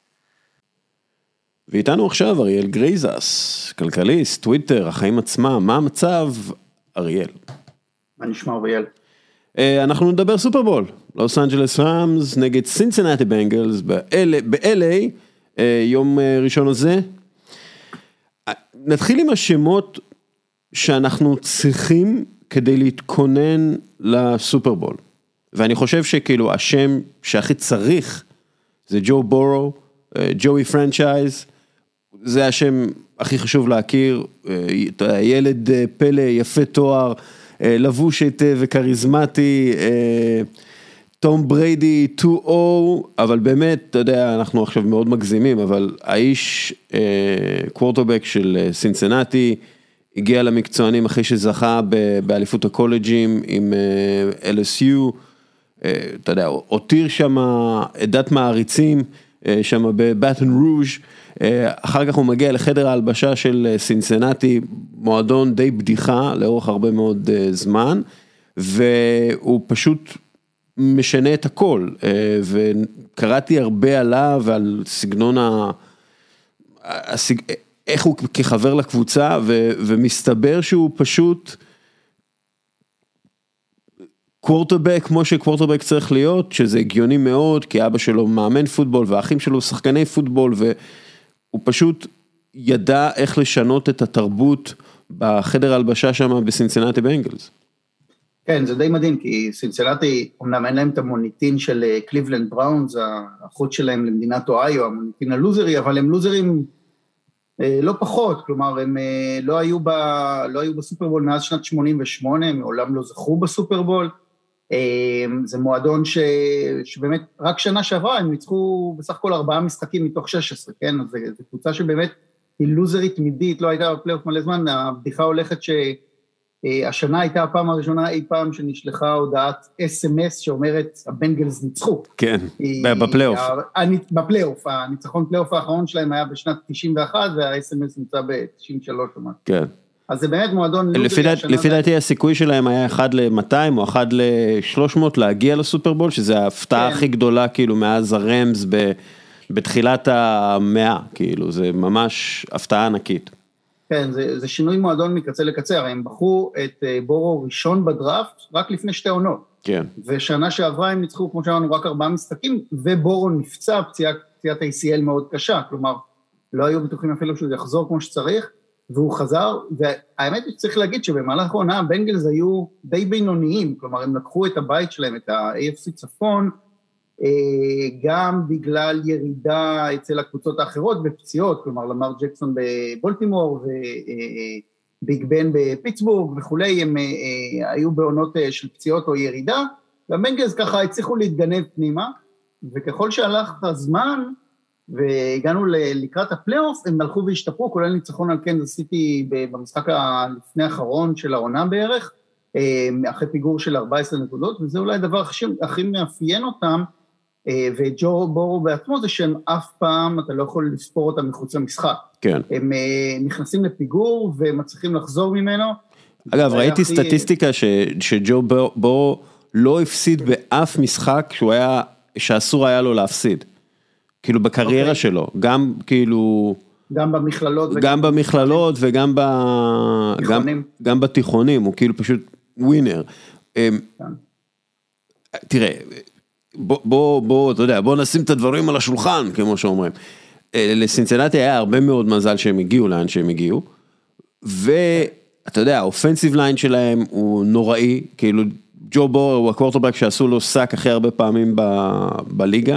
ואיתנו עכשיו אריאל גרייזס, כלכליסט, טוויטר, החיים עצמם, מה המצב? אריאל. מה נשמע אריאל? אנחנו נדבר סופרבול, לוס אנג'לס ראמס נגד סינסינטי בנגלס ב-LA, יום ראשון הזה. נתחיל עם השמות שאנחנו צריכים כדי להתכונן לסופרבול. ואני חושב שכאילו השם שהכי צריך זה ג'ו בורו, ג'וי פרנצ'ייז, זה השם הכי חשוב להכיר, ילד פלא, יפה תואר, לבוש היטב וקריזמטי, תום בריידי 2-0, אבל באמת, אתה יודע, אנחנו עכשיו מאוד מגזימים, אבל האיש קוורטרבק של סינסינטי, הגיע למקצוענים אחרי שזכה באליפות הקולג'ים עם LSU, אתה יודע, הותיר שם עדת מעריצים, שם בבטן רוז', אחר כך הוא מגיע לחדר ההלבשה של סינסינטי, מועדון די בדיחה לאורך הרבה מאוד זמן, והוא פשוט משנה את הכל, וקראתי הרבה עליו ועל סגנון איך הוא כחבר לקבוצה, ומסתבר שהוא פשוט קוורטרבק, כמו שקוורטרבק צריך להיות, שזה הגיוני מאוד, כי אבא שלו מאמן פוטבול, והאחים שלו שחקני פוטבול, והוא פשוט ידע איך לשנות את התרבות בחדר הלבשה שם בסינסינטי בנגלס. כן, זה די מדהים, כי סינסינטי, אומנם אין להם את המוניטין של קליבלנד בראונס, החוץ שלהם למדינת אוהיו, המוניטין הלוזרי, אבל הם לוזרים לא פחות, כלומר, הם לא היו בסופרבול מאז שנת 88, הם מעולם לא זכו בסופרבול, זה מועדון שבאמת רק שנה שעברה, הם ניצחו בסך הכל 4 משחקים מתוך 16, כן? אז זו קבוצה שבאמת היא לוזרית תמידית, לא הייתה בפלייאוף מלא זמן, הבדיחה הולכת שהשנה הייתה הפעם הראשונה אי פעם שנשלחה הודעת SMS שאומרת, הבנגלס ניצחו. כן, בפלייאוף. בפלייאוף, הניצחון פלייאוף האחרון שלהם היה בשנת 91, וה-SMS נמצא ב-93. כן. אז זה באמת מועדון... לפי דעתי הסיכוי שלהם היה 1 ל-200 או 1 ל-300 להגיע לסופרבול, שזה ההפתעה הכי גדולה כאילו מאז הרמס בתחילת המאה, כאילו זה ממש הפתעה ענקית. כן, זה שינוי מועדון מקצה לקצה, הרי הם בחרו את בורו ראשון בדראפט רק לפני 2 עונות. כן. ושנה שעברה הם ניצחו, כמו שאמרנו, רק 4 משחקים, ובורו נפצע פציעת ACL מאוד קשה, כלומר, לא היו בטוחים אפילו שהוא יחזור כמו שצריך, והוא חזר, והאמת היא שצריך להגיד שבמהלך העונה, הבנגלס היו די בינוניים, כלומר, הם לקחו את הבית שלהם, את ה-AFC צפון, גם בגלל ירידה אצל הקבוצות האחרות בפציעות, כלומר, למר ג'קסון בבולטימור, וביג בן בפיטסבורג וכולי, הם היו בעונות של פציעות או ירידה, והבנגלס ככה הצליחו להתגנב פנימה, וככל שהלך הזמן, והגענו לקראת הפלייאוף, הם הלכו והשתפרו, כולל ניצחון על קנזס סיטי במשחק לפני האחרון של העונה בערך, אחרי פיגור של 14 נקודות, וזה אולי הדבר הכי מאפיין אותם, וג'ו בורו בעצמו, זה שהם אף פעם, אתה לא יכול לספור אותם מחוץ למשחק. כן. הם נכנסים לפיגור ומצליחים לחזור ממנו. אגב, ראיתי סטטיסטיקה שג'ו בורו לא הפסיד באף משחק שאסור היה לו להפסיד. כאילו בקריירה שלו, גם כאילו... גם במכללות וגם גם בתיכונים, הוא כאילו פשוט ווינר. תראה, בוא, אתה יודע, בוא נשים את הדברים על השולחן, כמו שאומרים. לסינסינטי היה הרבה מאוד מזל שהם הגיעו לאן שהם הגיעו, ואתה יודע, האופנסיב ליין שלהם הוא נוראי, כאילו ג'ו בורר הוא הקוורטרבק שעשו לו סאק הכי הרבה פעמים בליגה,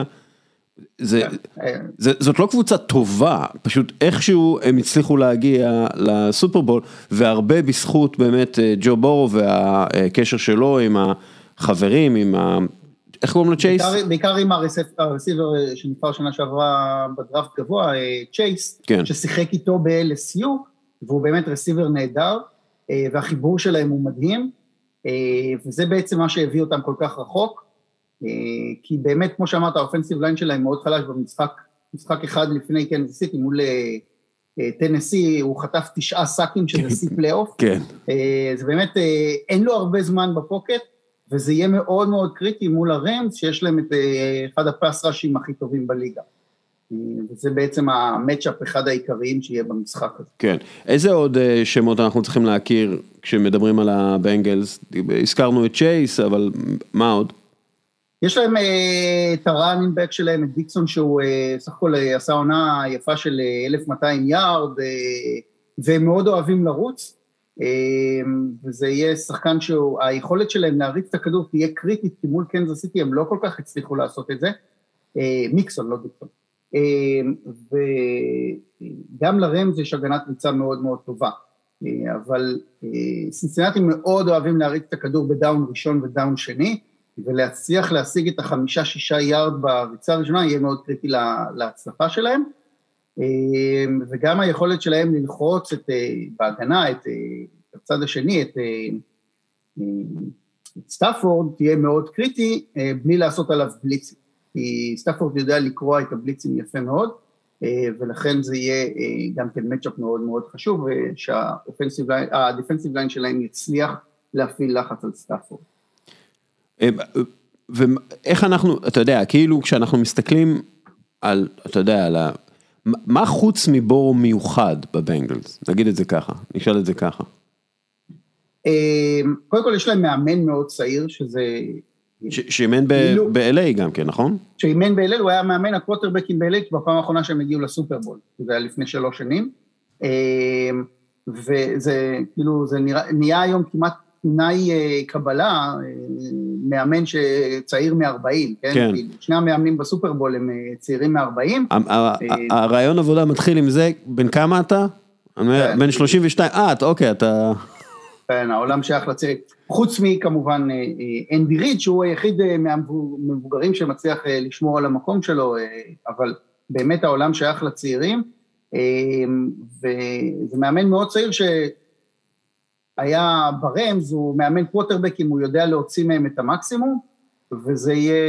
זאת לא קבוצה טובה, פשוט איכשהו הם הצליחו להגיע לסופרבול, והרבה בזכות באמת ג'ו בורו והקשר שלו עם החברים, עם איך קוראים לו צ'ייס? בעיקר עם הרסיבר שנבחר שנה שעברה בדראפט גבוה, צ'ייס, ששיחק איתו ב-LSU, והוא באמת רסיבר נהדר, והחיבור שלהם הוא מדהים, וזה בעצם מה שהביא אותם כל כך רחוק, כי באמת, כמו שאמרת, האופנסיב ליין שלהם מאוד חלש במשחק, משחק אחד לפני קנזס סיטי מול טנסי, הוא חטף 9 סאקים שזה סי פלייאוף, זה באמת, אין לו הרבה זמן בפוקט, וזה יהיה מאוד מאוד קריטי מול הרמס, שיש להם את אחד הפס ראשים הכי טובים בליגה. וזה בעצם המאצ'אפ אחד העיקריים שיהיה במשחק הזה. כן. איזה עוד שמות אנחנו צריכים להכיר כשמדברים על הבנגלס? הזכרנו את צ'ייס, אבל מה עוד? יש להם את הראנינג שלהם, את דיקסון, שהוא סך הכל עשה עונה יפה של 1200 יארד, והם מאוד אוהבים לרוץ, וזה יהיה שחקן שהיכולת שלהם להריץ את הכדור תהיה קריטית, כי מול קנזס סיטי הם לא כל כך הצליחו לעשות את זה, מיקסון, לא דיקסון. וגם לרמז יש הגנת ריצה מאוד מאוד טובה, אבל סינסינטי מאוד אוהבים להריץ את הכדור בדאון ראשון ודאון שני, ולהצליח להשיג את 5-6 יארד בריצה הראשונה, יהיה מאוד קריטי להצלחה שלהם, וגם היכולת שלהם ללחוץ בהגנה, את הצד השני, את סטאפורד, תהיה מאוד קריטי, בלי לעשות עליו בליצים, כי סטאפורד יודע לקרוא את הבליצים יפה מאוד, ולכן זה יהיה גם כן מאצ'אפ מאוד מאוד חשוב, שהדיפנסיב ליין שלהם יצליח להפעיל לחץ על סטאפורד. ואיך אנחנו, אתה יודע, כאילו כשאנחנו מסתכלים על, אתה יודע, על מה חוץ מבורו מיוחד בבנגלס? נגיד את זה ככה, נשאל את זה ככה. קודם כל יש להם מאמן מאוד צעיר, שזה... שאימן ב-LA גם כן, נכון? שאימן ב-LA, הוא היה מאמן הקווטרבקים ב-LA, בפעם האחרונה שהם הגיעו לסופרבול, זה היה לפני 3 שנים, וזה כאילו, זה נהיה היום כמעט תנאי קבלה, מאמן שצעיר מ-40, כן? שני המאמנים בסופרבול הם צעירים מ-40. הרעיון עבודה מתחיל עם זה, בין כמה אתה? בין 32, אוקיי, אתה... כן, העולם שייך לצעירים. חוץ מכמובן אנדי ריד, שהוא היחיד מהמבוגרים שמצליח לשמור על המקום שלו, אבל באמת העולם שייך לצעירים, וזה מאמן מאוד צעיר שהיה ברמז, הוא מאמן קווטרבקים, הוא יודע להוציא מהם את המקסימום, וזה יהיה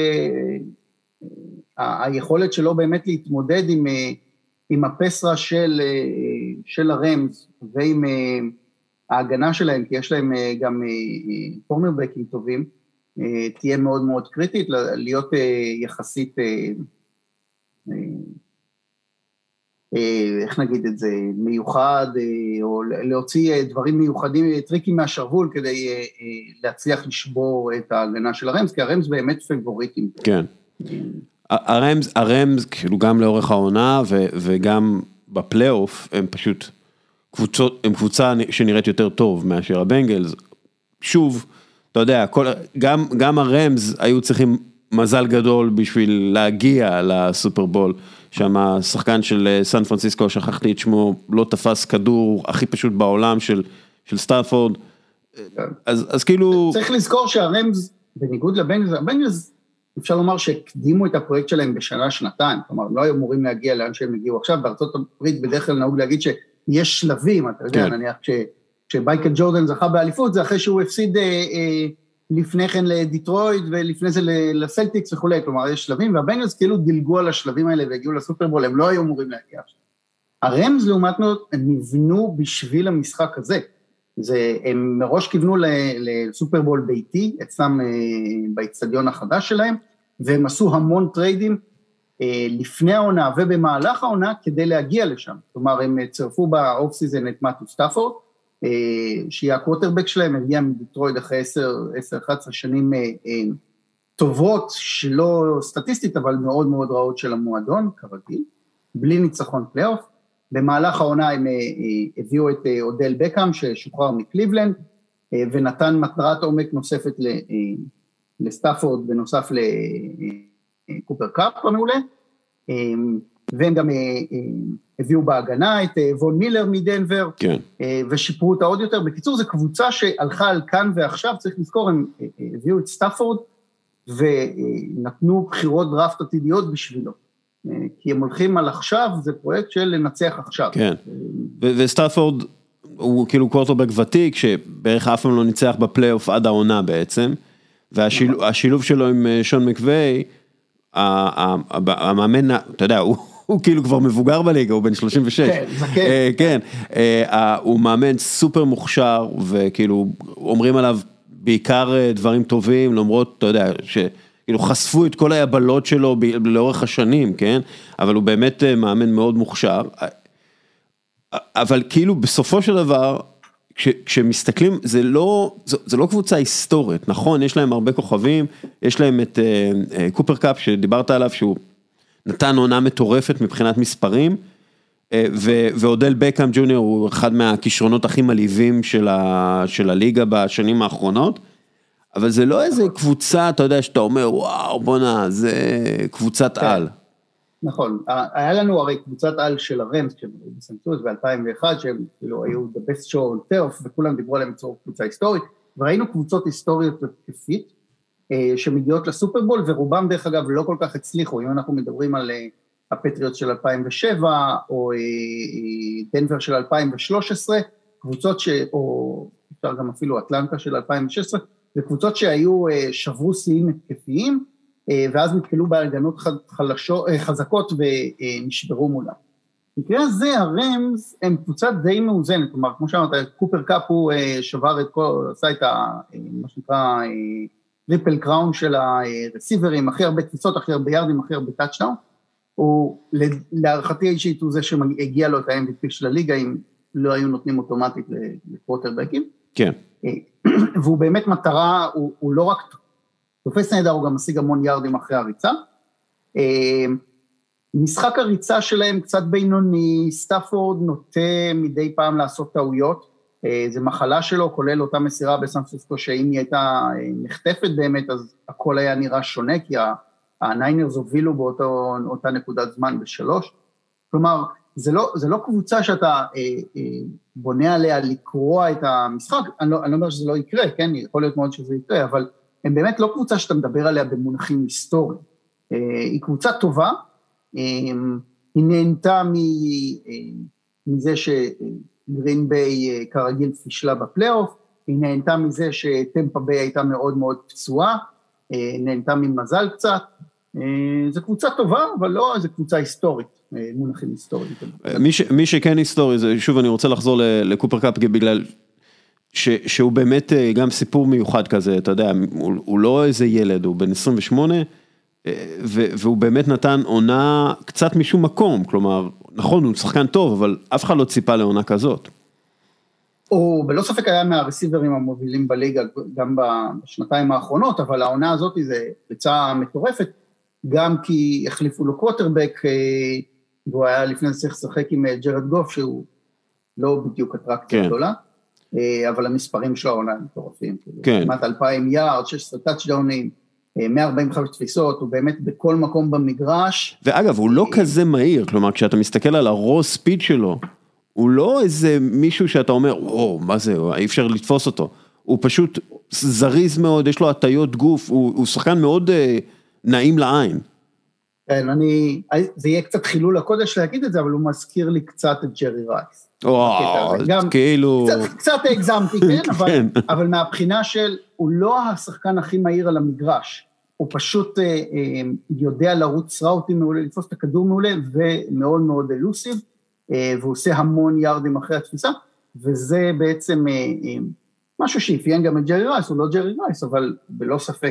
היכולת שלו באמת להתמודד עם הפסרה של הרמז, ועם ההגנה שלהם, כי יש להם גם קורנרבקים טובים, תהיה מאוד מאוד קריטית, להיות יחסית, איך נגיד את זה, מיוחד, או להוציא דברים מיוחדים, טריקים מהשרוול, כדי להצליח לשבור את ההגנה של הרמז, כי הרמז באמת פייבוריטים. כן. הרמז, כאילו גם לאורך העונה, וגם בפלייאוף, הם פשוט... הם קבוצה שנראית יותר טוב מאשר הבנגלס, שוב, אתה יודע, גם הרמז היו צריכים מזל גדול בשביל להגיע לסופרבול, שם השחקן של סן פרנסיסקו, שכחתי את שמו, לא תפס כדור הכי פשוט בעולם של סטארפורד, אז כאילו... צריך לזכור שהרמז, בניגוד לבנגלס, הבנגלס אפשר לומר שהקדימו את הפרויקט שלהם בשנה-שנתיים, כלומר, לא היו אמורים להגיע לאן שהם הגיעו עכשיו, בארצות הברית בדרך כלל נהוג להגיד יש שלבים, אתה יודע, נניח, כשבייקל ג'ורדן זכה באליפות, זה אחרי שהוא הפסיד לפני כן לדיטרויד, ולפני זה לסלטיקס וכו', כלומר, יש שלבים, והבנגלס כאילו דילגו על השלבים האלה, והגיעו לסופרבול, הם לא היו אמורים להגיע. הרמז, לעומת מאוד, הם נבנו בשביל המשחק הזה, הם מראש כיוונו לסופרבול ביתי, אצלם באצטדיון החדש שלהם, והם עשו המון טריידים, לפני העונה ובמהלך העונה, כדי להגיע לשם. כלומר, הם צרפו באוף סיזן את מאטו סטאפורד, שיהיה הקווטרבק שלהם, הגיע מדיטרויד אחרי 10-11 שנים טובות, שלא סטטיסטית, אבל מאוד מאוד רעות של המועדון, כרגיל, בלי ניצחון פלייאוף, במהלך העונה הם הביאו את אודל בקאם ששוחרר מקליבלנד, ונתן מטרת עומק נוספת לסטאפורד בנוסף לקופר קאפ המעולה, והם גם הביאו בהגנה את וון מילר מדנבר, כן. ושיפרו אותה עוד יותר. בקיצור, זו קבוצה שהלכה על כאן ועכשיו, צריך לזכור, הם הביאו את סטאפורד, ונתנו בחירות דראפט עתידיות בשבילו. כי הם הולכים על עכשיו, זה פרויקט של לנצח עכשיו. כן, וסטאפורד הוא כאילו קוורטרבק ותיק, שבערך אף פעם לא ניצח בפלייאוף עד העונה בעצם, והשילוב שלו עם שון מקווי, המאמן, אתה יודע, הוא כאילו כבר מבוגר בליגה, הוא בן 36. כן, זקן. כן, הוא מאמן סופר מוכשר, וכאילו אומרים עליו בעיקר דברים טובים, למרות, אתה יודע, כאילו חשפו את כל היבלות שלו לאורך השנים, כן? אבל הוא באמת מאמן מאוד מוכשר. אבל כאילו בסופו של דבר, כשמסתכלים, זה לא קבוצה היסטורית, נכון? יש להם הרבה כוכבים, יש להם את קופר קאפ שדיברת עליו, שהוא נתן עונה מטורפת מבחינת מספרים, ואודל בקאם ג'וניור הוא אחד מהכישרונות הכי מלהיבים של הליגה בשנים האחרונות, אבל זה לא איזה קבוצה, אתה יודע, שאתה אומר, וואו, בונה, זה קבוצת על. נכון, היה לנו הרי קבוצת על של הרמס, בסנטוס ב-2001, שהם כאילו היו the best show on turf, וכולם דיברו עליהם בצורך קבוצה היסטורית, וראינו קבוצות היסטוריות התקפית, שמגיעות לסופרבול, ורובם דרך אגב לא כל כך הצליחו, אם אנחנו מדברים על הפטריוט של 2007, או דנבר של 2013, קבוצות או אפשר גם אפילו אטלנטה של 2016, זה קבוצות שהיו, שברו שיאים התקפיים, ואז נתקלו בהגנות חזקות ונשברו מולה. במקרה הזה, הרמס הם קבוצה די מאוזנת, כלומר, כמו שאמרת, קופר קאפ הוא שבר את כל, עשה את מה שנקרא, טריפל קראון של הרסיברים, הכי הרבה תפיסות, הכי הרבה ירדים, הכי הרבה טאצ'דאון, הוא, להערכתי האישית, הוא זה שהגיע לו את ה-MVP של הליגה, אם לא היו נותנים אוטומטית לקווטרבקים. כן. והוא באמת מטרה, הוא לא רק תופס נהדר, הוא גם משיג המון ירדים אחרי הריצה. משחק הריצה שלהם קצת בינוני, סטאפורד נוטה מדי פעם לעשות טעויות, זה מחלה שלו, כולל אותה מסירה בסן פרנסיסקו, שאם היא הייתה נחטפת באמת, אז הכל היה נראה שונה, כי הניינרס הובילו באותה נקודת זמן בשלוש. כלומר, זה לא קבוצה שאתה בונה עליה לקרוא את המשחק, אני לא אומר שזה לא יקרה, כן, יכול להיות מאוד שזה יקרה, אבל הם באמת לא קבוצה שאתה מדבר עליה במונחים היסטוריים. היא קבוצה טובה, היא נהנתה מזה שגרין ביי כרגיל פישלה בפלייאוף, היא נהנתה מזה שטמפה ביי הייתה מאוד מאוד פצועה, נהנתה ממזל קצת, זו קבוצה טובה, אבל לא זו קבוצה היסטורית, מונחים היסטוריים. מי שכן היסטורי, זה, שוב אני רוצה לחזור לקופר קאפ, בגלל שהוא באמת גם סיפור מיוחד כזה, אתה יודע, הוא לא איזה ילד, הוא בן 28, והוא באמת נתן עונה קצת משום מקום, כלומר, נכון, הוא שחקן טוב, אבל אף אחד לא ציפה לעונה כזאת. הוא בלא ספק היה מהרסיברים המובילים בליגה, גם בשנתיים האחרונות, אבל העונה הזאת זה ריצה מטורפת, גם כי החליפו לו קווטרבק, והוא היה לפני זה צריך לשחק עם ג'רד גוף, שהוא לא בדיוק אטרקציה גדולה, אבל המספרים שלו העונה הם מטורפים, כמעט 2,000 יארד, 16 טאצ'דאונים, 145 תפיסות, הוא באמת בכל מקום במגרש. ואגב, הוא לא כזה מהיר, כלומר, כשאתה מסתכל על הרוא ספיד שלו, הוא לא איזה מישהו שאתה אומר, וואו, מה זה, אי אפשר לתפוס אותו. הוא פשוט זריז מאוד, יש לו הטיות גוף, הוא שחקן מאוד נעים לעין. כן, זה יהיה קצת חילול הקודש להגיד את זה, אבל הוא מזכיר לי קצת את ג'רי רייס. וואו, כאילו... קצת הגזמתי, כן, אבל מהבחינה של, הוא לא השחקן הכי מהיר על המגרש, הוא פשוט יודע לרוץ ראוטים מעולה, לתפוס את הכדור מעולה, ומאוד מאוד אלוסיב, והוא עושה המון ירדים אחרי התפיסה, וזה בעצם משהו שאפיין גם את ג'רי רייס, הוא לא ג'רי רייס, אבל בלא ספק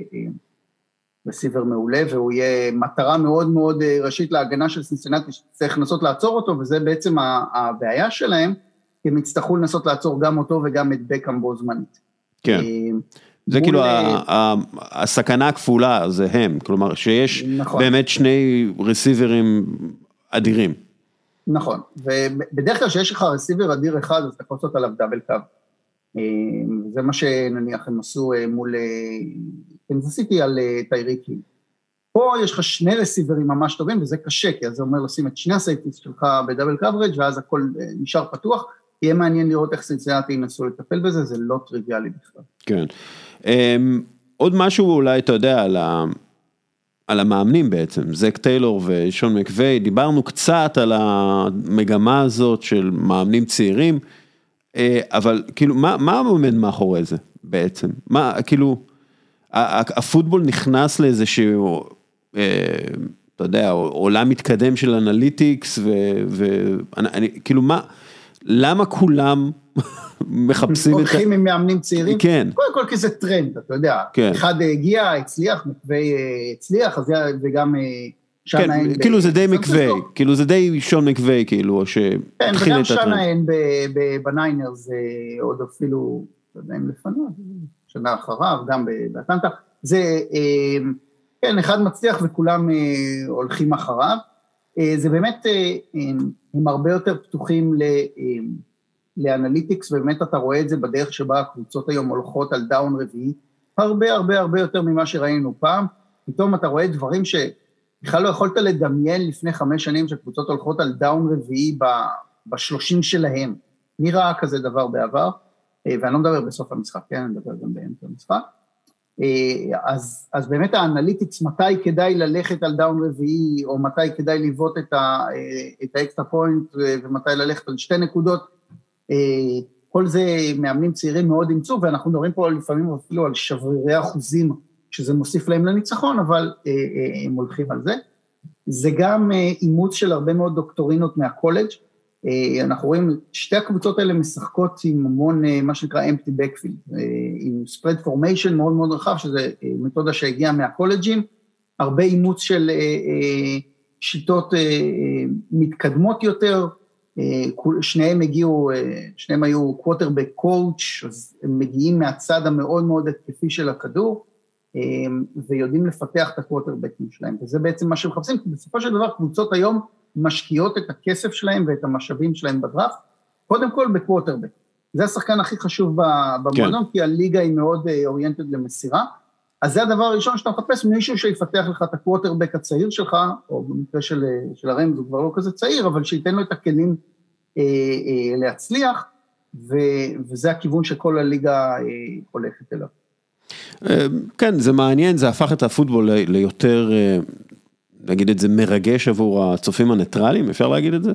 רסיבר מעולה, והוא יהיה מטרה מאוד מאוד ראשית להגנה של סינסינטי, שצריך לנסות לעצור אותו, וזה בעצם הבעיה שלהם, כי הם יצטרכו לנסות לעצור גם אותו וגם את בקאם בו זמנית. כן, זה כאילו הסכנה הכפולה זה הם, כלומר שיש באמת שני רסיברים אדירים. נכון, ובדרך כלל שיש לך רסיבר אדיר אחד, אז אתה יכול לעשות עליו דאבל קו. זה מה שנניח הם עשו מול קנזס סיטי על טייריק היל. פה יש לך שני רסיברים ממש טובים, וזה קשה, כי אז זה אומר לשים את שני הסייטיס שלך בדאבל קאברג' ואז הכל נשאר פתוח, יהיה מעניין לראות איך סינסינטי ינסו לטפל בזה, זה לא טריוויאלי בכלל. כן. עוד משהו אולי, אתה יודע, על המאמנים בעצם, זק טיילור ושון מקווי, דיברנו קצת על המגמה הזאת של מאמנים צעירים, אבל כאילו, מה עומד מאחורי זה בעצם? מה, כאילו, הפוטבול נכנס לאיזשהו, אתה יודע, עולם מתקדם של אנליטיקס, כאילו מה, למה כולם מחפשים את... הולכים עם מאמנים צעירים? כן. קודם כל כי זה טרנד, אתה יודע. כן. אחד הגיע, הצליח, מקווי הצליח, אז וגם שנה אין... כאילו זה די מקווי, כאילו זה די שון מקווי, כאילו, שהתחיל את הטרנד. כן, וגם שנה אין בניינרס, עוד אפילו, לא יודע אם לפניו, שנה אחריו, גם באטלנטה. זה, כן, אחד מצליח וכולם הולכים אחריו. זה באמת, הם הרבה יותר פתוחים לאנליטיקס, ובאמת אתה רואה את זה בדרך שבה הקבוצות היום הולכות על דאון רביעי, הרבה יותר ממה שראינו פעם, פתאום אתה רואה דברים שבכלל לא יכולת לדמיין לפני 5 שנים, שקבוצות הולכות על דאון רביעי ב-30 שלהם, מי ראה כזה דבר בעבר, ואני לא מדבר בסוף המשחק, כן, אני מדבר גם באמצע המשחק, אז באמת האנליטיקס, מתי כדאי ללכת על דאון רביעי, או מתי כדאי לבנות את האקסטרה פוינט, ומתי ללכת על 2 נקודות, כל זה מאמנים צעירים מאוד ימצאו, ואנחנו מדברים פה לפעמים אפילו על שברירי אחוזים, שזה מוסיף להם לניצחון, אבל הם הולכים על זה. זה גם אימוץ של הרבה מאוד דוקטורינות מהקולג', אנחנו רואים, שתי הקבוצות האלה משחקות עם המון, מה שנקרא empty backfield, עם spread formation מאוד מאוד רחב, שזה מתודה שהגיעה מהקולג'ים, הרבה אימוץ של שיטות מתקדמות יותר, שניהם היו quarterback coach, אז הם מגיעים מהצד המאוד מאוד התקפי של הכדור, ויודעים לפתח את הקווטרבקים שלהם, וזה בעצם מה שמחפשים, כי בסופו של דבר קבוצות היום משקיעות את הכסף שלהם ואת המשאבים שלהם בדראפט, קודם כל בקווטרבק, זה השחקן הכי חשוב במועדון, כי הליגה היא מאוד אוריינטד למסירה, אז זה הדבר הראשון שאתה מחפש, מישהו שיפתח לך את הקווטרבק הצעיר שלך, או במקרה של הרמז הוא כבר לא כזה צעיר, אבל שייתן לו את הכלים להצליח, וזה הכיוון שכל הליגה הולכת אליו. כן, זה מעניין, זה הפך את הפוטבול ליותר, נגיד את זה, מרגש עבור הצופים הניטרליים, אפשר להגיד את זה?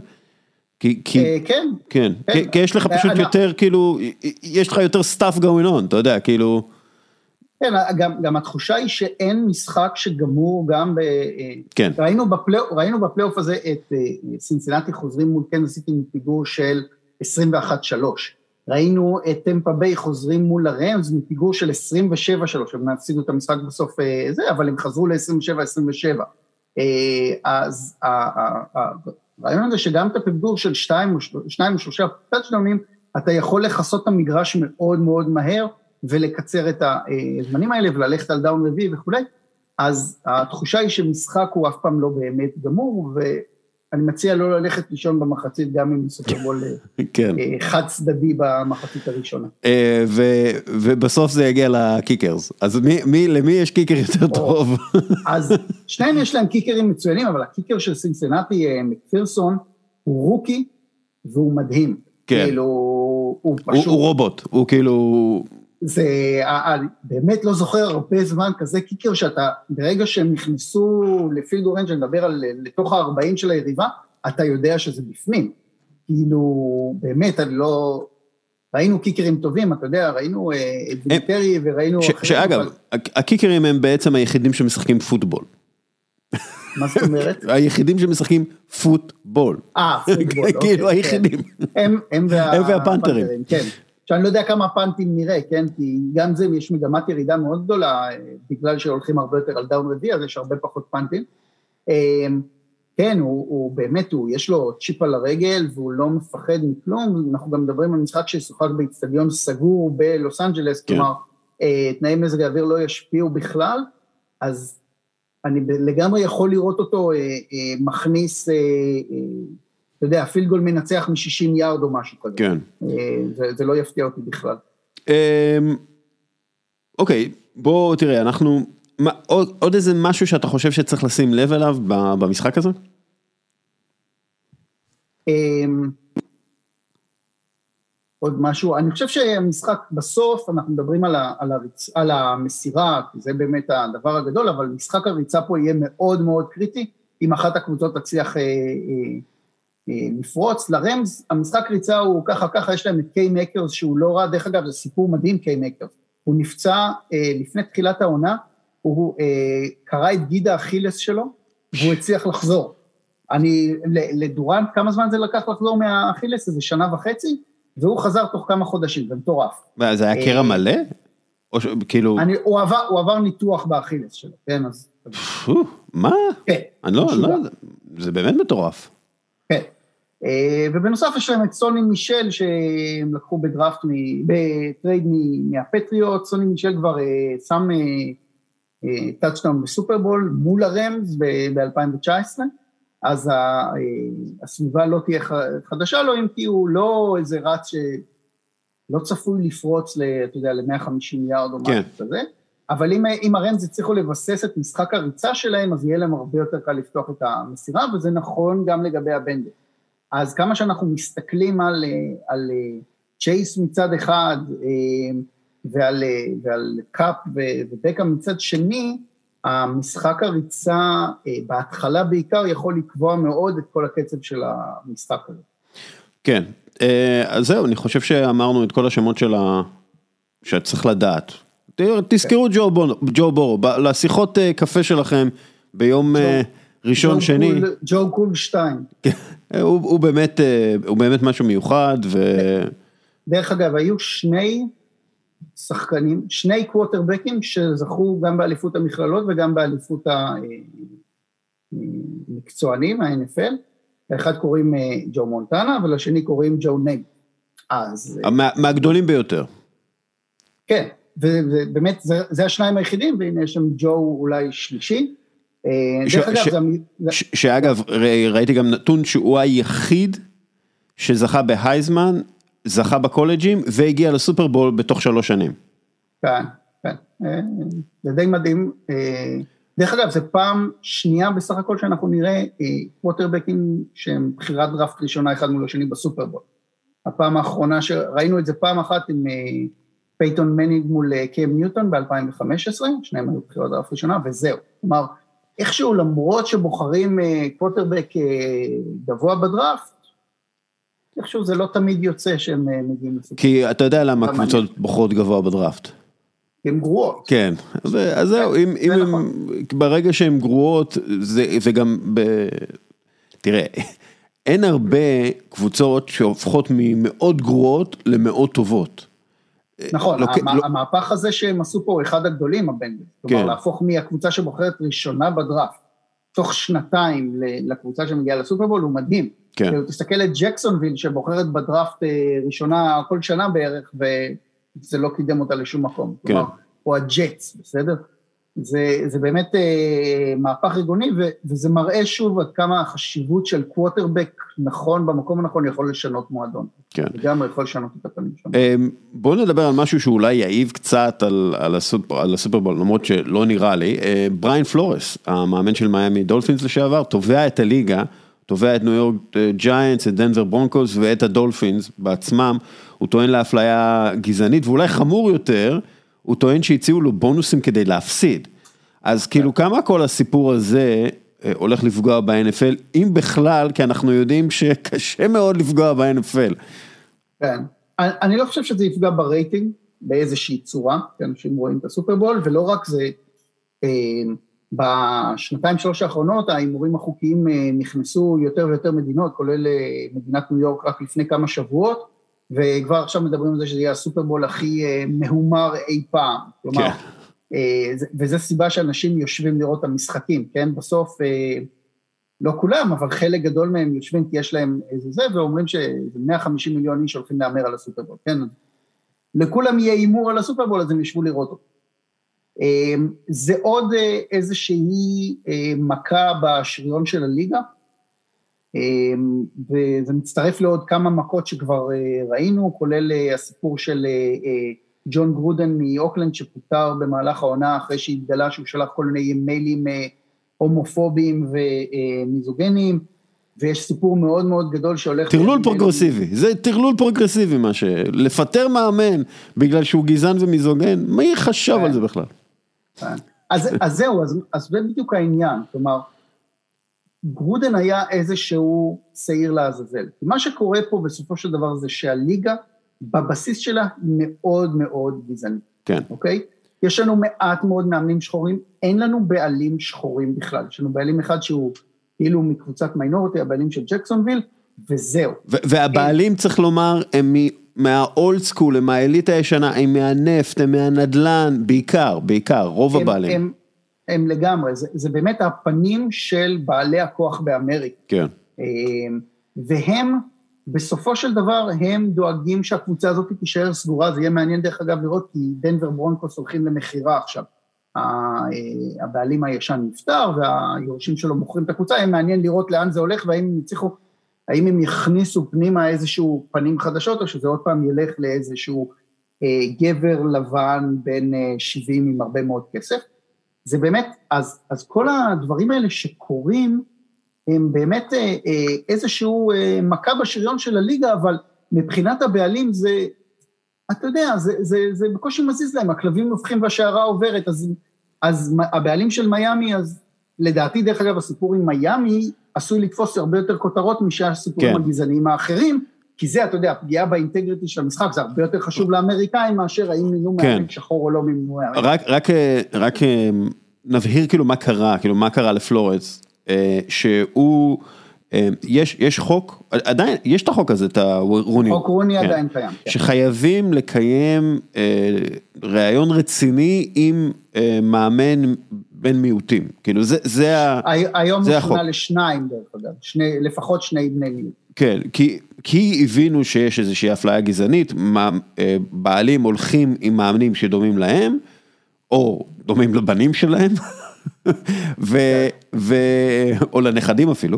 כן. כי יש לך פשוט יותר, כאילו, יש לך יותר stuff going on, אתה יודע, כאילו... כן, גם התחושה היא שאין משחק שגמור גם כן. ראינו בפלייאוף הזה את סינסינטי חוזרים מול קנזס סיטי מפיגור של 21-3. ראינו את טמפה ביי חוזרים מול הרמז מפיגור של 27-3, הם הפסידו את המשחק בסוף זה, אבל הם חזרו ל-27-27. אז הרעיון הזה שגם את הפיגור של 2 או 3 טאצ'דאונים, אתה יכול לחסות את המגרש מאוד מאוד מהר, ולקצר את הזמנים האלה, וללכת על דאון רביעי וכו'. אז התחושה היא שמשחק הוא אף פעם לא באמת גמור, ואני מציע לא ללכת לישון במחצית, גם אם סופרבול חד צדדי במחצית הראשונה. ובסוף זה יגיע לקיקרס. אז למי יש קיקר יותר טוב? אז שניהם יש להם קיקרים מצוינים, אבל הקיקר של סינסינטי, מקפירסון, הוא רוקי, והוא מדהים. כאילו, הוא פשוט... הוא רובוט, הוא כאילו... זה, באמת לא זוכר הרבה זמן כזה קיקר שאתה, ברגע שהם נכנסו לפילד גורנג' שנדבר על לתוך ה-40 של היריבה, אתה יודע שזה בפנים. כאילו, באמת, אני לא... ראינו קיקרים טובים, אתה יודע, ראינו את ויטרי וראינו... שאגב, הקיקרים הם בעצם היחידים שמשחקים פוטבול. מה זאת אומרת? היחידים שמשחקים פוטבול. פוטבול. כאילו, היחידים. הם והפנתרים. כן. שאני לא יודע כמה הפנטים נראה, כן? כי גם זה יש מגמת ירידה מאוד גדולה, בגלל שהולכים הרבה יותר על דאון רביעי, אז יש הרבה פחות פנטים. כן, הוא באמת, יש לו צ'יפ על הרגל, והוא לא מפחד מכלום, אנחנו גם מדברים על משחק ששוחק באצטדיון סגור בלוס אנג'לס, כלומר, תנאי מזג האוויר לא ישפיעו בכלל, אז אני לגמרי יכול לראות אותו מכניס אתה יודע, פילד גול מנצח מ-60 יארד או משהו כזה. כן. זה לא יפתיע אותי בכלל. אוקיי, בוא תראה, אנחנו, עוד איזה משהו שאתה חושב שצריך לשים לב אליו במשחק הזה? עוד משהו, אני חושב שהמשחק בסוף, אנחנו מדברים על המסירה, כי זה באמת הדבר הגדול, אבל משחק הריצה פה יהיה מאוד מאוד קריטי, אם אחת הקבוצות תצליח לפרוץ. לרמז, המשחק ריצה הוא ככה, יש להם את קיי מקרס, שהוא לא רע, דרך אגב, זה סיפור מדהים, קיי מקרס. הוא נפצע לפני תחילת העונה, הוא קרא את גיד האכילס שלו, והוא הצליח לחזור. לדורנט, כמה זמן זה לקח לחזור מהאכילס? זה 1.5 שנה, והוא חזר תוך כמה חודשים, זה מטורף. זה היה קרע מלא? כאילו... הוא עבר ניתוח באכילס שלו, כן, אז... מה? כן. אני לא, זה באמת מטורף. כן. ובנוסף יש להם את סוני מישל, שהם לקחו בטרייד מהפטריוט, סוני מישל כבר שם טאצ'דאון בסופרבול מול הרמז ב-2019, אז הסביבה לא תהיה חדשה לו, אם כי הוא לא איזה רץ שלא צפוי לפרוץ אתה יודע, ל-150 יארד או משהו כזה, אבל אם הרמז הצליחו לבסס את משחק הריצה שלהם, אז יהיה להם הרבה יותר קל לפתוח את המסירה, וזה נכון גם לגבי הבנדל. אז כמה שאנחנו מסתכלים על צ'ייס מצד אחד, ועל קאפ ובקה מצד שני, המשחק הריצה בהתחלה בעיקר יכול לקבוע מאוד את כל הקצב של המשחק הזה. כן, אז זהו, אני חושב שאמרנו את כל השמות שצריך לדעת. תזכרו ג'ו בורו, לשיחות קפה שלכם ביום ראשון שני. ג'ו קול 2. הוא באמת משהו מיוחד. דרך אגב, היו שני שחקנים, שני קווטרבקים שזכו גם באליפות המכללות וגם באליפות המקצוענים, ה-NFL. לאחד קוראים ג'ו מונטנה, ולשני קוראים ג'ו נג. מהגדולים ביותר. כן, ובאמת זה השניים היחידים, והנה יש שם ג'ו אולי שלישי. שאגב, ראיתי גם נתון שהוא היחיד שזכה בהייזמן, זכה בקולג'ים, והגיע לסופרבול בתוך 3 שנים. כן, כן. זה די מדהים. דרך אגב, זה פעם שנייה בסך הכל שאנחנו נראה קווטרבקים שהם בחירת דראפט ראשונה אחד מול השני בסופרבול. הפעם האחרונה שראינו את זה פעם אחת עם פייטון מניג מול קם ניוטון ב-2015, שניהם היו בחירת דראפט ראשונה, וזהו. כלומר, איכשהו למרות שבוחרים קווטרבק גבוה בדראפט, איכשהו זה לא תמיד יוצא שהם מגיעים לסופרבול. כי אתה יודע למה קבוצות בוחרות גבוה בדראפט. הן גרועות. כן, אז זהו, ברגע שהן גרועות, זה גם, תראה, אין הרבה קבוצות שהופכות ממאוד גרועות למאוד טובות. נכון, המהפך הזה שהם עשו פה אחד הגדולים, הבנדל, כלומר להפוך מהקבוצה שבוחרת ראשונה בדראפט, תוך 2 לקבוצה שמגיעה לסופרבול, הוא מדהים. תסתכל את ג'קסונוויל שבוחרת בדראפט ראשונה כל שנה בערך, זה לא קידם אותה לשום מקום, כלומר, או הג'טס, בסדר? זה באמת מהפך ארגוני, וזה מראה שוב עד כמה החשיבות של קווטרבק נכון, במקום הנכון יכול לשנות מועדון. כן. וגם יכול לשנות את הפנים שם. בואו נדבר על משהו שאולי יעיב קצת על הסופרבול, למרות שלא נראה לי. בריין פלורס, המאמן של מיאמי דולפינס לשעבר, תובע את הליגה, תובע את ניו יורק ג'יינטס, את דנבר ברונקוס ואת הדולפינס בעצמם, הוא טוען להפליה גזענית, ואולי חמור יותר, הוא טוען שהציעו לו בונוסים כדי להפסיד. אז כאילו כמה כל הסיפור הזה הולך לפגוע ב-NFL, אם בכלל, כי אנחנו יודעים שקשה מאוד לפגוע ב-NFL. כן, אני לא חושב שזה יפגע ברייטינג, באיזושהי צורה, כי אנשים רואים את הסופרבול, ולא רק זה, בשנתיים-3 האחרונות, ההימורים החוקיים נכנסו יותר ויותר מדינות, כולל מדינת ניו יורק רק לפני כמה שבועות, וכבר עכשיו מדברים על זה שזה יהיה הסופרבול הכי מהומר אי פעם, כלומר, וזה סיבה שאנשים יושבים לראות את המשחקים, כן? בסוף, לא כולם, אבל חלק גדול מהם יושבים כי יש להם איזה זה, ואומרים שזה 150 מיליון איש שהולכים להמר על הסופרבול, כן? לכולם יהיה הימור על הסופרבול, אז הם ישבו לראות אותו. זה עוד איזושהי מכה בשריון של הליגה, וזה מצטרף לעוד כמה מכות שכבר ראינו, כולל הסיפור של ג'ון גרודן מאוקלנד שפוטר במהלך העונה אחרי שהתגלה שהוא שלח כל מיני מיילים הומופוביים ומיזוגניים, ויש סיפור מאוד מאוד גדול שהולך... טרלול פרוגרסיבי, זה טרלול פרוגרסיבי מה לפטר מאמן בגלל שהוא גזען ומיזוגן, מי חשב על זה בכלל? אז זהו, אז זה בדיוק העניין, כלומר, גרודן היה איזשהו שעיר לעזאזל. מה שקורה פה בסופו של דבר זה שהליגה, בבסיס שלה, מאוד מאוד גזענית. כן. אוקיי? יש לנו מעט מאוד מאמנים שחורים, אין לנו בעלים שחורים בכלל, יש לנו בעלים אחד שהוא כאילו מקבוצת מיינורטי, הבעלים של ג'קסונוויל, וזהו. והבעלים צריך לומר, הם מהאולד סקול, הם מהאליט הישנה, הם מהנפט, הם מהנדלן, בעיקר, רוב הבעלים. הם לגמרי, זה באמת הפנים של בעלי הכוח באמריקה. כן. והם, בסופו של דבר, הם דואגים שהקבוצה הזאת תישאר סגורה, זה יהיה מעניין דרך אגב לראות, כי דנבר ברונקוס הולכים למחירה עכשיו. הבעלים הישן נפטר, והיורשים שלו מוכרים את הקבוצה, הם מעניין לראות לאן זה הולך, והאם הם יצליחו, האם הם יכניסו פנימה איזשהו פנים חדשות, או שזה עוד פעם ילך לאיזשהו גבר לבן בין 70 עם הרבה מאוד כסף. זה באמת, אז כל הדברים האלה שקורים, הם באמת איזשהו מכה בשריון של הליגה, אבל מבחינת הבעלים זה, אתה יודע, זה בקושי מזיז להם, הכלבים נופחים והשערה עוברת, אז הבעלים של מיימי, אז לדעתי דרך אגב הסיפור עם מיימי, עשוי לתפוס הרבה יותר כותרות משהסיפורים הגזעניים האחרים, כי זה, אתה יודע, פגיעה באינטגריטי של המשחק, זה הרבה יותר חשוב לאמריקאים, מאשר האם מינו מאמן שחור או לא מינו מאמן. רק נבהיר כאילו מה קרה לפלורנס, שהוא, יש חוק, עדיין, יש את החוק הזה, את הרוני. חוק רוני עדיין קיים. שחייבים לקיים ראיון רציני עם מאמן בין מיעוטים, כאילו זה החוק. היום הוא שונה לשניים דרך אגב, לפחות שני בני מיעוט. כן, כי הבינו שיש איזושהי אפליה גזענית, בעלים הולכים עם מאמנים שדומים להם, או דומים לבנים שלהם, או לנכדים אפילו,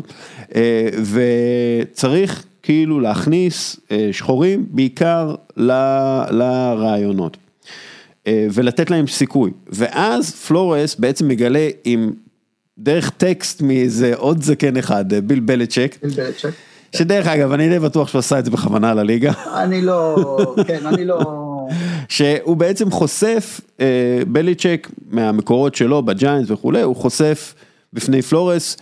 וצריך כאילו להכניס שחורים בעיקר לרעיונות, ולתת להם סיכוי, ואז פלורס בעצם מגלה עם דרך טקסט מאיזה עוד זקן אחד, ביל בליצ'ק, שדרך אגב, אני די בטוח שהוא עשה את זה בכוונה לליגה. אני לא... שהוא בעצם חושף, בליצ'ק מהמקורות שלו, בג'יינס וכו', הוא חושף בפני פלורס,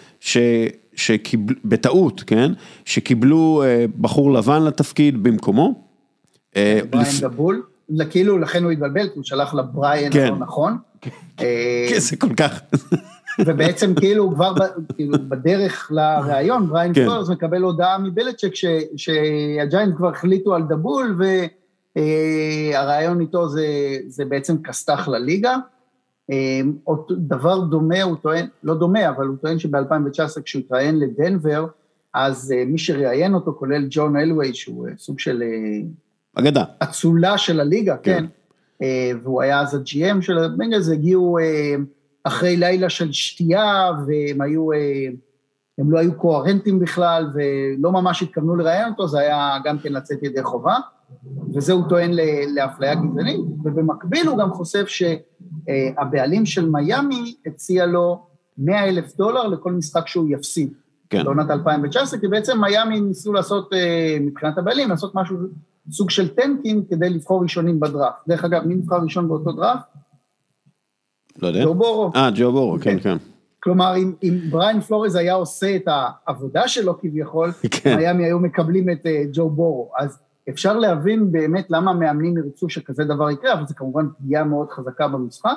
בטעות, כן? שקיבלו בחור לבן לתפקיד במקומו. בריין דבול, כאילו לכן הוא התבלבל, כי הוא שלח לבריין לא נכון. כן, זה כל כך... ובעצם כאילו הוא כבר בדרך לראיון, בריין פלורס מקבל הודעה מבליצ'ק שהג'יינט כבר החליטו על דבול, והראיון איתו זה בעצם כסתח לליגה. דבר דומה, הוא טוען, לא דומה, אבל הוא טוען שב-2019 כשהוא התראיין לדנבר, אז מי שראיין אותו, כולל ג'ון אלווי, שהוא סוג של... אגדה. אצולה של הליגה, כן. והוא היה אז ה-GM של הבנגלס, הגיעו... אחרי לילה של שתייה, הם לא היו קוהרנטים בכלל, ולא ממש התכוונו לראיין אותו, זה היה גם כן לצאת ידי חובה, וזה הוא טוען לאפליה גזענית, ובמקביל הוא גם חושף שהבעלים של מיימי הציע לו $100,000 לכל משחק שהוא יפסיד, לעונת 2019, כי בעצם מיימי ניסו לעשות, מבחינת הבעלים, לעשות משהו, סוג של טנקים, כדי לבחור ראשונים בדראפט. דרך אגב, מי נבחר ראשון באותו דראפט? לא יודע. ג'ו בורו. ג'ו בורו, כן, כן. כלומר, אם בריין פלורס היה עושה את העבודה שלו כביכול, מיימי היו מקבלים את ג'ו בורו. אז אפשר להבין באמת למה מאמנים ירצו שכזה דבר יקרה, אבל זה כמובן פגיעה מאוד חזקה במשחק,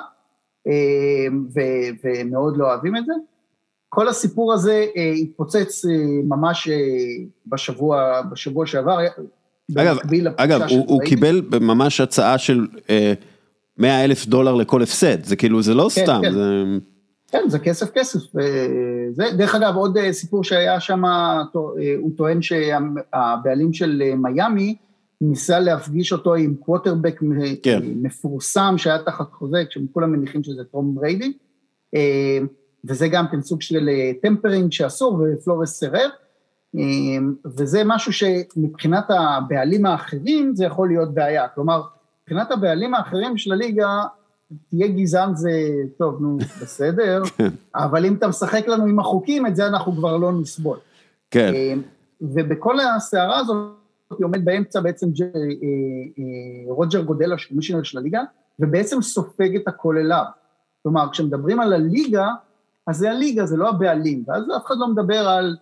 ומאוד לא אוהבים את זה. כל הסיפור הזה התפוצץ ממש בשבוע שעבר. אגב, הוא קיבל ממש הצעה של... $100,000 לכל הפסד, זה כאילו, זה לא סתם. כן, זה כסף. דרך אגב, עוד סיפור שהיה שם, הוא טוען שהבעלים של מיימי, ניסה להפגיש אותו עם קווטרבק מפורסם, שהיה תחת חוזה, כשכולם מניחים שזה טום בריידי, וזה גם כן סוג של טמפרינג שאסור, ופלורס סירב, וזה משהו שמבחינת הבעלים האחרים זה יכול להיות בעיה, כלומר, מבחינת הבעלים האחרים של הליגה, תהיה גזען זה טוב, נו, בסדר, אבל אם אתה משחק לנו עם החוקים, את זה אנחנו כבר לא נסבול. כן. ובכל הסערה הזאת, עומד באמצע בעצם רוג'ר גודל, הקומישיונר של הליגה, ובעצם סופג את הכל אליו. כלומר, כשמדברים על הליגה, אז זה הליגה, זה לא הבעלים, ואז אף אחד לא מדבר על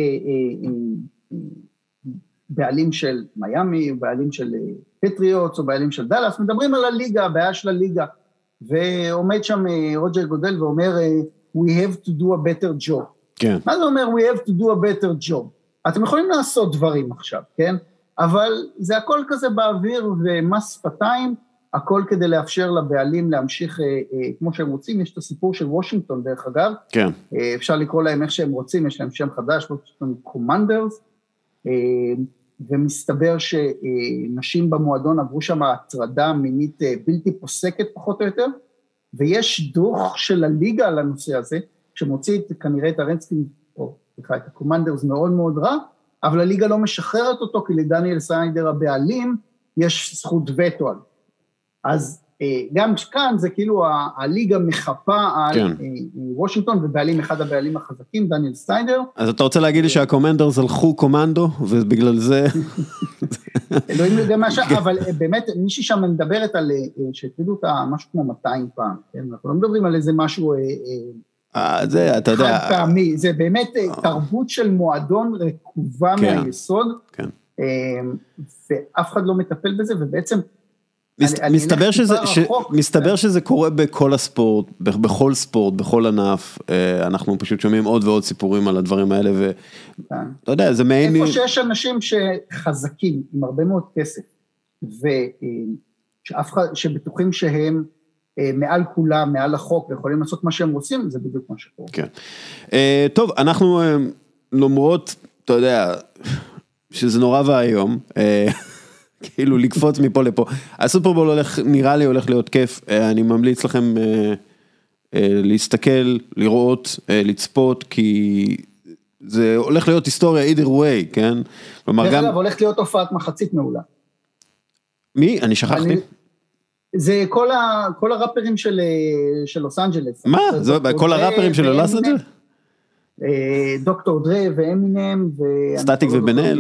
בעלים של מיאמי, או בעלים של פטריוטס, או בעלים של דלס, מדברים על הליגה, הבעיה של הליגה, ועומד שם רוג'ר גודל ואומר, we have to do a better job. כן. מה זה אומר, we have to do a better job? אתם יכולים לעשות דברים עכשיו, כן? אבל זה הכל כזה באוויר ומס שפתיים, הכל כדי לאפשר לבעלים להמשיך כמו שהם רוצים, יש את הסיפור של וושינגטון דרך אגב, כן. אפשר לקרוא להם איך שהם רוצים, יש להם שם חדש, וושינגטון קומנדרס, ומסתבר שנשים במועדון עברו שם הטרדה מינית בלתי פוסקת פחות או יותר, ויש דוח של הליגה על הנושא הזה, שמוציא כנראה את הרנסקין, או את הקומנדרס מאוד מאוד רע, אבל הליגה לא משחררת אותו, כי לדניאל סניידר הבעלים, יש זכות וטו על. אז גם כאן זה כאילו הליגה מחפה על וושינגטון, ובעלים אחד הבעלים החזקים, דניאל סניידר. אז אתה רוצה להגיד לי שהקומנדרס הלכו קומנדו, ובגלל זה... אלוהים יודע מה שם, אבל באמת מישהי שם מדברת על, שהטרידו אותה משהו כמו 200 פעם, אנחנו לא מדברים על איזה משהו... זה, אתה יודע... חד פעמי, זה באמת תרבות של מועדון רקובה מהיסוד, ואף אחד לא מטפל בזה, ובעצם... מסתבר שזה קורה בכל הספורט, בכל ספורט, בכל ענף, אנחנו פשוט שומעים עוד ועוד סיפורים על הדברים האלה, ואתה יודע, זה מעין... איפה שיש אנשים שחזקים, עם הרבה מאוד כסף, שבטוחים שהם מעל כולם, מעל החוק, ויכולים לעשות מה שהם רוצים, זה בדיוק מה שקורה. כן. טוב, אנחנו למרות, אתה יודע, שזה נורא והיום, כאילו לקפוץ מפה לפה. הסופרבול נראה לי הולך להיות כיף, אני ממליץ לכם להסתכל, לראות, לצפות, כי זה הולך להיות היסטוריה either way, כן? דרך אגב, הולך להיות הופעת מחצית מעולה. מי? אני שכחתי. זה כל הראפרים של לוס אנג'לס. מה? כל הראפרים של לוס אנג'לס? דוקטור דרי ואמינם, סטטיק ובן-אל.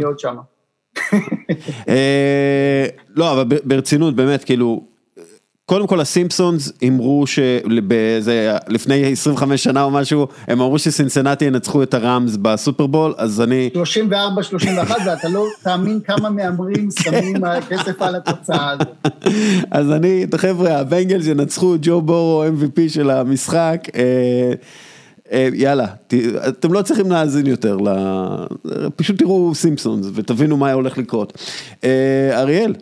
לא, אבל ברצינות, באמת, כאילו, קודם כל הסימפסונס אמרו שלפני 25 שנה או משהו, הם אמרו שסינסנטי ינצחו את הרמס בסופרבול, אז אני... 34-31, ואתה לא תאמין כמה מאמרים שמים הכסף על התוצאה הזאת. אז אני, חבר'ה, הבנגלס ינצחו ג'ו בורו, MVP של המשחק, יאללה, אתם לא צריכים להאזין יותר, פשוט תראו סימפסונס ותבינו מה הולך לקרות. אריאל,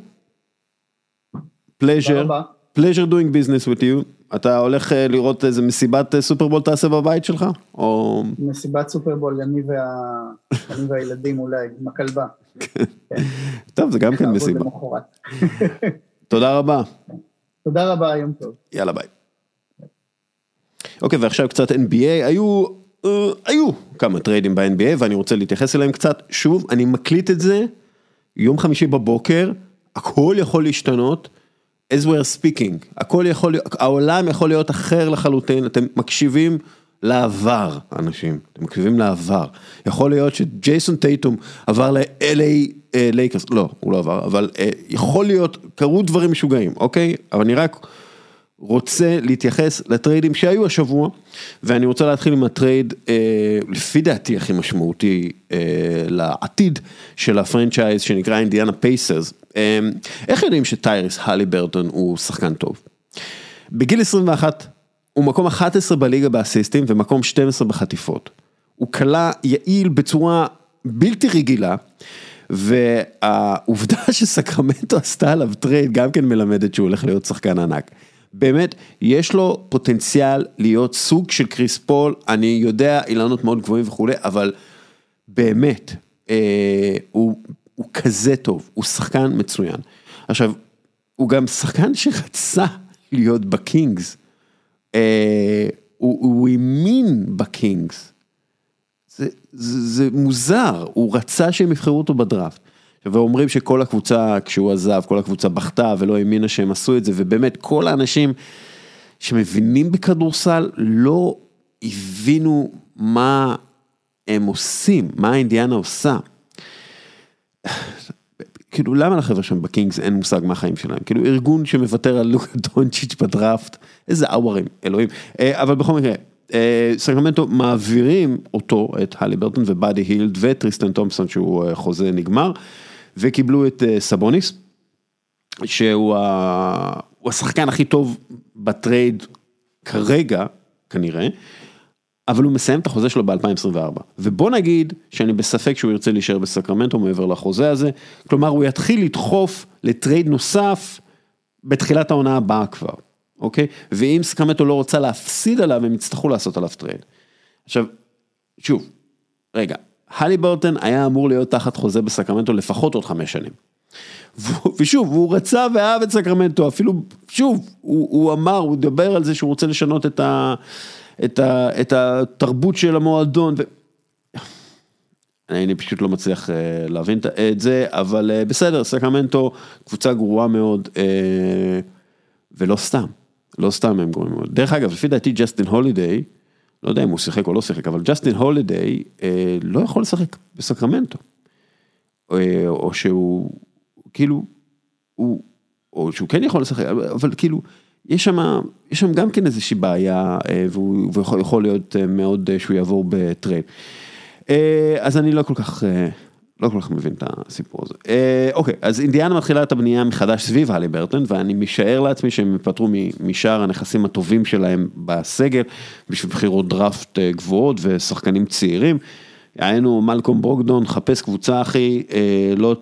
pleasure doing business with you, אתה הולך לראות איזה מסיבת סופרבול תעשה בבית שלך? מסיבת סופרבול, אני והילדים אולי, עם הכלבה. טוב, זה גם כן מסיבה. תודה רבה. תודה רבה, יום טוב. יאללה ביי. אוקיי, ועכשיו קצת NBA, היו כמה טריידים ב-NBA, ואני רוצה להתייחס אליהם קצת. שוב, אני מקליט את זה, יום חמישי בבוקר, הכל יכול להשתנות, as we're speaking, העולם יכול להיות אחר לחלוטין, אתם מקשיבים לעבר, אנשים, אתם מקשיבים לעבר. יכול להיות שג'ייסון טייטום עבר ל-LA לייקרס, לא, הוא לא עבר, אבל יכול להיות, קרו דברים משוגעים, אוקיי? אבל אני רק... רוצה להתייחס לטריידים שהיו השבוע, ואני רוצה להתחיל עם הטרייד, לפי דעתי הכי משמעותי, לעתיד של הפרנצ'ייז שנקרא אינדיאנה פייסרס. איך יודעים שטיירס הליברטון הוא שחקן טוב? בגיל 21 הוא מקום 11 בליגה באסיסטים, ומקום 12 בחטיפות. הוא קלה יעיל בצורה בלתי רגילה, והעובדה שסקרמנטו עשתה עליו טרייד, גם כן מלמדת שהוא הולך להיות שחקן ענק. באמת, יש לו פוטנציאל להיות סוג של קריס פול, אני יודע, אילנות מאוד גבוהים וכו', אבל באמת, הוא כזה טוב, הוא שחקן מצוין. עכשיו, הוא גם שחקן שרצה להיות בקינגס, הוא האמין בקינגס. זה מוזר, הוא רצה שהם יבחרו אותו בדראפט, ואומרים שכל הקבוצה, כשהוא עזב, כל הקבוצה בכתה ולא האמינה שהם עשו את זה, ובאמת כל האנשים שמבינים בכדורסל לא הבינו מה הם עושים, מה האינדיאנה עושה. כאילו, למה לחבר'ה שם בקינגס אין מושג מה החיים שלהם? כאילו, ארגון שמוותר על לוקה דונצ'יץ' בדראפט, איזה אוורים, אלוהים. אבל בכל מקרה, סקרמנטו מעבירים אותו, את הליברטון ובאדי הילד וטריסטן תומפסון, שהוא חוזה נגמר, וקיבלו את סבוניס, שהוא השחקן הכי טוב בטרייד כרגע, כנראה, אבל הוא מסיים את החוזה שלו ב-2024. ובוא נגיד שאני בספק שהוא ירצה להישאר בסקרמנטו מעבר לחוזה הזה, כלומר הוא יתחיל לדחוף לטרייד נוסף בתחילת העונה הבאה כבר, אוקיי? ואם סקרמנטו לא רוצה להפסיד עליו, הם יצטרכו לעשות עליו טרייד. עכשיו, שוב, רגע, הליברטון היה אמור להיות תחת חוזה בסקרמנטו לפחות עוד 5 שנים. ושוב, הוא רצה ואהב את סקרמנטו, אפילו, שוב, הוא אמר, הוא דבר על זה שהוא רוצה לשנות את התרבות של המועדון, אני פשוט לא מצליח להבין את זה, אבל בסדר, סקרמנטו, קבוצה גרועה מאוד, ולא סתם, לא סתם הם גרועים מאוד. דרך אגב, לפי דעתי ג'סטין הולידיי, לא יודע אם הוא שיחק או לא שיחק, אבל ג'סטין הולידיי לא יכול לשחק בסקרמנטו, או שהוא, כאילו, או שהוא כן יכול לשחק, אבל כאילו, יש שם גם כן איזושהי בעיה, והוא יכול להיות מאוד שהוא יעבור בטרייד. אז אני לא כל כך מבין את הסיפור הזה. אוקיי, אז אינדיאנה מתחילה את הבנייה מחדש סביב הליברטון, ואני משער לעצמי שהם פתרו משאר הנכסים הטובים שלהם בסגל, בשביל בחירות דראפט גבוהות ושחקנים צעירים. היינו מלקום ברוגדון, חפש קבוצה אחי, לא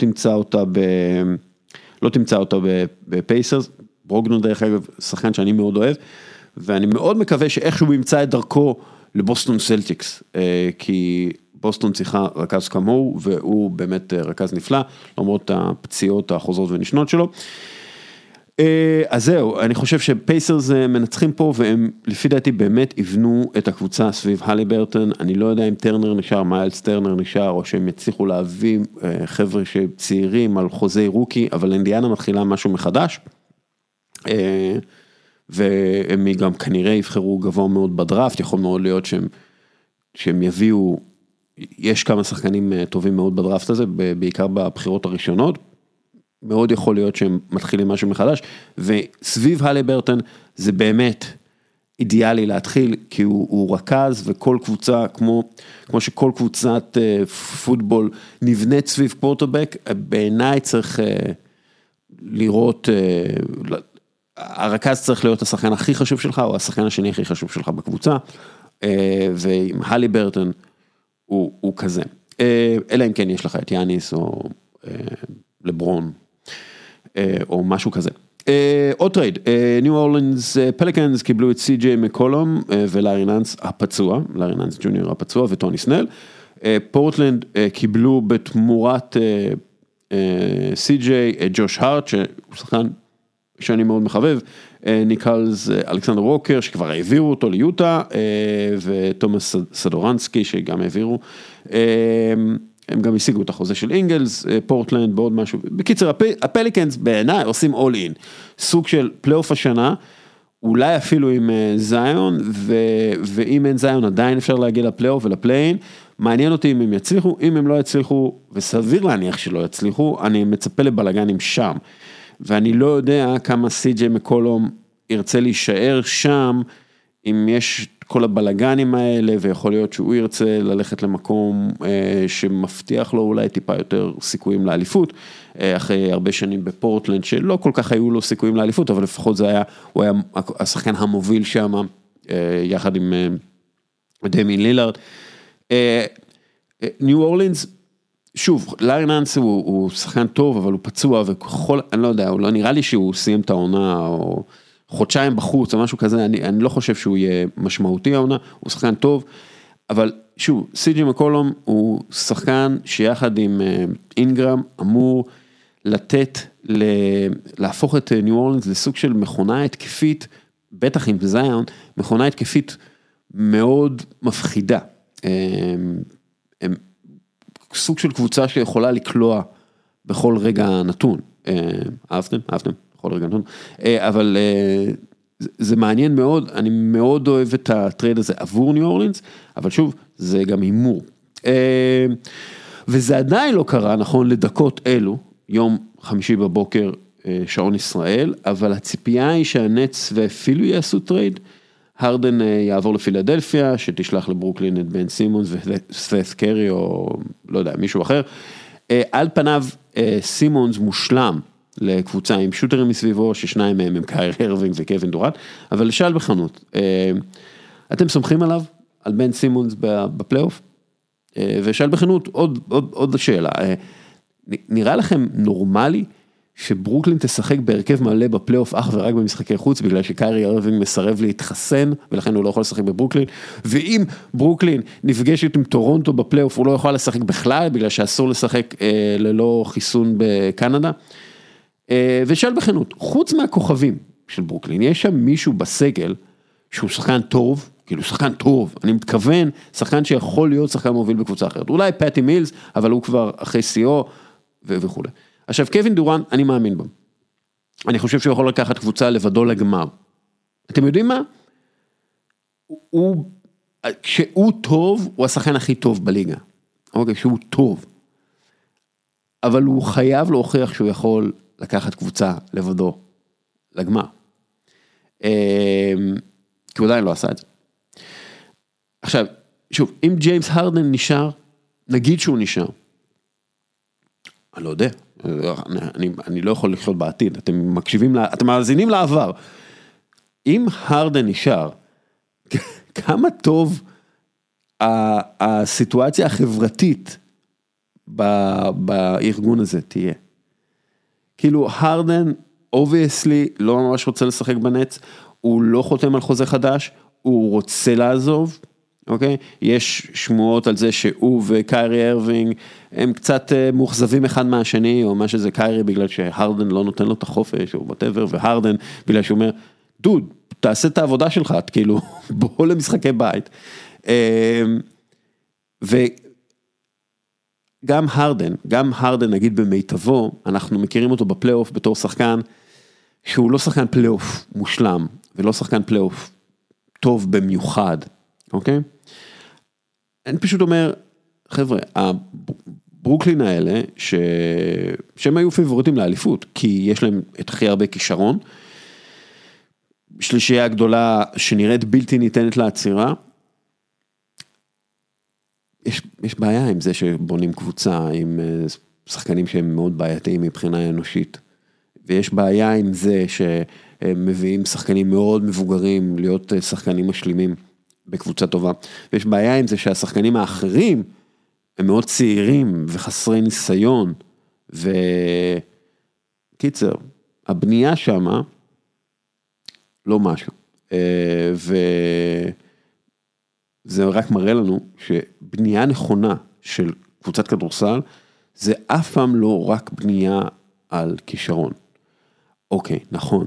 תמצא אותה בפייסרס, ברוגדון דרך אגב, שחקן שאני מאוד אוהב, ואני מאוד מקווה שאיכשהו ימצא את דרכו לבוסטון סלטיקס, כי בוסטון צריכה רכז כמוהו, והוא באמת רכז נפלא, למרות הפציעות החוזרות ונשנות שלו. אז זהו, אני חושב שפייסרס מנצחים פה, והם לפי דעתי באמת יבנו את הקבוצה סביב הליברטון, אני לא יודע אם טרנר נשאר, מיילס טרנר נשאר, או שהם יצליחו להביא חבר'ה שצעירים על חוזי רוקי, אבל אינדיאנה מתחילה משהו מחדש, והם גם כנראה יבחרו גבוה מאוד בדראפט, יכול מאוד להיות שהם יביאו, יש כמה שחקנים טובים מאוד בדראפט הזה, בעיקר בבחירות הראשונות, מאוד יכול להיות שהם מתחילים משהו מחדש, וסביב הליברטון זה באמת אידיאלי להתחיל, כי הוא רכז, וכל קבוצה, כמו שכל קבוצת פוטבול נבנית סביב קוורטרבק, בעיניי צריך לראות, הרכז צריך להיות השחקן הכי חשוב שלך, או השחקן השני הכי חשוב שלך בקבוצה, ועם הליברטון הוא כזה. אלא אם כן יש לך את יאניס, או לברון, או משהו כזה. עוד טרייד, ניו אורלינס פליקנס קיבלו את סי.ג'יי מקולום, ולארי נאנס הפצוע, לארי נאנס ג'וניור הפצוע, וטוני סנל. פורטלנד קיבלו בתמורת סי.ג'יי, ג'וש הארט, שהוא שחקן שאני מאוד מחבב, ניקלס אלכסנדר ווקר, שכבר העבירו אותו ליוטה, ותומאס סדורנסקי, שגם העבירו, הם גם השיגו את החוזה של אינגלס, פורטלנד, בעוד משהו. בקיצר, הפליקנס בעיניי עושים all in, סוג של פלייאוף השנה, אולי אפילו עם זיון, ואם אין זיון עדיין אפשר להגיע לפלייאוף ולפליין, מעניין אותי אם הם יצליחו, אם הם לא יצליחו, וסביר להניח שלא יצליחו, אני מצפה לבלגנים שם, ואני לא יודע כמה סי.ג'יי מקולום ירצה להישאר שם, אם יש כל הבלגנים האלה, ויכול להיות שהוא ירצה ללכת למקום שמבטיח לו אולי טיפה יותר סיכויים לאליפות, אחרי הרבה שנים בפורטלנד, שלא כל כך היו לו סיכויים לאליפות, אבל לפחות זה היה, הוא היה השחקן המוביל שם, יחד עם דמיין לילארד. ניו אורלינס, שוב, לארי נאנס הוא שחקן טוב, אבל הוא פצוע, וככל, אני לא יודע, הוא לא נראה לי שהוא סיים את העונה, או חודשיים בחוץ, או משהו כזה, אני לא חושב שהוא יהיה משמעותי העונה, הוא שחקן טוב, אבל שוב, סי.ג'יי מקולום הוא שחקן שיחד עם אינגרם אמור לתת, להפוך את ניו אורלינס לסוג של מכונה התקפית, בטח עם זיון, מכונה התקפית מאוד מפחידה. סוג של קבוצה שיכולה לקלוע בכל רגע נתון. אהבתם, בכל רגע נתון. אבל זה מעניין מאוד, אני מאוד אוהב את הטרייד הזה עבור ניו אורלינס, אבל שוב, זה גם הימור. וזה עדיין לא קרה, נכון, לדקות אלו, יום חמישי בבוקר, שעון ישראל, אבל הציפייה היא שהנץ ואפילו יעשו טרייד, הרדן יעבור לפילדלפיה, שתשלח לברוקלין את בן סימונס וסת' קרי, או לא יודע, מישהו אחר. על פניו, סימונס מושלם לקבוצה עם שוטרים מסביבו, ששניים מהם הם קיירי הרווינג וקווין דורנט, אבל לשאל בחנות, אתם סומכים עליו, על בן סימונס בפלייאוף? ושאל בחנות, עוד שאלה, נראה לכם נורמלי, שברוקלין תשחק בהרכב מלא בפלייאוף אך ורק במשחקי חוץ, בגלל שקיירי הרווינג מסרב להתחסן, ולכן הוא לא יכול לשחק בברוקלין, ואם ברוקלין נפגשת עם טורונטו בפלייאוף, הוא לא יכול לשחק בכלל, בגלל שאסור לשחק ללא חיסון בקנדה, ושאל בכנות, חוץ מהכוכבים של ברוקלין, יש שם מישהו בסגל, שהוא שחקן טוב, כאילו שחקן טוב, אני מתכוון, שחקן שיכול להיות שחקן מוביל בקבוצה אחרת, אולי פטי מילס, אבל הוא כבר אחרי CO וכו'. עכשיו, קווין דורנט, אני מאמין בו. אני חושב שהוא יכול לקחת קבוצה לבדו לגמר. אתם יודעים מה? כשהוא טוב, הוא השחקן הכי טוב בליגה. אוקיי, כשהוא טוב. אבל הוא חייב להוכיח שהוא יכול לקחת קבוצה לבדו לגמר. כי הוא עדיין לא עשה את זה. עכשיו, שוב, אם ג'יימס הרדן נשאר, נגיד שהוא נשאר. אני לא יודע. אני לא יכול לחיות בעתיד, אתם מקשיבים, אתם מאזינים לעבר. אם הרדן נשאר, כמה טוב הסיטואציה החברתית בארגון הזה תהיה. כאילו הרדן, obviously, לא ממש רוצה לשחק בנץ, הוא לא חותם על חוזה חדש, הוא רוצה לעזוב, אוקיי? יש שמועות על זה שהוא וקיירי הרווינג, הם קצת מוחזבים אחד מהשני, או מה שזה קיירי בגלל שהרדן לא נותן לו את החופש, או whatever, והרדן בגלל שהוא אומר, דוד, תעשה את העבודה שלך, כאילו, בוא למשחקי בית. וגם הרדן, נגיד במיטבו, אנחנו מכירים אותו בפלייאוף בתור שחקן, שהוא לא שחקן פלייאוף מושלם, ולא שחקן פלייאוף טוב במיוחד, אוקיי? אני פשוט אומר, חבר'ה, הברוקלין האלה, שהם היו פיבורטים לאליפות, כי יש להם את הכי הרבה כישרון, שלישייה הגדולה שנראית בלתי ניתנת לעצירה, יש בעיה עם זה שבונים קבוצה, עם שחקנים שהם מאוד בעייתיים מבחינה אנושית, ויש בעיה עם זה שהם מביאים שחקנים מאוד מבוגרים, להיות שחקנים משלימים בקבוצה טובה, ויש בעיה עם זה שהשחקנים האחרים, הם מאוד צעירים וחסרי ניסיון, וקיצר, הבנייה שמה, לא משהו, וזה רק מראה לנו שבנייה נכונה של קבוצת כדורסל, זה אף פעם לא רק בנייה על כישרון. אוקיי, נכון.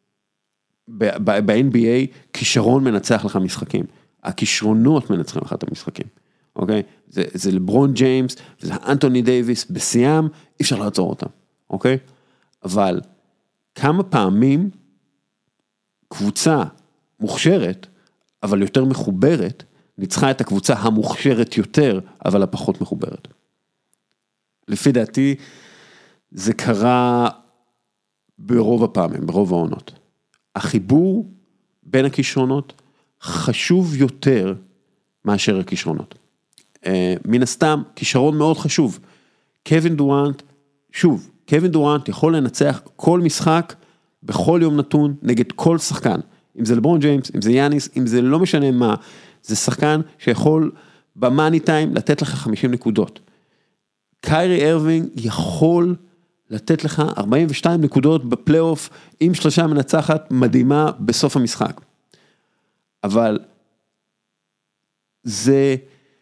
ב-NBA כישרון מנצח לך משחקים. הכישרונות מנצחים לך את המשחקים. אוקיי? זה לברון ג'יימס, וזה אנטוני דייביס, בשיאם, אי אפשר לעצור אותם. אוקיי? אבל כמה פעמים קבוצה מוכשרת, אבל יותר מחוברת, ניצחה את הקבוצה המוכשרת יותר, אבל הפחות מחוברת. לפי דעתי, זה קרה ברוב הפעמים, ברוב העונות. החיבור בין הכישרונות חשוב יותר מאשר הכישרונות. מן הסתם, כישרון מאוד חשוב. קווין דורנט, שוב, קווין דורנט יכול לנצח כל משחק, בכל יום נתון, נגד כל שחקן. אם זה לברון ג'יימס, אם זה יאניס, אם זה לא משנה מה, זה שחקן שיכול במאני טיים לתת לך 50 נקודות. קיירי הרווינג יכול לתת לך 42 נקודות בפלייאוף, עם שלושה מנצחת מדהימה בסוף המשחק. אבל זה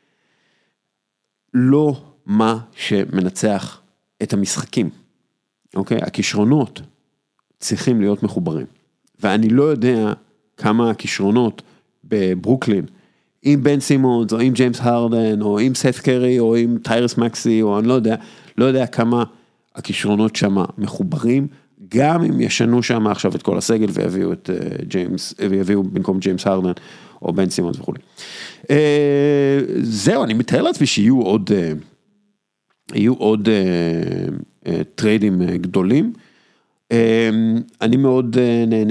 לא מה שמנצח את המשחקים. אוקיי? הכישרונות צריכים להיות מחוברים. ואני לא יודע כמה הכישרונות בברוקלין עם בן סימונס, או עם ג'יימס הרדן, או עם סת קרי, או עם טיירס מקסי, או אני לא יודע כמה הכישרונות שם מחוברים, גם אם ישנו שם עכשיו את כל הסגל, ויביאו את ג'יימס, ויביאו במקום ג'יימס הרדן, או בן סימונס וכו'. זהו, אני מתאר לעצמי שיהיו עוד טריידים גדולים. אני מאוד נהנה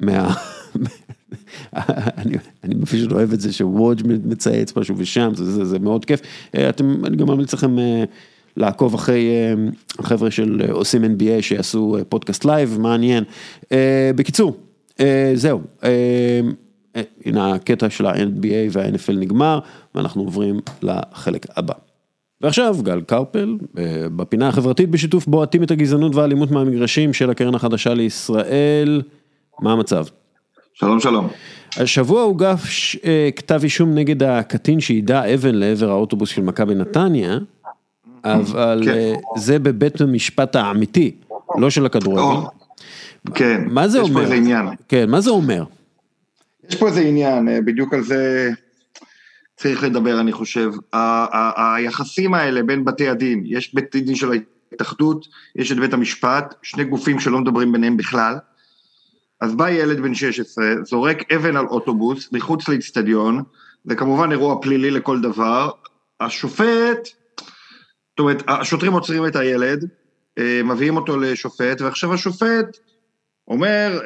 אני פשוט אוהב את זה שוודג' מצייץ משהו ושם, זה מאוד כיף. אני גם ממליץ לכם לעקוב אחרי החבר'ה של עושים NBA שיעשו פודקאסט לייב, מעניין. בקיצור, זהו, הנה הקטע של ה-NBA וה-NFL נגמר, ואנחנו עוברים לחלק הבא. ועכשיו גל קרפל, בפינה החברתית בשיתוף בועטים את הגזענות והאלימות מהמגרשים של הקרן החדשה לישראל, מה המצב? שלום שלום. השבוע הוגש כתב אישום נגד הקטין שידע אבן לעבר האוטובוס של מכבי נתניה, אבל זה בבית המשפט האמיתי, לא של הכדורגל. כן, מה זה אומר? יש פה איזה עניין. כן, מה זה אומר? יש פה איזה עניין, בדיוק על זה צריך לדבר, אני חושב. היחסים האלה בין בתי הדין, יש בית הדין של ההתאחדות, יש את בית המשפט, שני גופים שלא מדברים ביניהם בכלל. אז בא ילד בן 16, זורק אבן על אוטובוס, מחוץ לאצטדיון, זה כמובן אירוע פלילי לכל דבר. השופט, זאת אומרת, השוטרים עוצרים את הילד, מביאים אותו לשופט, ועכשיו השופט אומר,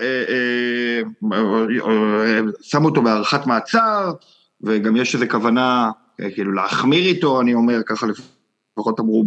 שם אותו בהערכת מעצר, וגם יש איזו כוונה, כאילו, להחמיר איתו, אני אומר, ככה לפחות אמרו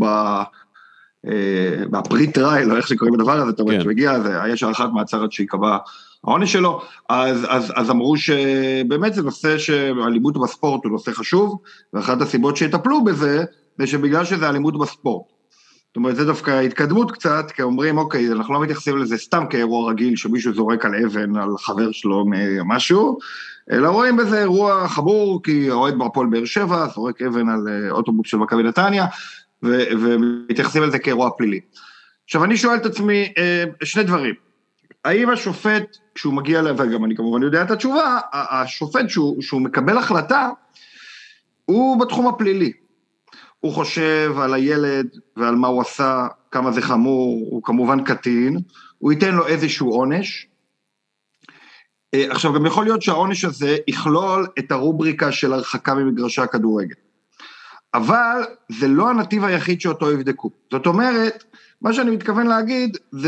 בפרי טרייל, או איך שקוראים לדבר הזה, זאת אומרת, שמגיע, יש הערכת מעצר עד שיקבע העונש שלו, אז אמרו שבאמת זה נושא שאלימות בספורט הוא נושא חשוב, ואחת הסיבות שיטפלו בזה, זה שבגלל שזה אלימות בספורט. זאת אומרת, זה דווקא התקדמות קצת, כי אומרים, אוקיי, אנחנו לא מתייחסים לזה סתם כאירוע רגיל, שמישהו זורק על אבן, על חבר שלו משהו, אלא רואים בזה אירוע חמור, כי אוהד בהפועל באר שבע, זורק אבן על אוטובוס של מכבי נתניה, ומתייחסים לזה כאירוע פלילי. עכשיו, אני שואל את עצמי שני דברים. האם השופט, כשהוא מגיע, וגם אני כמובן יודע את התשובה, השופט שהוא מקבל החלטה, הוא בתחום הפלילי. הוא חושב על הילד ועל מה הוא עשה, כמה זה חמור, הוא כמובן קטין, הוא ייתן לו איזשהו עונש. עכשיו, גם יכול להיות שהעונש הזה יכלול את הרובריקה של הרחקה ממגרשי הכדורגל. אבל זה לא הנתיב היחיד שאותו יבדקו. זאת אומרת, מה שאני מתכוון להגיד זה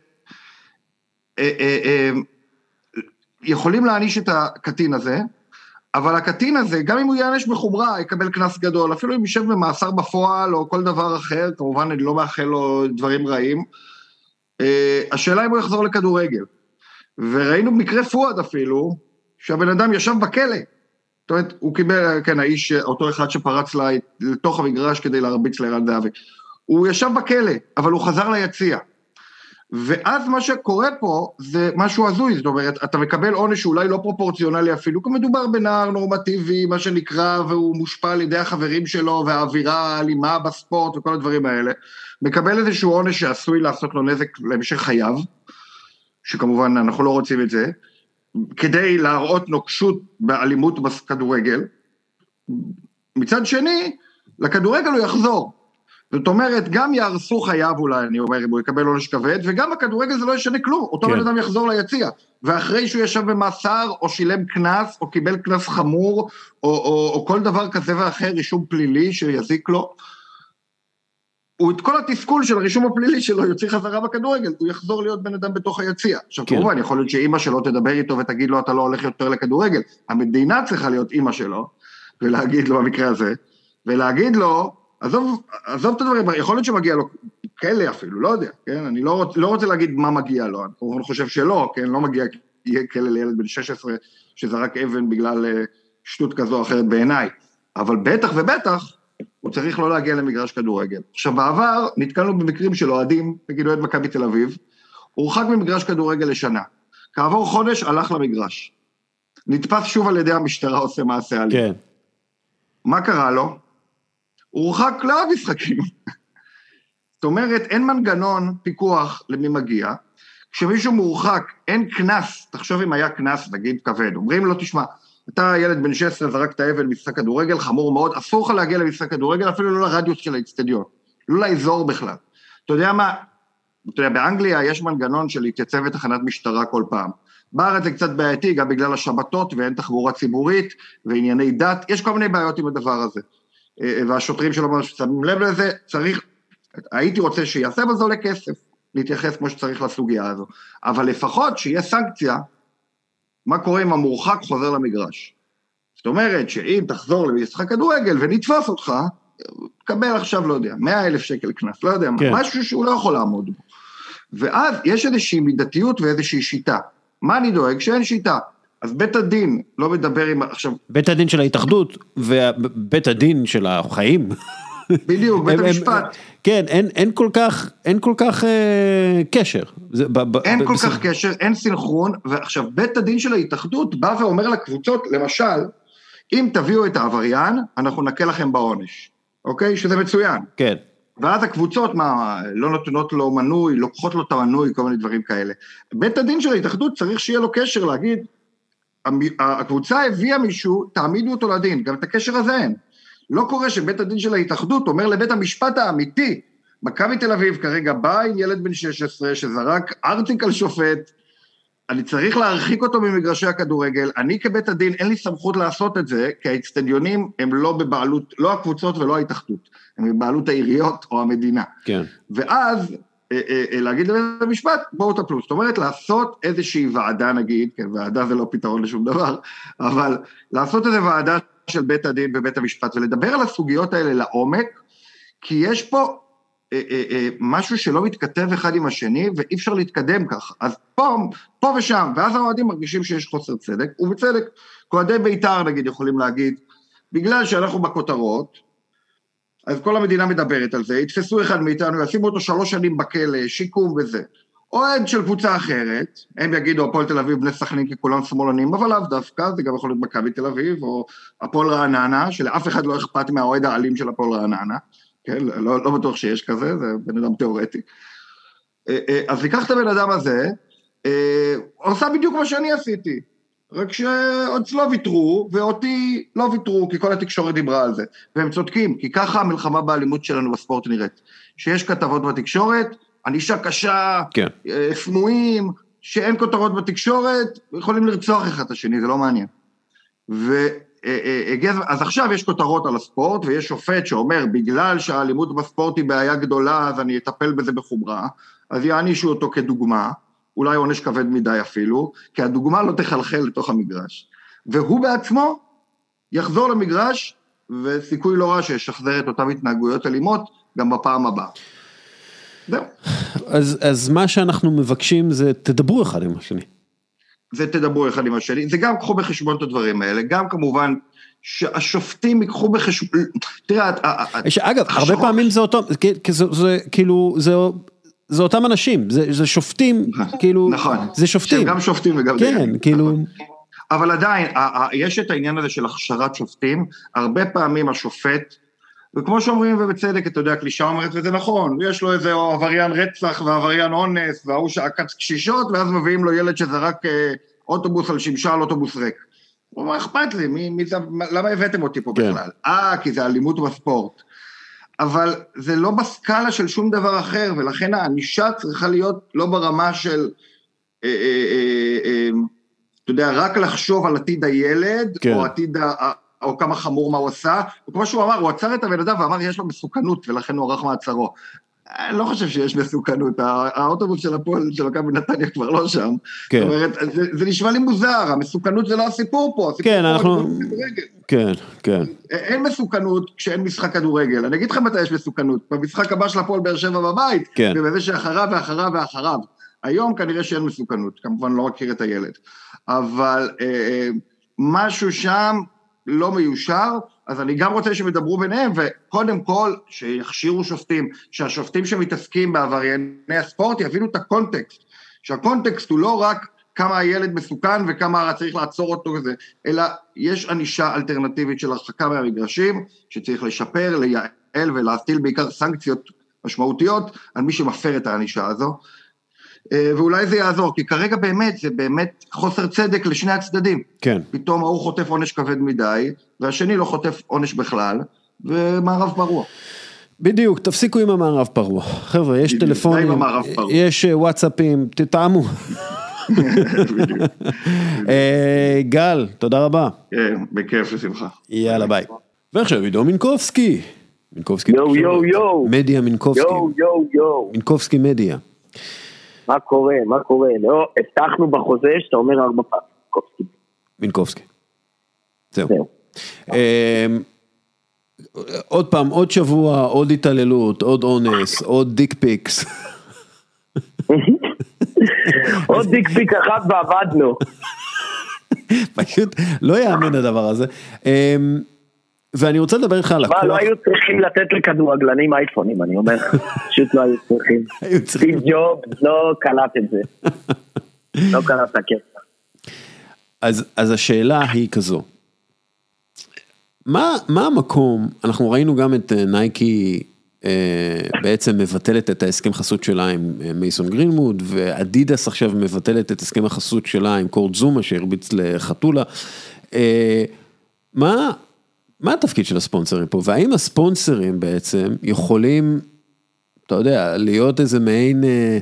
יכולים להעניש את הקטין הזה, אבל הקטין הזה, גם אם הוא יענש בחומרה, יקבל קנס גדול, אפילו אם יישב במאסר בפועל או כל דבר אחר, כמובן אני לא מאחל לו דברים רעים, השאלה אם הוא יחזור לכדורגל. וראינו במקרה פואד אפילו, שהבן אדם ישב בכלא, זאת אומרת, הוא קיבל, כן, האיש, אותו אחד שפרץ לתוך המגרש כדי להרביץ לערן זהבי, הוא ישב בכלא, אבל הוא חזר ליציע. ואז מה שקורה פה זה משהו הזוי, זאת אומרת, אתה מקבל עונש שאולי לא פרופורציונלי אפילו, כי מדובר בנער נורמטיבי, מה שנקרא, והוא מושפע על ידי החברים שלו, והאווירה האלימה בספורט וכל הדברים האלה, מקבל איזשהו עונש שעשוי לעשות לו נזק להמשך חייו, שכמובן אנחנו לא רוצים את זה, כדי להראות נוקשות באלימות בכדורגל, מצד שני, לכדורגל הוא יחזור, זאת אומרת, גם יהרסו חייו אולי, אני אומר, אם הוא יקבל עונש כבד, וגם הכדורגל זה לא ישנה כלום, אותו בן אדם יחזור ליציע, ואחרי שהוא ישב במאסר, או שילם קנס, או קיבל קנס חמור, או כל דבר כזה ואחר, רישום פלילי שיזיק לו, הוא את כל התסכול של הרישום הפלילי שלו יוציא חזרה בכדורגל, הוא יחזור להיות בן אדם בתוך היציע. עכשיו כמובן, יכול להיות שאמא שלו תדבר איתו ותגיד לו, אתה לא הולך יותר לכדורגל, המדינה צריכה להיות אמא שלו, ולהגיד לו במקרה הזה, ולהגיד לו, עזוב את הדברים, יכול להיות שמגיע לו כאלה אפילו, לא יודע, כן? אני לא רוצה להגיד מה מגיע לו, אני חושב שלא, כן? לא מגיע כאלה לילד בן 16 שזרק אבן בגלל שטות כזו או אחרת בעיניי, אבל בטח ובטח, הוא צריך לא להגיע למגרש כדורגל. עכשיו בעבר נתקלנו במקרים של אוהדים, נגיד אוהד מכבי תל אביב, הוא הורחק ממגרש כדורגל לשנה, כעבור חודש הלך למגרש, נתפס שוב על ידי המשטרה עושה מעשה אלים. כן. מה קרה לו? הוא הורחק לעוד משחקים. זאת אומרת, אין מנגנון פיקוח למי מגיע, כשמישהו מורחק, אין כנס, תחשוב אם היה כנס, נגיד כבד, אומרים לו, תשמע, אתה ילד בן 16, זרקת אבן משחק כדורגל, חמור מאוד, אסור לך להגיע למשחק כדורגל, אפילו לא לרדיוס של האצטדיון, לא לאזור בכלל. אתה יודע מה, באנגליה יש מנגנון של להתייצב בתחנת משטרה כל פעם. בארץ זה קצת בעייתי, גם בגלל השבתות, ואין תחבורה ציבורית, וענייני דת, יש כל מיני בעיות עם הדבר הזה. והשוטרים שלא שמים לב לזה, הייתי רוצה שיעשה, אבל זה עולה כסף, להתייחס כמו שצריך לסוגיה הזו. אבל לפחות שיהיה סנקציה, מה קורה אם המורחק חוזר למגרש. זאת אומרת שאם תחזור למשחק כדורגל ונתפוס אותך, תקבל עכשיו, לא יודע, 100,000 שקל קנס, לא יודע, כן. משהו שהוא לא יכול לעמוד בו. ואז יש איזושהי מידתיות ואיזושהי שיטה. מה אני דואג? שאין שיטה. אז בית הדין לא מדבר עם... עכשיו... בית הדין של ההתאחדות ובית הדין של החיים. בדיוק, בית המשפט. כן, אין כל כך קשר. אין כל כך קשר, אין סינכרון, ועכשיו בית הדין של ההתאחדות בא ואומר לקבוצות, למשל, אם תביאו את העבריין, אנחנו נקה לכם בעונש. אוקיי? שזה מצוין. כן. ואז הקבוצות, מה, לא נותנות לו מנוי, לוקחות לו את המנוי, כל מיני דברים כאלה. בית הדין של ההתאחדות צריך שיהיה לו קשר להגיד, הקבוצה הביאה מישהו, תעמידו אותו לדין, גם את הקשר הזה אין. לא קורה שבית הדין של ההתאחדות אומר לבית המשפט האמיתי, מכבי תל אביב כרגע בא עם ילד בן 16 שזרק ארטיק על שופט, אני צריך להרחיק אותו ממגרשי הכדורגל, אני כבית הדין אין לי סמכות לעשות את זה, כי האצטדיונים הם לא בבעלות, לא הקבוצות ולא ההתאחדות, הם בבעלות העיריות או המדינה. כן. ואז להגיד לבית המשפט, בואו תפלו, זאת אומרת לעשות איזושהי ועדה נגיד, כן, ועדה זה לא פתרון לשום דבר, אבל לעשות איזו ועדה של בית הדין בבית המשפט, ולדבר על הסוגיות האלה לעומק, כי יש פה משהו שלא מתכתב אחד עם השני, ואי אפשר להתקדם ככה. אז פה ושם, ואז האוהדים מרגישים שיש חוסר צדק, ובצדק, כועדי בית"ר נגיד יכולים להגיד, בגלל שאנחנו בכותרות, אז כל המדינה מדברת על זה, יתפסו אחד מאיתנו, ישימו אותו 3 שנים בכלא, שיקום וזה. אוהד של קבוצה אחרת, הם יגידו, הפועל תל אביב, בני סכנין, כי כולם שמאלנים, אבל לאו דווקא, זה גם יכול להיות מכבי תל אביב, או הפועל רעננה, שלאף אחד לא אכפת מהאוהד האלים של הפועל רעננה, כן, לא בטוח שיש כזה, זה בן אדם תיאורטי. אז ניקח את הבן אדם הזה, עושה בדיוק מה שאני עשיתי, רק שעוד לא ויתרו, ואותי לא ויתרו, כי כל התקשורת דיברה על זה, והם צודקים, כי ככה המלחמה באלימות שלנו בספורט נראית, שיש כתבות בתקשורת, ענישה קשה, כן. סמויים, שאין כותרות בתקשורת, יכולים לרצוח אחד את השני, זה לא מעניין. אז עכשיו יש כותרות על הספורט, ויש שופט שאומר, בגלל שהאלימות בספורט היא בעיה גדולה, אז אני אטפל בזה בחומרה, אז יענישו אותו כדוגמה, אולי עונש כבד מדי אפילו, כי הדוגמה לא תחלחל לתוך המגרש. והוא בעצמו יחזור למגרש, וסיכוי לא רע שישחזר את אותם התנהגויות אלימות, גם בפעם הבאה. זהו. אז מה שאנחנו מבקשים זה, תדברו אחד עם השני. זה תדברו אחד עם השני, זה גם קחו בחשבון את הדברים האלה, גם כמובן שהשופטים ייקחו בחשבון, תראה, אגב, הרבה פעמים זה אותו, כאילו, זה אותם אנשים, זה שופטים, כאילו, זה שופטים. שהם גם שופטים וגם... כן, כאילו... אבל עדיין, יש את העניין הזה של הכשרת שופטים, הרבה פעמים השופט, וכמו שאומרים ובצדק, אתה יודע, קלישה אומרת, וזה נכון, יש לו איזה עבריין רצח ועבריין אונס, והוא שעקץ קשישות, ואז מביאים לו ילד שזרק אוטובוס על שמשה על אוטובוס ריק. הוא אומר, אכפת לי, למה הבאתם אותי פה בכלל? כי זה אלימות בספורט. אבל זה לא בסקאלה של שום דבר אחר, ולכן הענישה צריכה להיות לא ברמה של, אתה יודע, רק לחשוב על עתיד הילד, או עתיד או כמה חמור מה הוא עשה, וכמו שהוא אמר, הוא עצר את הבן אדם ואמר, יש לו מסוכנות, ולכן הוא ערך מעצרו. אני לא חושב שיש מסוכנות, האוטובוס של הפועל של מכבי נתניה כבר לא שם. זאת אומרת, זה נשמע לי מוזר, המסוכנות זה לא הסיפור פה, כן, אנחנו... כן, כן. אין מסוכנות כשאין משחק כדורגל. אני אגיד לכם מתי יש מסוכנות, במשחק הבא של הפועל באר שבע בבית, ובזה שאחריו ואחריו ואחריו. היום כנראה שאין מסוכנות, כמובן לא מכיר את הילד. אבל משהו שם לא מיושר, אז אני גם רוצה שמדברו ביניהם, וקודם כל שיכשירו שופטים, שהשופטים שמתעסקים בעברייני הספורט יבינו את הקונטקסט, שהקונטקסט הוא לא רק כמה הילד מסוכן וכמה צריך לעצור אותו כזה, אלא יש ענישה אלטרנטיבית של הרחקה מהמגרשים, שצריך לשפר, לייעל ולהטיל בעיקר סנקציות משמעותיות על מי שמפר את הענישה הזו. ואולי זה יעזור, כי כרגע באמת, זה באמת חוסר צדק לשני הצדדים. כן. פתאום ההוא חוטף עונש כבד מדי, והשני לא חוטף עונש בכלל, ומערב פרוע. בדיוק, תפסיקו עם המערב פרוע. חבר'ה, יש טלפונים, יש וואטסאפים, תתאמו. גל, תודה רבה. כן, בכיף ושמחה. יאללה, ביי. ועכשיו עידו מינקובסקי. יו יו יו. מדיה מינקובסקי. יו יו יו. מינקובסקי מדיה. מה קורה? לא, הבטחנו בחוזה שאתה אומר 4 פעמים. מינקובסקי. זהו. עוד פעם, עוד שבוע, עוד התעללות, עוד אונס, עוד דיק פיקס. עוד דיק פיק אחד ועבדנו. פשוט לא יאמן הדבר הזה. ואני רוצה לדבר איתך על הכוח. לא היו צריכים לתת לכדורגלנים אייפונים, אני אומר, פשוט לא היו צריכים. סטיב ג'ובס לא קלט את זה. לא קלט את הקטע. אז השאלה היא כזו. מה המקום, אנחנו ראינו גם את נייקי בעצם מבטלת את ההסכם חסות שלה עם מייסון גרינווד, ואדידס עכשיו מבטלת את הסכם החסות שלה עם קורט זומה שהרביץ לחתולה. מה התפקיד של הספונסרים פה? והאם הספונסרים בעצם יכולים, אתה יודע, להיות איזה מעין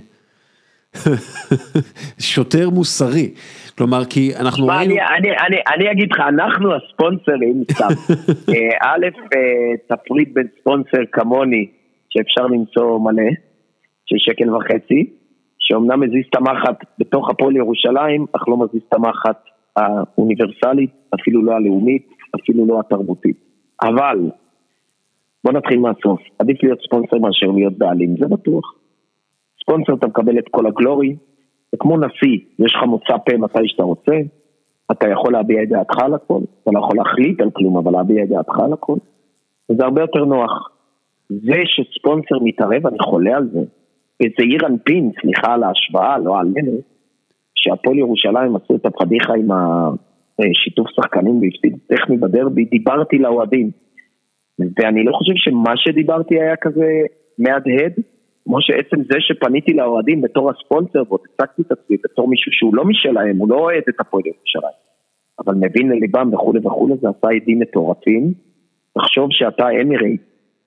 שוטר מוסרי? כלומר, כי אנחנו ראינו... אני אגיד לך, אנחנו הספונסרים, א', תפריד בין ספונסר כמוני, שאפשר למצוא מלא, של 1.50 שקל, שאומנם מזיז את המחט בתוך הפועל ירושלים, אך לא מזיז את המחט האוניברסלית, אפילו לא הלאומית, אפילו לא התרבותית. אבל, בוא נתחיל מהסוף, עדיף להיות ספונסר מאשר להיות בעלים, זה בטוח. ספונסר אתה מקבל את כל הגלורי, זה כמו נשיא, יש לך מוצא פה מתי שאתה רוצה, אתה יכול להביע את דעתך על הכל, אתה לא יכול להחליט על כלום, אבל להביע את דעתך על הכל, וזה הרבה יותר נוח. זה שספונסר מתערב, אני חולה על זה, וזה עיר אנפין, סליחה על ההשוואה, לא עלינו, שהפועל ירושלים עשו את הפדיחה עם השיתוף שחקנים והפסיד טכני בדרבי, דיברתי לאוהדים, ואני לא חושב שמה שדיברתי היה כזה מהדהד, כמו שעצם זה שפניתי לאוהדים בתור הספונסר, והצגתי את עצמי בתור מישהו שהוא לא משלהם, הוא לא אוהד את הפועל ירושלים, אבל מבין לליבם וכו' וכו', זה עשה עדים מטורפים, תחשוב שאתה אמירייט,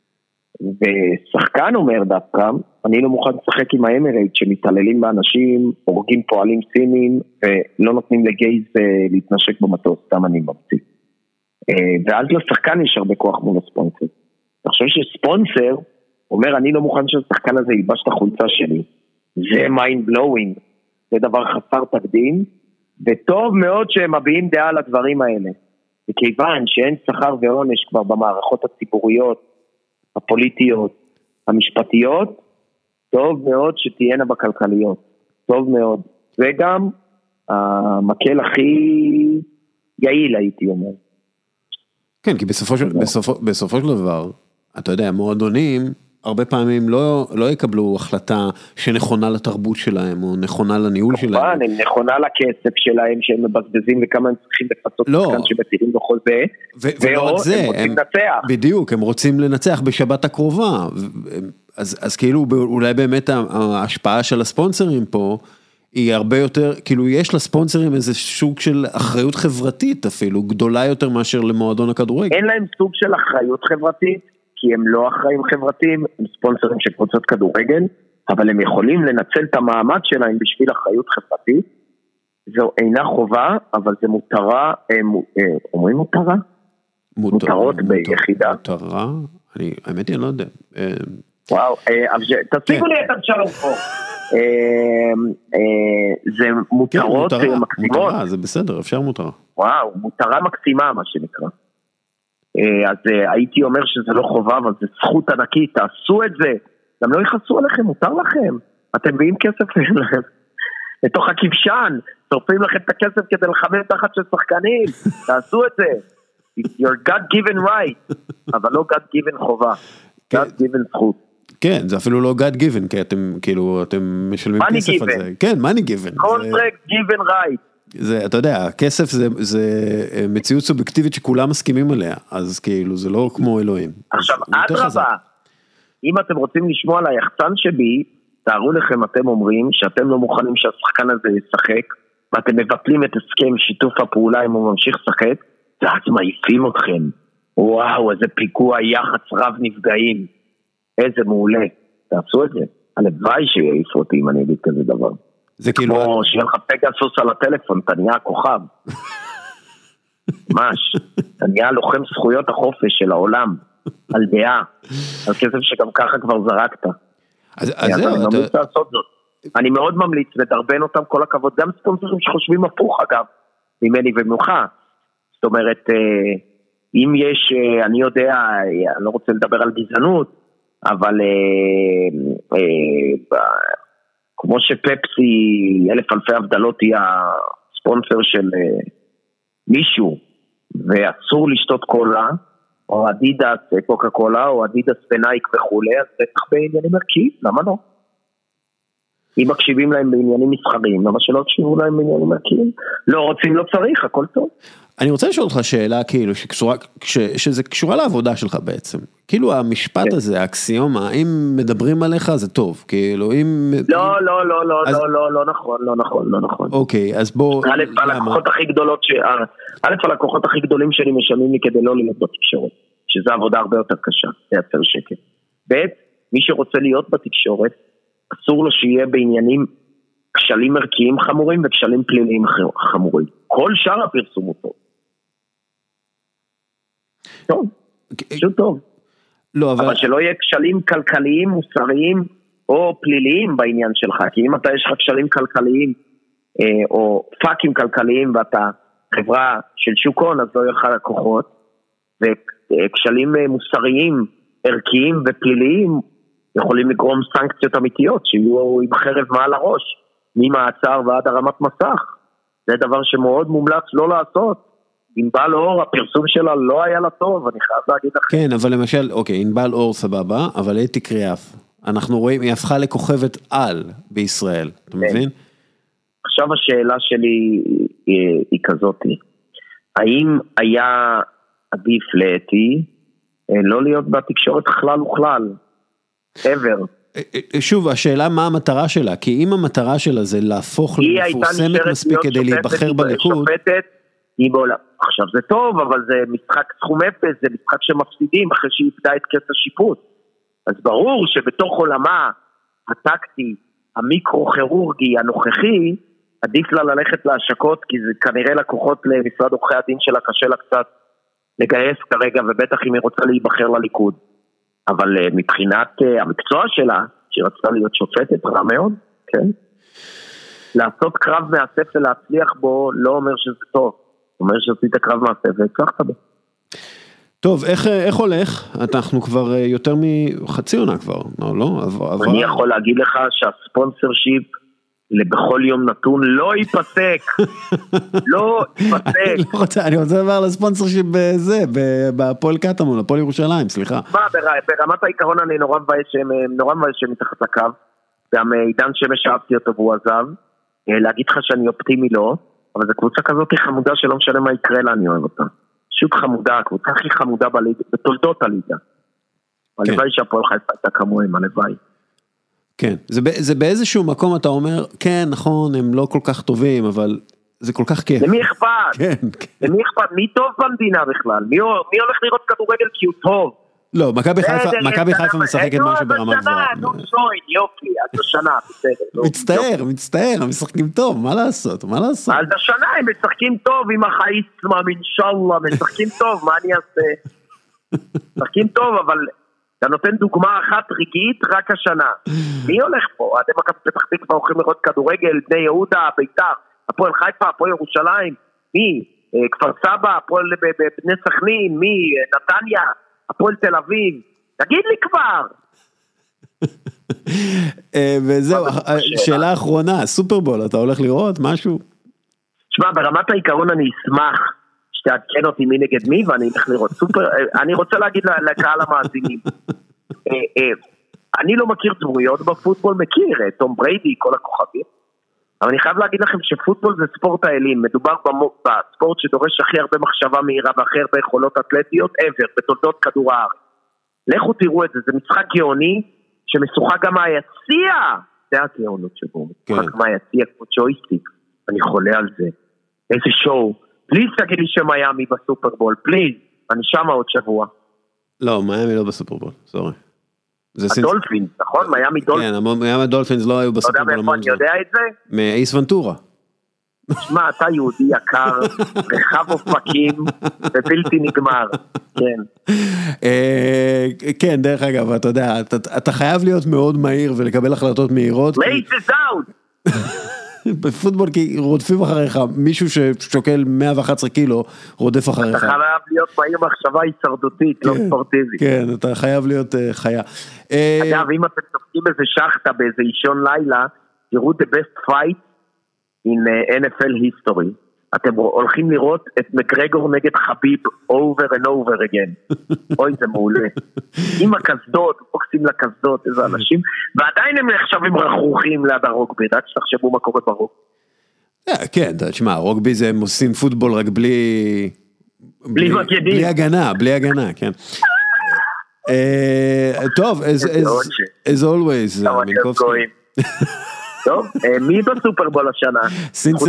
ושחקן אומר דווקא, אני לא מוכן לשחק עם האמירייט, שמתעללים באנשים, הורגים פועלים סינים, ולא נותנים לגייז להתנשק במטוס, סתם אני ממציא. ואז לשחקן יש הרבה כוח מול הספונסר. תחשוב שספונסר, אומר, אני לא מוכן שהשחקן הזה ילבש את החולצה שלי. זה mind blowing. זה דבר חסר תקדים, וטוב מאוד שהם מביעים דעה על הדברים האלה. וכיוון שאין שכר ועונש כבר במערכות הציבוריות, הפוליטיות, המשפטיות, טוב מאוד שתהיינה בכלכליות. טוב מאוד. וגם המקל הכי יעיל, הייתי אומר. כן, כי בסופו של דבר, אתה יודע, מועדונים הרבה פעמים לא יקבלו החלטה שנכונה לתרבות שלהם, או נכונה לניהול שלהם. כמובן, הם נכונה לכסף שלהם, שהם מבזבזים וכמה הם צריכים לפצות שחקן שמתירים בחוזה, ולא רק זה, הם רוצים לנצח. בדיוק, הם רוצים לנצח בשבת הקרובה, אז כאילו אולי באמת ההשפעה של הספונסרים פה, היא הרבה יותר, כאילו יש לספונסרים איזה סוג של אחריות חברתית אפילו, גדולה יותר מאשר למועדון הכדורגל. אין להם סוג של אחריות חברתית, כי הם לא אחראים חברתיים, הם ספונסרים של קבוצות כדורגל, אבל הם יכולים לנצל את המעמד שלהם בשביל אחריות חברתית. זו אינה חובה, אבל זה מותרה, אומרים מותרה? מותרות ביחידה. מותרה? האמת היא, אני לא יודע. וואו, תשיגו לי את השלום פה. זה מותרות מקסימות. זה בסדר, אפשר מותרה. וואו, מותרה מקסימה מה שנקרא. אז הייתי אומר שזה לא חובה, אבל זה זכות ענקית, תעשו את זה, גם לא יחסו עליכם, מותר לכם, אתם מביאים כסף להם, לתוך הכבשן, שורפים לכם את הכסף כדי לחמם תחת של שחקנים, תעשו את זה, it's your God given right, אבל לא God given חובה, God given זכות. כן, זה אפילו לא God given, כי אתם כאילו, אתם משלמים כסף על זה. כן, money given. Contract given right. זה, אתה יודע, הכסף זה מציאות סובייקטיבית שכולם מסכימים עליה, אז כאילו זה לא כמו אלוהים. עכשיו, אדרבה, אם אתם רוצים לשמוע על היחצן שבי, תארו לכם, אתם אומרים שאתם לא מוכנים שהשחקן הזה ישחק, ואתם מבטלים את הסכם שיתוף הפעולה אם הוא ממשיך לשחק, ואז מעיפים אתכם. וואו, איזה פיגוע יח"צ רב נפגעים. איזה מעולה. תעשו את זה. הלוואי שיעיפו אותי אם אני אגיד כזה דבר. זה כאילו... כמו שיהיה לך פגסוס על הטלפון, אתה נהיה הכוכב. ממש. אתה נהיה לוחם זכויות החופש של העולם. על דעה. על כסף שגם ככה כבר זרקת. אז אני ממליץ לעשות זאת. אני מאוד ממליץ לדרבן אותם, כל הכבוד. גם ספונסרים שחושבים הפוך, אגב, ממני וממך. זאת אומרת, אם יש, אני יודע, אני לא רוצה לדבר על גזענות, אבל כמו שפפסי, 1,000 אלפי הבדלות היא הספונסר של מישהו, ואסור לשתות קולה, או אדידס קוקה קולה, או אדידס ונייק וכולי, אז בטח בעניינים ערכיים, למה לא? אם מקשיבים להם בעניינים מסחריים, למה שלא תקשיבו להם בעניינים ערכיים? לא רוצים, לא צריך, הכל טוב. אני רוצה לשאול אותך שאלה, כאילו, שזה קשורה לעבודה שלך בעצם. כאילו, המשפט הזה, האקסיומה, אם מדברים עליך, זה טוב. כאילו, אם... לא נכון. אוקיי, אז בוא... הלקוחות הכי גדולים שלי משלמים לי כדי לא להיות בתקשורת, שזו עבודה הרבה יותר קשה, לייצר שקט. מי שרוצה להיות בתקשורת, אסור לו שיהיה בעניינים כשלים ערכיים חמורים וכשלים פליליים חמורים. כל שאר הפרסום הוא טוב. טוב, פשוט טוב. לא, אבל שלא יהיה כשלים כלכליים, מוסריים או פליליים בעניין שלך, כי אם אתה יש לך כשלים כלכליים או פאקים כלכליים ואתה חברה של שוק הון, אז לא יהיה לך לקוחות, וכשלים מוסריים, ערכיים ופליליים יכולים לגרום סנקציות אמיתיות, שיהיו עם חרב מעל הראש, ממעצר ועד הרמת מסך. זה דבר שמאוד מומלץ לא לעשות. ענבל אור, הפרסום שלה לא היה לה טוב, אני חייב להגיד לך. כן, אבל למשל, אוקיי, ענבל אור סבבה, אבל אתי קריאף, אנחנו רואים, היא הפכה לכוכבת על בישראל, אתה מבין? עכשיו השאלה שלי היא כזאת, האם היה עדיף לאתי לא להיות בתקשורת כלל וכלל? ever. שוב, השאלה מה המטרה שלה, כי אם המטרה שלה זה להפוך למפורסמת מספיק כדי להיבחר בליכוד. עכשיו זה טוב, אבל זה משחק סכום אפס, זה משחק שמפסידים אחרי שהיא איבדה את כס השיפוט. אז ברור שבתוך עולמה הטקטי, המיקרו-כירורגי הנוכחי, עדיף לה ללכת להשקות, כי זה כנראה לקוחות למשרד עורכי הדין שלה קשה לה קצת לגייס כרגע, ובטח אם היא רוצה להיבחר לליכוד. אבל מבחינת המקצוע שלה, שהיא רצתה להיות שופטת, רע מאוד, כן? לעשות קרב מאסף ולהצליח בו, לא אומר שזה טוב. אומר שעשית קרב מאסף והצלחת בו. טוב, איך הולך? אנחנו כבר יותר מחצי עונה כבר, לא? אני יכול להגיד לך שהספונסר שיפ בכל יום נתון לא ייפסק. לא ייפסק. אני רוצה לדבר על הספונסר שיפ בזה, בפועל קטמון, הפועל ירושלים, סליחה. ברמת העיקרון אני נורא מבייש שהם מתחת לקו, גם עידן שמש אהבתי אותו והוא עזב, להגיד לך שאני אופטימי לא, אבל זו קבוצה כזאת חמודה שלא משנה מה יקרה לה, אני אוהב אותה. פשוט חמודה, הקבוצה הכי חמודה בתולדות הליגה. הלוואי שהפועל חיפה הייתה כמוהם, הלוואי. כן, זה באיזשהו מקום אתה אומר, כן, נכון, הם לא כל כך טובים, אבל זה כל כך כיף. למי אכפת? כן. למי אכפת? מי טוב במדינה בכלל? מי הולך לראות כדורגל כי הוא טוב? לא, מכבי חיפה משחקת משהו ברמה גבוהה. נו, שוין, יופי, עד השנה, בסדר. מצטער, הם משחקים טוב, מה לעשות? עד השנה הם משחקים טוב עם החייצמה, אינשאללה, משחקים טוב, מה אני אעשה? משחקים טוב, אבל אתה נותן דוגמה אחת רגעית רק השנה. מי הולך פה? אתם מכבי פתח תקווה הולכים לראות כדורגל, בני יהודה, ביתר, הפועל חיפה, הפועל ירושלים, מי? כפר סבא, הפועל בני סכנין, מי? נתניה, הפועל תל אביב. תגיד לי כבר. וזהו, שאלה אחרונה, סופרבול, אתה הולך לראות משהו? תשמע, ברמת העיקרון אני אשמח שתעדכן אותי מי נגד מי, ואני אלך לראות סופר, אני רוצה להגיד לקהל המאזינים, אני לא מכיר דמויות בפוטבול, מכיר, תום בריידי, כל הכוכבים, אבל אני חייב להגיד לכם שפוטבול זה ספורט האלים, מדובר בספורט שדורש הכי הרבה מחשבה מהירה, והכי הרבה יכולות אתלטיות, בתולדות כדור הארץ. לכו תראו את זה, זה משחק גאוני, שמשוחק גם היציע, זה הגאונות שבו, רק מה יציע כמו ג'ויסטיק, אני חולה על זה, איזה שואו, פליז תגיד לי שמיימי בסופרבול, פליז, אני שמה עוד שבוע. לא, מיימי לא בסופרבול, סורי. הדולפינס, נכון? מיימי דולפינס. כן, מיימי דולפינס לא היו בסופרבול. אתה יודע מאיפה אני יודע את זה? מאייס ונטורה. תשמע, אתה יהודי יקר, רחב אופקים, ובלתי נגמר, כן. כן, דרך אגב, אתה יודע, אתה חייב להיות מאוד מהיר ולקבל החלטות מהירות. Laces out! בפוטבול כי רודפים אחריך, מישהו ששוקל 111 קילו רודף אחריך. אתה חייב להיות מהיר מחשבה הישרדותית, לא ספורטיבית. כן, אתה חייב להיות חיה. אגב, אם אתם תופקים איזה שחטה באיזה אישון לילה, תראו the best fight in NFL history. אתם הולכים לראות את מקרגור נגד חביב over and over again. אוי, זה מעולה. עם הקסדות, פוקסים לקסדות, איזה אנשים, ועדיין הם נחשבים רכרוכים ליד הרוגבי, רק שתחשבו מה קורה ברוגבי. כן, תשמע, הרוגבי זה הם עושים פוטבול רק בלי הגנה, כן. טוב, as always, מינקובסקי. טוב, מי בסופרבול השנה?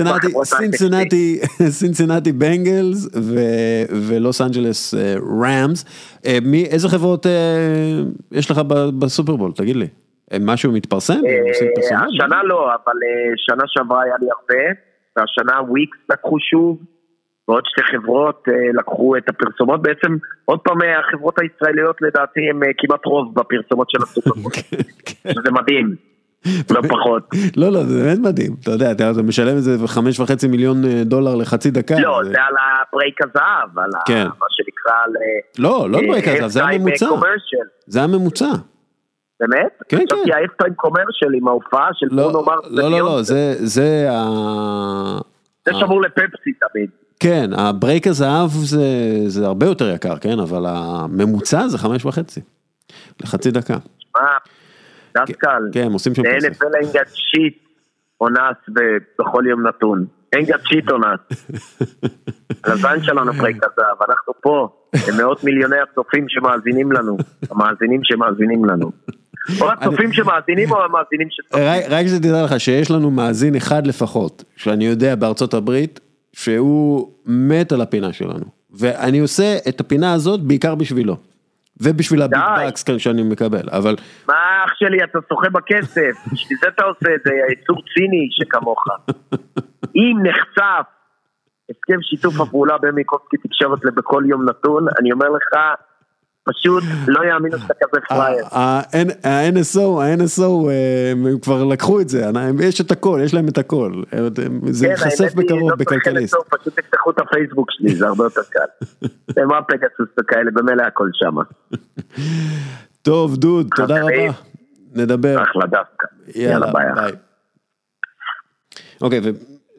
סינסינטי בנגלס ולוס אנג'לס רמס. איזה חברות יש לך בסופרבול? תגיד לי. משהו מתפרסם? השנה לא, אבל שנה שעברה היה לי הרבה, והשנה וויקס לקחו שוב, ועוד שתי חברות לקחו את הפרסומות, בעצם עוד פעם החברות הישראליות לדעתי הם כמעט רוב בפרסומות של הסופרבול. זה מדהים. לא פחות. לא, זה באמת מדהים. אתה יודע, אתה משלם איזה $5.5 מיליון לחצי דקה. לא, זה על הברייק הזהב, על מה שנקרא לא ברייק הזהב, זה הממוצע. זה הממוצע. באמת? כן, כן. חשבתי האפטיים קומרשל עם ההופעה של ברונו מרס. לא, זה זה שמור לפפסי תמיד. כן, הברייק הזהב זה הרבה יותר יקר, כן? אבל הממוצע זה 5.5 לחצי דקה. דסקל, כן, הם עושים שם כסף. NFL אין גד שיט אונס בכל יום נתון. אין גד שיט אונס. על הזין שלנו פרק הזה, ואנחנו פה, מאות מיליוני הצופים שמאזינים לנו, המאזינים שמאזינים לנו. או הצופים שמאזינים או המאזינים שצופים. רק שתדע לך שיש לנו מאזין אחד לפחות, שאני יודע בארצות הברית, שהוא מת על הפינה שלנו. ואני עושה את הפינה הזאת בעיקר בשבילו. ובשביל הביטבקס כאן שאני מקבל, אבל... מה אח שלי, אתה שוחה בכסף, בשביל זה אתה עושה את זה, יצור ציני שכמוך. אם נחשף הסכם שיתוף הפעולה בין מינקובסקי תקשורת בכל יום נתון, אני אומר לך, פשוט לא יאמינו שאתה כזה פרייר. ה-NSO, הם כבר לקחו את זה, יש את הכל, יש להם את הכל, זה חשף בקרוב בכלכליסט. פשוט תפתחו את הפייסבוק שלי, זה הרבה יותר קל. זה מה פגסוס וכאלה, במילא הכל שם. טוב, דוד, תודה רבה. נדבר. אחלה דווקא. יאללה, ביי. אוקיי,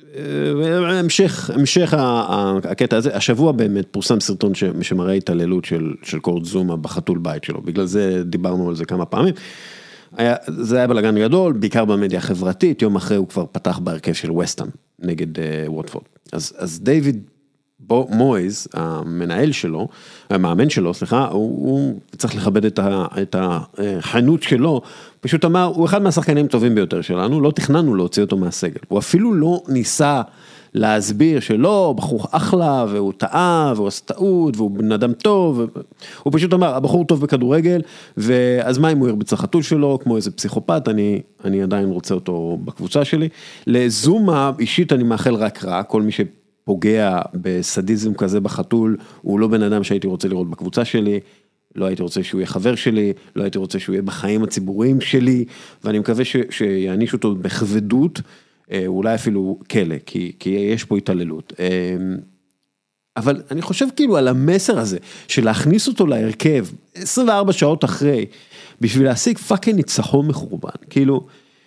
המשך הקטע הזה, השבוע באמת פורסם סרטון שמראה התעללות של קורט זומה בחתול בית שלו, בגלל זה דיברנו על זה כמה פעמים, זה היה בלגן גדול, בעיקר במדיה החברתית, יום אחרי הוא כבר פתח בהרכב של וסטהאם נגד ווטפורד, אז דיוויד מויז, המנהל שלו, המאמן שלו, סליחה, הוא צריך לכבד את החנות שלו, פשוט אמר, הוא אחד מהשחקנים טובים ביותר שלנו, לא תכננו להוציא אותו מהסגל, הוא אפילו לא ניסה להסביר שלא, בחור אחלה, והוא טעה, והוא עשה טעות, והוא בן אדם טוב, הוא פשוט אמר, הבחור טוב בכדורגל, ואז מה אם הוא ירביץ החתול שלו, כמו איזה פסיכופת, אני עדיין רוצה אותו בקבוצה שלי, לזומה אישית אני מאחל רק רע, כל מי פוגע בסדיזם כזה בחתול, הוא לא בן אדם שהייתי רוצה לראות בקבוצה שלי, לא הייתי רוצה שהוא יהיה חבר שלי, לא הייתי רוצה שהוא יהיה בחיים הציבוריים שלי, ואני מקווה שיעניש אותו בכבדות, אולי אפילו כלא, כי יש פה התעללות. אבל אני חושב כאילו על המסר הזה, של להכניס אותו להרכב, 24 שעות אחרי, בשביל להשיג פאקינג ניצחון מחורבן. כאילו,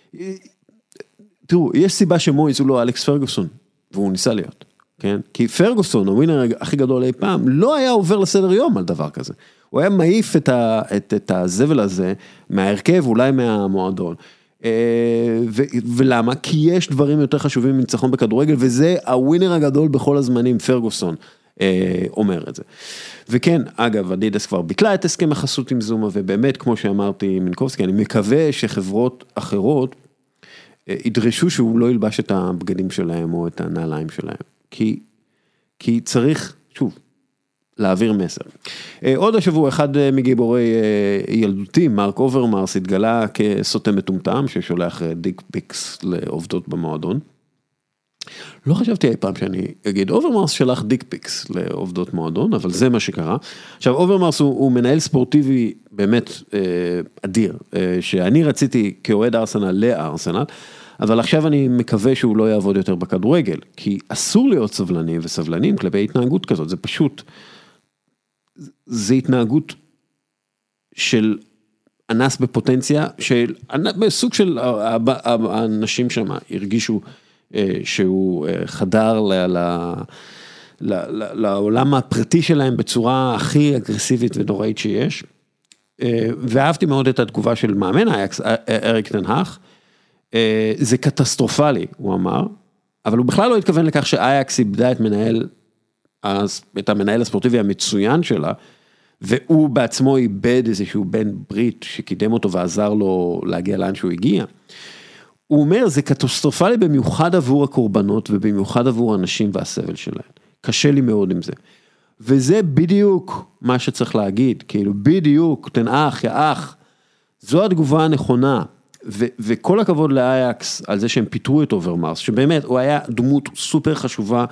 תראו, יש סיבה שמויז הוא לא אלכס פרגוסון, והוא ניסה להיות. כן? כי פרגוסון, הווינר הכי גדול אי פעם, לא היה עובר לסדר יום על דבר כזה. הוא היה מעיף את הזבל הזה מההרכב, אולי מהמועדון. ולמה? כי יש דברים יותר חשובים מניצחון בכדורגל, וזה הווינר הגדול בכל הזמנים, פרגוסון אומר את זה. וכן, אגב, אדידס כבר ביטלה את הסכם החסות עם זומה, ובאמת, כמו שאמרתי מינקובסקי, אני מקווה שחברות אחרות ידרשו שהוא לא ילבש את הבגדים שלהם או את הנעליים שלהם, כי צריך, שוב, להעביר מסר. עוד השבוע, אחד מגיבורי ילדותי, מרק אוברמרס, התגלה כסוטה מטומטם, ששולח דיק פיקס לעובדות במועדון. לא חשבתי אי פעם שאני אגיד, אוברמרס שלח דיק פיקס לעובדות מועדון, אבל זה מה שקרה. עכשיו, אוברמרס הוא מנהל ספורטיבי באמת אדיר, שאני רציתי כאוהד ארסנל לארסנל, אבל עכשיו אני מקווה שהוא לא יעבוד יותר בכדורגל, כי אסור להיות סבלנים וסבלנים כלפי התנהגות כזאת, זה פשוט, זה התנהגות של אנס בפוטנציה, בסוג של האנשים שם הרגישו שהוא חדר לעולם הפרטי שלהם בצורה הכי אגרסיבית ונוראית שיש, ואהבתי מאוד את התגובה של מאמן אייקס, אריק טן האג, זה קטסטרופלי, הוא אמר, אבל הוא בכלל לא התכוון לכך שאייקס איבדה את המנהל הספורטיבי המצוין שלה, והוא בעצמו איבד איזשהו בן ברית שקידם אותו ועזר לו להגיע לאן שהוא הגיע. הוא אומר, זה קטסטרופלי במיוחד עבור הקורבנות ובמיוחד עבור האנשים והסבל שלהם. קשה לי מאוד עם זה. וזה בדיוק מה שצריך להגיד, כאילו בדיוק, תן אח, יא אח, זו התגובה הנכונה. וכל הכבוד לאייקס על זה שהם פיתרו את אוברמרס, שבאמת הוא היה דמות סופר חשובה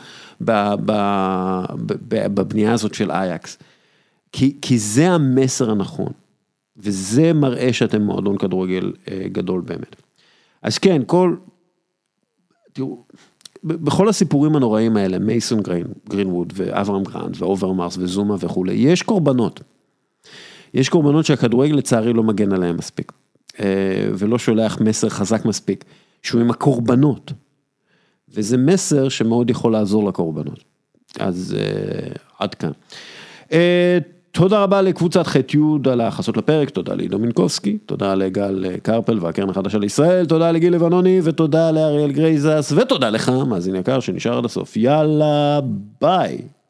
בבנייה הזאת של אייקס. כי זה המסר הנכון, וזה מראה שאתם מועדון כדורגל גדול באמת. אז כן, תראו, בכל הסיפורים הנוראים האלה, מייסון גרינווד ואברהם גרנט ואוברמרס וזומה וכו', יש קורבנות. יש קורבנות שהכדורגל לצערי לא מגן עליהם מספיק, ולא שולח מסר חזק מספיק, שהוא עם הקורבנות. וזה מסר שמאוד יכול לעזור לקורבנות. אז עד כאן. תודה רבה לקבוצת ח' י' על החסות לפרק, תודה לעידו מינקובסקי, תודה לגל קרפל והקרן החדשה לישראל, תודה לגיל לבנוני ותודה לאריאל גרייזס, ותודה לך, מאזין יקר שנשאר עד הסוף. יאללה, ביי.